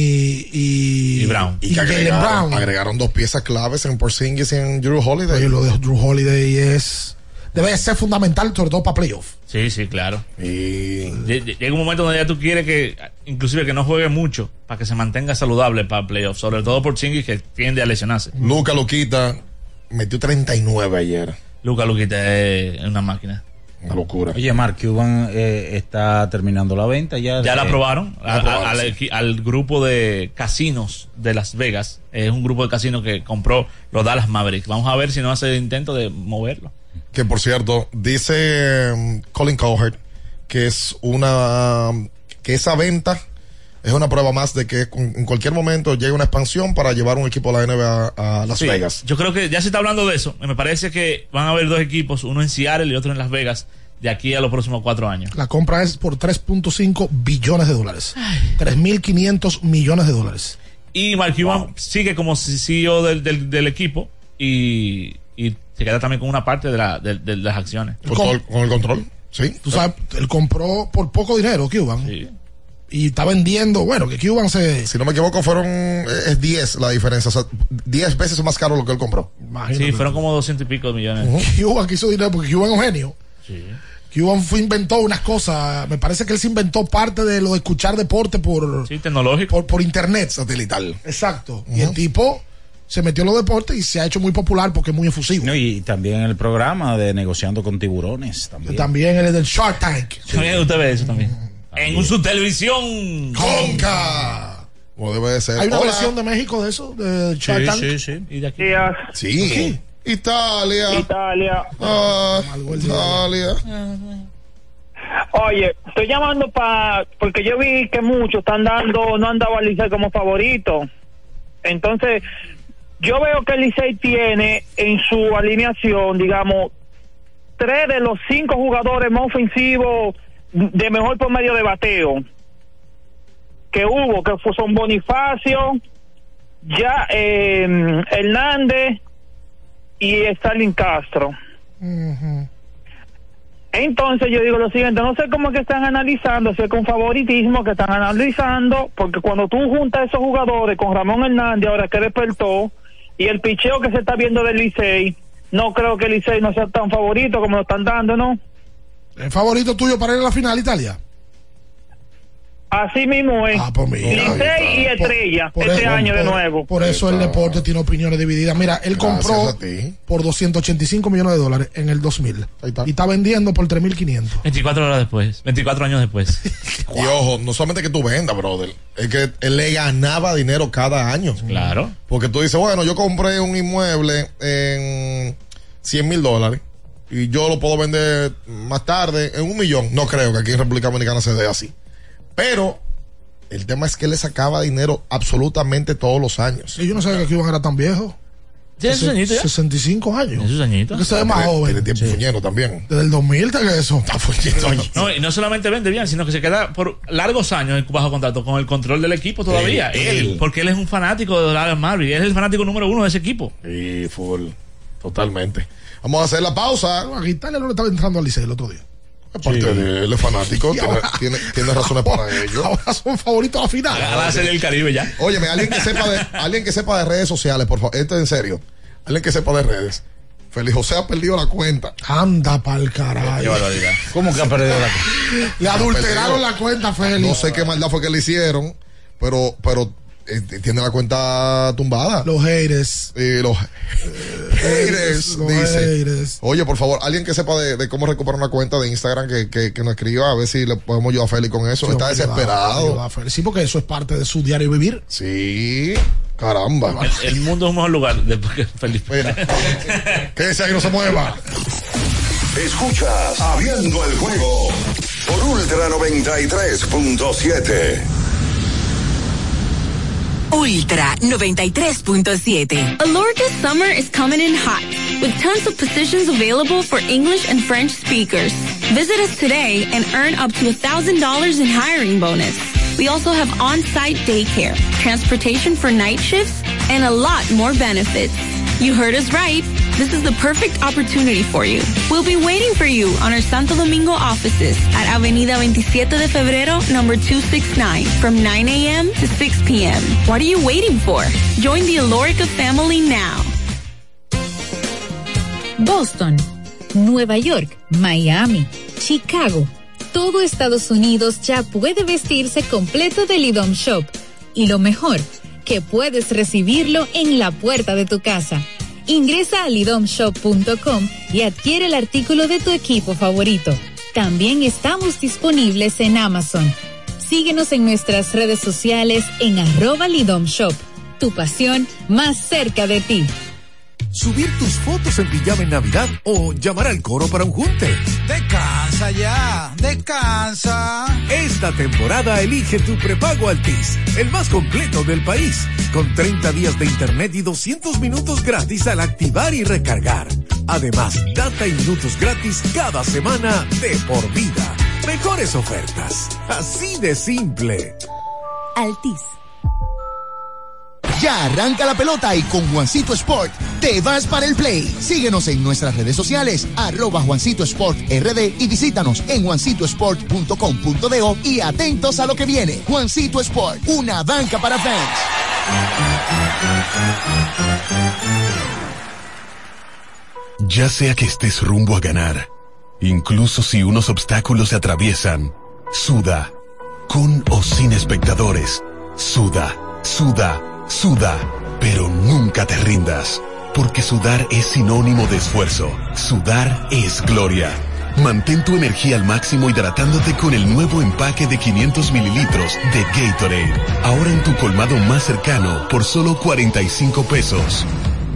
y, y Brown. Y, y que agregaron, Brown. agregaron dos piezas claves en Porzingis y en Jrue Holiday. Oye, lo de Jrue Holiday es debe ser fundamental, sobre todo para playoff. Sí, sí, claro. Y... Llega un momento donde ya tú quieres que, inclusive que no juegue mucho, para que se mantenga saludable para playoffs, sobre todo por Porzingis, que tiende a lesionarse. Luka Luquita metió treinta y nueve ayer. Luka Luquita es una máquina. Una locura. Oye, Mark Cuban eh, está terminando la venta ya. Ya de, la aprobaron, la a, aprobaron a, al, sí. al grupo de casinos de Las Vegas. Es un grupo de casinos que compró los Dallas Mavericks. Vamos a ver si no hace intento de moverlo. Que por cierto, dice um, Colin Cowherd que es una um, que esa venta es una prueba más de que en cualquier momento llegue una expansión para llevar un equipo de la N B A a Las sí, Vegas. Yo creo que ya se está hablando de eso. Me parece que van a haber dos equipos, uno en Seattle y otro en Las Vegas, de aquí a los próximos cuatro años. La compra es por tres punto cinco billones de dólares. tres mil quinientos millones de dólares. Y Mark Cuban wow. sigue como C E O del, del, del equipo y, y se queda también con una parte de, la, de, de las acciones. Con, con, con el control, sí. Tú sabes, él compró por poco dinero Cuban. Sí. Y está vendiendo, bueno, que Cuban se... Si no me equivoco, fueron, es diez la diferencia, o sea, diez veces más caro lo que él compró. Imagínate. Sí, fueron como doscientos y pico de millones. Uh-huh. Cuban quiso dinero porque Cuban es un genio. Sí. Cuban fue, inventó unas cosas, me parece que él se inventó parte de lo de escuchar deporte por... Sí, tecnológico. Por, por internet. Satelital. Exacto. Uh-huh. Y el tipo se metió en los deportes y se ha hecho muy popular porque es muy efusivo. No, y también el programa de Negociando con Tiburones. También, también el del Shark Tank. Sí. También usted ve eso también. En un subtelevisión. Conca. Como debe de ser. Hay una Hola. versión de México de eso, de Shark Sí, Tank. sí, sí. Y de aquí. Sí. Aquí. Italia. Italia. Ah, Italia. Oye, estoy llamando para porque yo vi que muchos están dando, no han dado al Licey como favorito. Entonces, yo veo que el Licey tiene en su alineación, digamos, tres de los cinco jugadores más ofensivos de mejor promedio de bateo que hubo, que son Bonifacio, ya eh, Hernández y Stalin Castro. Uh-huh. Entonces yo digo lo siguiente, no sé cómo es que están analizando, si es con favoritismo que están analizando, porque cuando tú juntas a esos jugadores con Ramón Hernández, ahora que despertó, y el picheo que se está viendo del Licey, no creo que el Licey no sea tan favorito como lo están dando, ¿no? ¿El favorito tuyo para ir a la final, Italia? Así mismo es. Ah, pues mira, Licey y Estrella, por este eso, año por, de nuevo. Por eso el deporte tiene opiniones divididas. Mira, él Gracias compró a ti. por doscientos ochenta y cinco millones de dólares en el dos mil. Y está vendiendo por tres mil quinientos. veinticuatro horas después. veinticuatro años después. Y ojo, no solamente que tú vendas, brother, es que él le ganaba dinero cada año. Claro. Porque tú dices, bueno, yo compré un inmueble en cien mil dólares y yo lo puedo vender más tarde en un millón. No creo que aquí en República Dominicana se dé así. Pero el tema es que él le sacaba dinero absolutamente todos los años. Y yo no sabía que aquí iban a ser tan viejos. ¿Tiene sus añitos ya? sesenta y cinco años. ¿Tiene sus añitos? Que se ve más Tiene- joven. Tiene tiempo fuñero también. Desde el dos mil está que eso. Está fuñero. No, y no solamente vende bien, sino que se queda por largos años bajo contrato con el control del equipo todavía. Él, Él, él. porque él es un fanático de Dallas Mavericks. Él es el fanático número uno de ese equipo. Sí, full. Totalmente. Vamos a hacer la pausa. A Italia no le estaba entrando al Licey el otro día. Aparte de él es fanático, Y tiene, ahora- tiene, tiene razones para ello. Ahora son favoritos a la final. Va a ser el Caribe ya. Óyeme, alguien que sepa de, alguien que sepa de redes sociales, por favor. Esto es en serio. Alguien que sepa de redes. Félix José ha perdido la cuenta. Anda pa'l carajo. Qué barbaridad. ¿Cómo que ha perdido la cuenta? Le adulteraron la cuenta, Félix. No sé qué maldad fue que le hicieron, pero, pero eh, tiene la cuenta tumbada. Los haters. Eh, los haters, Los dice. haters. Oye, por favor, alguien que sepa de, de cómo recuperar una cuenta de Instagram que, que, que nos escriba a ver si le podemos ayudar a Félix con eso. Sí, Está ayuda, desesperado. ayuda, Félix. Sí, porque eso es parte de su diario vivir. Sí, caramba. El, el mundo es un mejor lugar después que feliz. Mira, que ese ahí no se mueva. Escuchas Abriendo el Juego por Ultra noventa y tres punto siete. Ultra noventa y tres punto siete. Alorca's summer is coming in hot, with tons of positions available for English and French speakers. Visit us today and earn up to one thousand dollars in hiring bonus. We also have on-site daycare, transportation for night shifts, and a lot more benefits. You heard us right. This is the perfect opportunity for you. We'll be waiting for you on our Santo Domingo offices at Avenida veintisiete de Febrero, number two sixty-nine, from nine a.m. to six p.m. What are you waiting for? Join the Alorica family now. Boston, Nueva York, Miami, Chicago. Todo Estados Unidos ya puede vestirse completo del IDOM Shop. Y lo mejor, que puedes recibirlo en la puerta de tu casa. Ingresa a lidom shop punto com y adquiere el artículo de tu equipo favorito. También estamos disponibles en Amazon. Síguenos en nuestras redes sociales en arroba Lidom Shop. Tu pasión más cerca de ti. Subir tus fotos en pijama en Navidad o llamar al coro para un junte. Descansa ya, descansa. Esta temporada elige tu prepago Altis, el más completo del país, con treinta días de internet y doscientos minutos gratis al activar y recargar. Además, data y minutos gratis cada semana de por vida. Mejores ofertas, así de simple. Altis. Ya arranca la pelota y con Juancito Sport te vas para el play. Síguenos en nuestras redes sociales, arroba Juancito Sport R D y visítanos en juancito sport punto com punto do y atentos a lo que viene. Juancito Sport, una banca para fans. Ya sea que estés rumbo a ganar, incluso si unos obstáculos se atraviesan, suda, con o sin espectadores, suda, suda, suda, pero nunca te rindas, porque sudar es sinónimo de esfuerzo, sudar es gloria. Mantén tu energía al máximo hidratándote con el nuevo empaque de quinientos mililitros de Gatorade. Ahora en tu colmado más cercano por solo cuarenta y cinco pesos.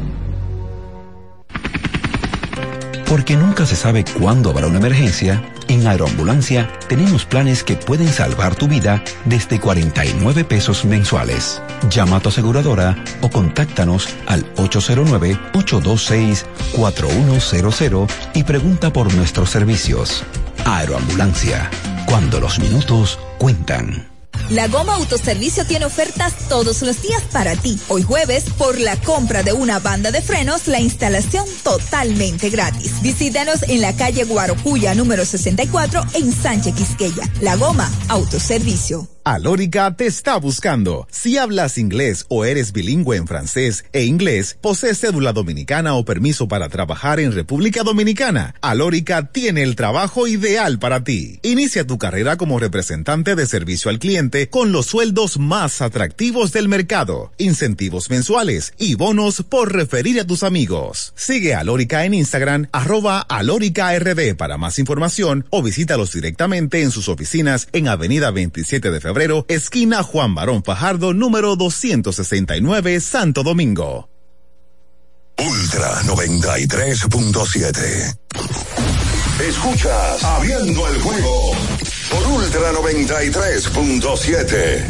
Porque nunca se sabe cuándo habrá una emergencia, en Aeroambulancia tenemos planes que pueden salvar tu vida desde cuarenta y nueve pesos mensuales. Llama a tu aseguradora o contáctanos al ocho cero nueve, ocho dos seis, cuatro uno cero cero y pregunta por nuestros servicios. Aeroambulancia, cuando los minutos cuentan. La Goma Autoservicio tiene ofertas todos los días para ti. Hoy jueves, por la compra de una banda de frenos, la instalación totalmente gratis. Visítanos en la calle Guarocuya número sesenta y cuatro en Sánchez Quisqueya. La Goma Autoservicio. Alórica te está buscando. Si hablas inglés o eres bilingüe en francés e inglés, posees cédula dominicana o permiso para trabajar en República Dominicana, Alórica tiene el trabajo ideal para ti. Inicia tu carrera como representante de servicio al cliente con los sueldos más atractivos del mercado, incentivos mensuales y bonos por referir a tus amigos. Sigue a Alórica en Instagram, arroba Alórica R D para más información o visítalos directamente en sus oficinas en Avenida veintisiete de febrero, esquina Juan Barón Fajardo, número doscientos sesenta y nueve, Santo Domingo. Ultra noventa y tres punto siete. Escuchas Abriendo el Juego por Ultra noventa y tres punto siete.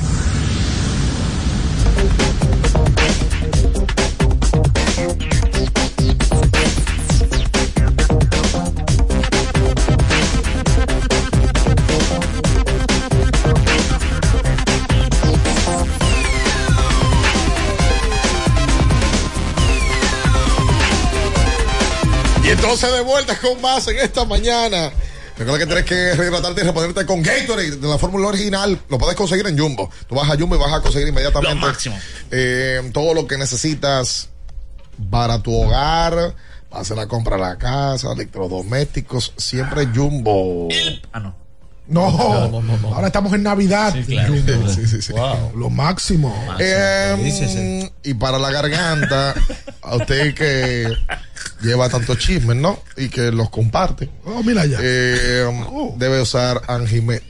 Entonces de vuelta con más en esta mañana. Recuerda que tienes que rehidratarte y reponerte con Gatorade de la fórmula original. Lo puedes conseguir en Jumbo. Tú vas a Jumbo y vas a conseguir inmediatamente lo máximo. Eh, todo lo que necesitas para tu hogar, para hacer la compra a la casa, electrodomésticos, siempre Jumbo. Ah, no. No, no, no, no, no. Ahora estamos en Navidad. Sí, claro. Sí, sí, sí. Wow. Lo máximo. Eh, y para la garganta, a usted que lleva tantos chismes, ¿no? Y que los comparte. Oh, mira ya. Eh, oh. Debe usar Angime.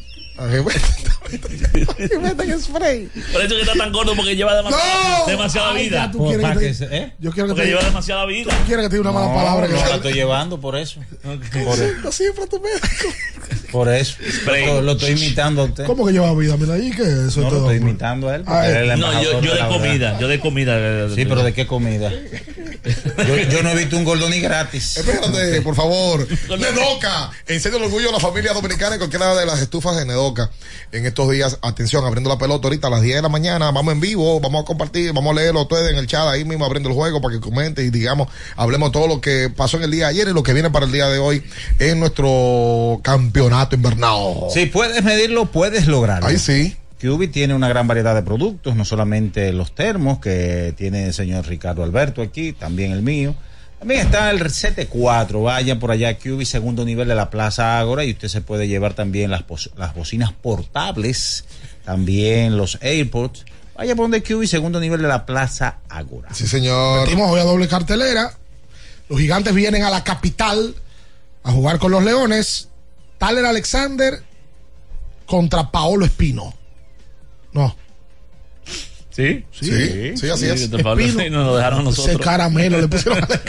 Angimeta en spray. Por eso que está tan gordo, porque lleva demasiada, no. demasiada Ay, vida. ¿tú quieres que te, ¿eh? Yo quiero que porque te lleva demasiada vida. ¿Tú quieres que te diga una mala no, palabra? No, que la estoy llevando por eso. Okay. Por eso. Siempre tu médico. Por eso. Lo, lo estoy imitando a usted. ¿Cómo que lleva vida? Mira ahí que eso no, todo. lo estoy imitando a él. Ay, él no, yo, yo de, de comida. Yo de comida. Sí, pero ¿de qué comida? yo, yo no he visto un gordo ni gratis. Espérate, por favor. Nedoca. Enseña el orgullo de la familia dominicana en cualquiera de las estufas de Nedoca. En estos días, atención, abriendo la pelota ahorita a las diez de la mañana, vamos en vivo, vamos a compartir, vamos a leerlo ustedes en el chat ahí mismo abriendo el juego para que comenten y digamos, hablemos todo lo que pasó en el día de ayer y lo que viene para el día de hoy en nuestro campeonato invernal. Si puedes medirlo, puedes lograrlo. Ahí sí. Q B tiene una gran variedad de productos, no solamente los termos que tiene el señor Ricardo Alberto aquí, también el mío. También está el C T cuatro, vayan por allá, Q B, segundo nivel de la Plaza Ágora, y usted se puede llevar también las, las bocinas portables, también los AirPods. Vaya por donde Q B, segundo nivel de la Plaza Ágora. Sí, señor. Metimos hoy a doble cartelera. Los gigantes vienen a la capital a jugar con los Leones. Tyler Alexander contra Paolo Espino. No. ¿Sí? Sí, sí, sí, así es. Espino, sí, nos lo dejaron a nosotros. Ese caramelo le pusieron a la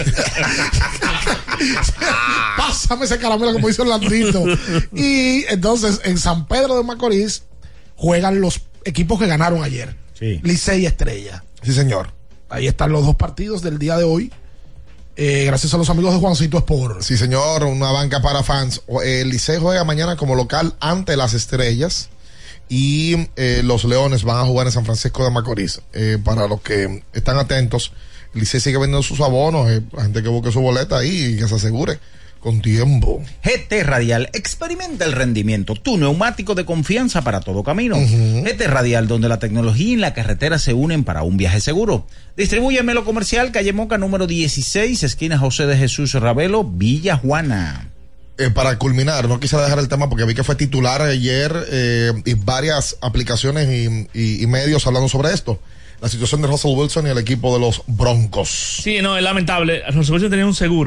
Pásame ese caramelo, como dice Orlandito. Y entonces en San Pedro de Macorís juegan los equipos que ganaron ayer. Sí. Licey y Estrella. Sí, señor. Ahí están los dos partidos del día de hoy. Eh, gracias a los amigos de Juancito Sport. Sí, señor, una banca para fans. El Licey juega mañana como local ante las Estrellas. Y eh, los Leones van a jugar en San Francisco de Macorís. Eh, para los que están atentos, el Licey sigue vendiendo sus abonos. Eh, la gente que busque su boleta ahí y que se asegure con tiempo. G T Radial, experimenta el rendimiento, tu neumático de confianza para todo camino. Uh-huh. G T Radial, donde la tecnología y la carretera se unen para un viaje seguro. Distribuye Melo Comercial, calle Moca número dieciséis, esquina José de Jesús Ravelo, Villa Juana. Eh, para culminar, no quisiera dejar el tema porque vi que fue titular ayer eh, y varias aplicaciones y, y, y medios hablando sobre esto. La situación de Russell Wilson y el equipo de los Broncos. Sí, no, es lamentable. Russell Wilson tenía un seguro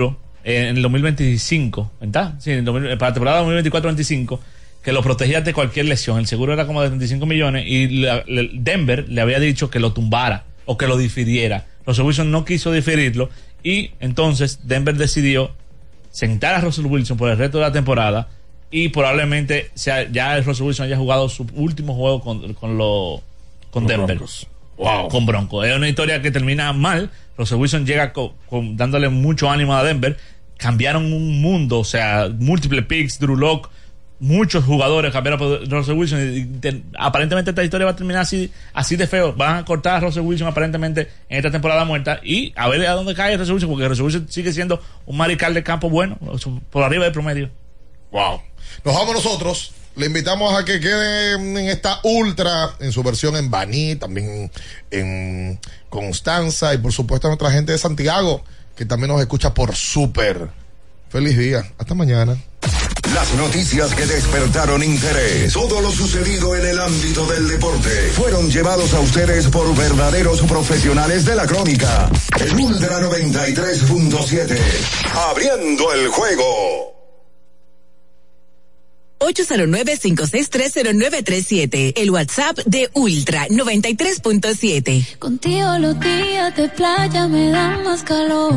en el dos mil veinticinco, ¿verdad? Sí, en el dos mil, para la temporada dos mil veinticuatro veinticinco, que lo protegía de cualquier lesión. El seguro era como de treinta y cinco millones y la, la, Denver le había dicho que lo tumbara o que lo difiriera. Russell Wilson no quiso diferirlo y entonces Denver decidió sentar a Russell Wilson por el resto de la temporada y probablemente sea, ya Russell Wilson haya jugado su último juego con, con, lo, con Denver. Broncos. Wow. Con Broncos. Es una historia que termina mal. Russell Wilson llega con, con, dándole mucho ánimo a Denver. Cambiaron un mundo, o sea, múltiples picks, Drew Lock, muchos jugadores cambiaron por Russell Wilson y te, aparentemente esta historia va a terminar así, así de feo. Van a cortar a Russell Wilson aparentemente en esta temporada muerta y a ver a dónde cae Russell Wilson, porque Russell Wilson sigue siendo un mariscal de campo bueno, por arriba del promedio. Wow. Nos vamos nosotros. Le invitamos a que quede en esta ultra, en su versión en Baní, también en Constanza y por supuesto a nuestra gente de Santiago, que también nos escucha por Super. Feliz día. Hasta mañana. Las noticias que despertaron interés, todo lo sucedido en el ámbito del deporte, fueron llevados a ustedes por verdaderos profesionales de la crónica. El Ultra noventa y tres punto siete, abriendo el juego. ocho cero nueve, cinco seis tres, cero nueve tres siete, el WhatsApp de Ultra noventa y tres punto siete. Contigo los días de playa me dan más calor.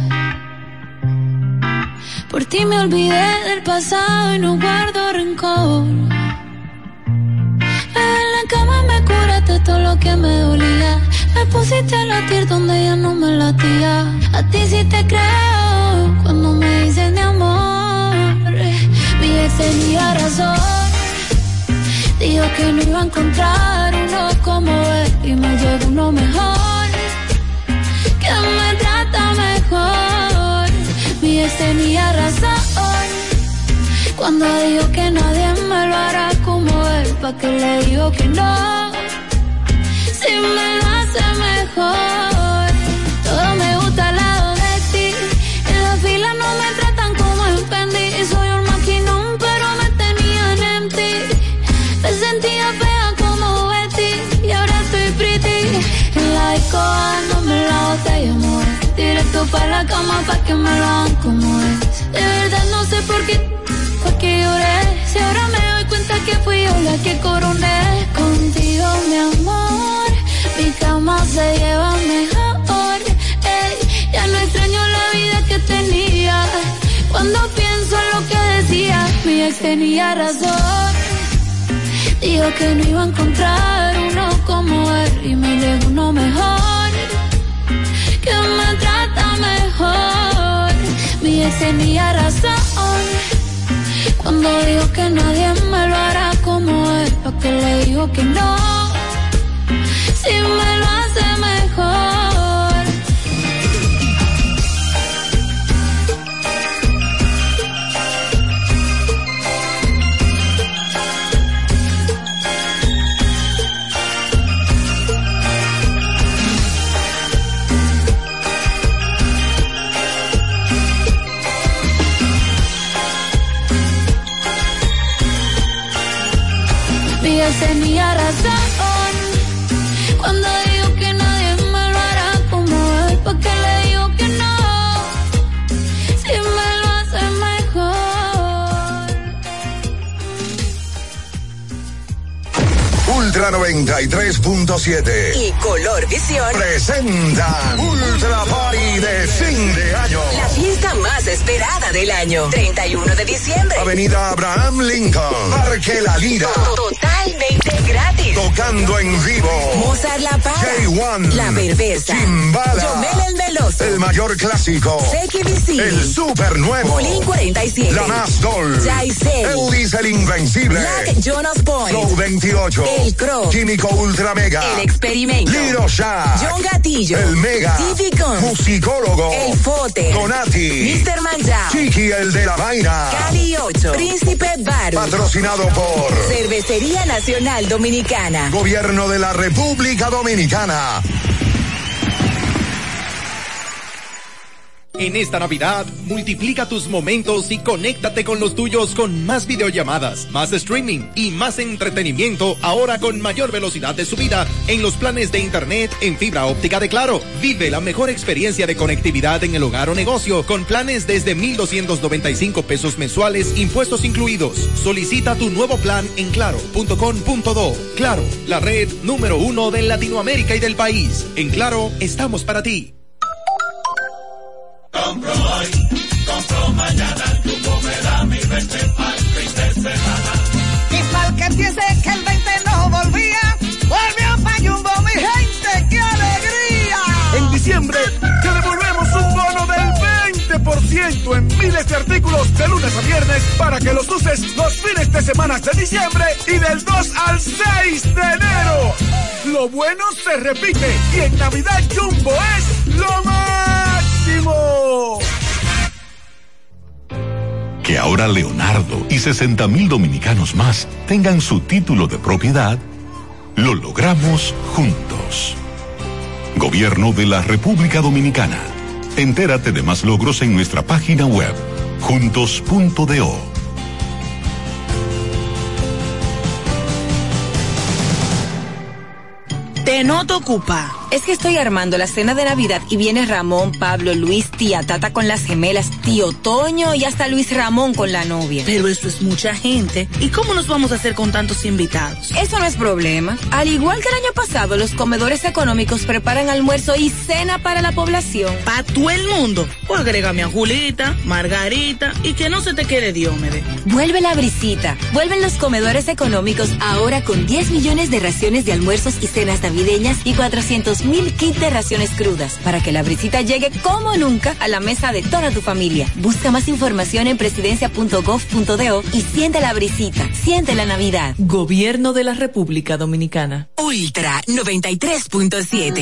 Por ti me olvidé del pasado y no guardo rencor. En la cama me curaste todo lo que me dolía. Me pusiste a latir donde ya no me latía. A ti sí te creo cuando me dices mi amor. Mi ex tenía razón. Dijo que no iba a encontrar uno como él y me llegó uno mejor, que me trata mejor. Mi ex tenía razón cuando dijo que nadie me lo hará como él. Pa' que le digo que no, si me lo hace mejor. Todo me gusta al lado de ti. En la fila no me tratan como en Fendi. Soy un maquinón pero me tenían en ti. Me sentía fea como Betty y ahora estoy pretty. En la disco dándome la botella, amor. Directo pa' la cama pa' que me lo hagan como es. De verdad no sé por qué fue que lloré. Si ahora me doy cuenta que fui yo la que coroné. Contigo mi amor, mi cama se lleva mejor. Ey, ya no extraño la vida que tenía. Cuando pienso en lo que decía, mi ex tenía razón. Dijo que no iba a encontrar uno como él y me llegó uno mejor, que me trata mejor. Mi ex tenía razón cuando dijo que nadie me lo hará como él. Pa' que le digo que no, si me lo hace mejor. Mi ex tenía razón cuando digo que nadie me lo hará como él. ¿Por qué le digo que no? Si me lo hace mejor. Ultra noventa y tres punto siete y Color Visión presentan Ultra Party de fin de año. La fiesta más esperada del año. treinta y uno de diciembre. Avenida Abraham Lincoln, Parque La Lira. Totalmente gratis. Tocando en vivo. Mozart La Para. J uno. La Perversa. Chimbala. Yomel el Meloso. El Mayor Clásico. Seki Vicini. El Super Nuevo. Bolín cuarenta y siete. La Más Doll. Jaisel. Elvis el Invencible. Black Jonas Point. Flow veintiocho. El Crow. Químico Ultra Mega. El Experimento. Liro Shack. John Gatillo. El Mega. Típico. Musicólogo. El Fote. Donati. mister Manjao. Chiqui el de la vaina. Cali ocho. Príncipe Baru. Patrocinado por Cervecería Nacional Dominicana. Gobierno de la República Dominicana. En esta Navidad, multiplica tus momentos y conéctate con los tuyos con más videollamadas, más streaming y más entretenimiento, ahora con mayor velocidad de subida en los planes de internet en fibra óptica de Claro. Vive la mejor experiencia de conectividad en el hogar o negocio con planes desde mil doscientos noventa y cinco pesos mensuales, impuestos incluidos. Solicita tu nuevo plan en claro punto com punto do. Claro, la red número uno de Latinoamérica y del país. En Claro, estamos para ti. Compro hoy, compro mañana, el Jumbo me da mi veinte pa'l fin de semana. Y pa'l que piense que el veinte no volvía, volvió pa' Jumbo, mi gente, ¡qué alegría! En diciembre, te devolvemos un bono del veinte por ciento en miles de artículos de lunes a viernes para que los uses los fines de semana de diciembre y del dos al seis de enero. Lo bueno se repite y en Navidad Jumbo es lo máximo. Que ahora Leonardo y sesenta mil dominicanos más tengan su título de propiedad, lo logramos juntos. Gobierno de la República Dominicana. Entérate de más logros en nuestra página web, juntos punto do. Te noto ocupa. Es que estoy armando la cena de Navidad y viene Ramón, Pablo, Luis, tía Tata con las gemelas, tío Toño y hasta Luis Ramón con la novia. Pero eso es mucha gente. ¿Y cómo nos vamos a hacer con tantos invitados? Eso no es problema. Al igual que el año pasado, los comedores económicos preparan almuerzo y cena para la población. ¿Para todo el mundo? Pues agrégame a Julita, Margarita y que no se te quede Diómede. Vuelve la brisita. Vuelven los comedores económicos ahora con diez millones de raciones de almuerzos y cenas navideñas y cuatrocientos mil kits de raciones crudas para que la brisita llegue como nunca a la mesa de toda tu familia. Busca más información en presidencia punto gov punto do y siente la brisita, siente la Navidad. Gobierno de la República Dominicana. Ultra noventa y tres punto siete.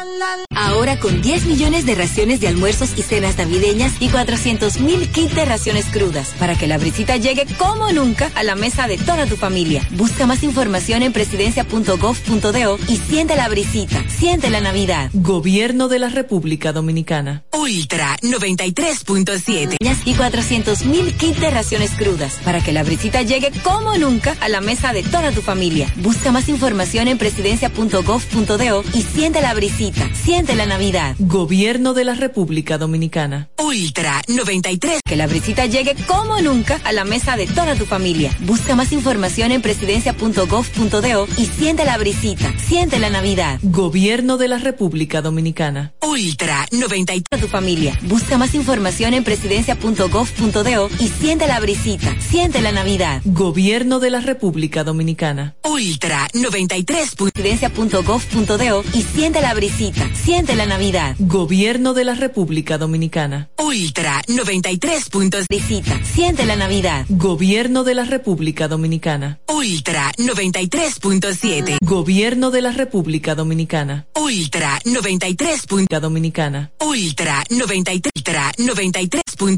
Ahora con diez millones de raciones de almuerzos y cenas navideñas y cuatrocientos mil kits de raciones crudas para que la brisita llegue como nunca a la mesa de toda tu familia. Busca más información en presidencia punto gov punto do y siente la brisita, siente la Navidad. Gobierno de la República Dominicana. Ultra noventa y tres punto siete. Y cuatrocientos mil kits de raciones crudas para que la brisita llegue como nunca a la mesa de toda tu familia. Busca más información en presidencia punto gov punto do y siente la brisita, siente la Navidad. Gobierno de la República Dominicana. Ultra noventa y tres. Que la brisita llegue como nunca a la mesa de toda tu familia. Busca más información en presidencia punto gov punto do y siente la brisita, siente la Navidad. Gobierno de la República Dominicana. Ultra noventa y tres. Tu familia. Busca más información en presidencia punto gov punto do y siente la brisita, siente la Navidad. Gobierno de la República Dominicana. Ultra noventa y tres. presidencia punto gov punto do y siente la brisita, siente la Navidad. Gobierno de la República Dominicana. Ultra noventa y tres. Visita, siente la Navidad. Gobierno de la República Dominicana. Ultra noventa y tres punto siete. Gobierno de la República Dominicana. Ultra noventa y tres. Dominicana. Ultra noventa y tres. Ultra noventa y tres.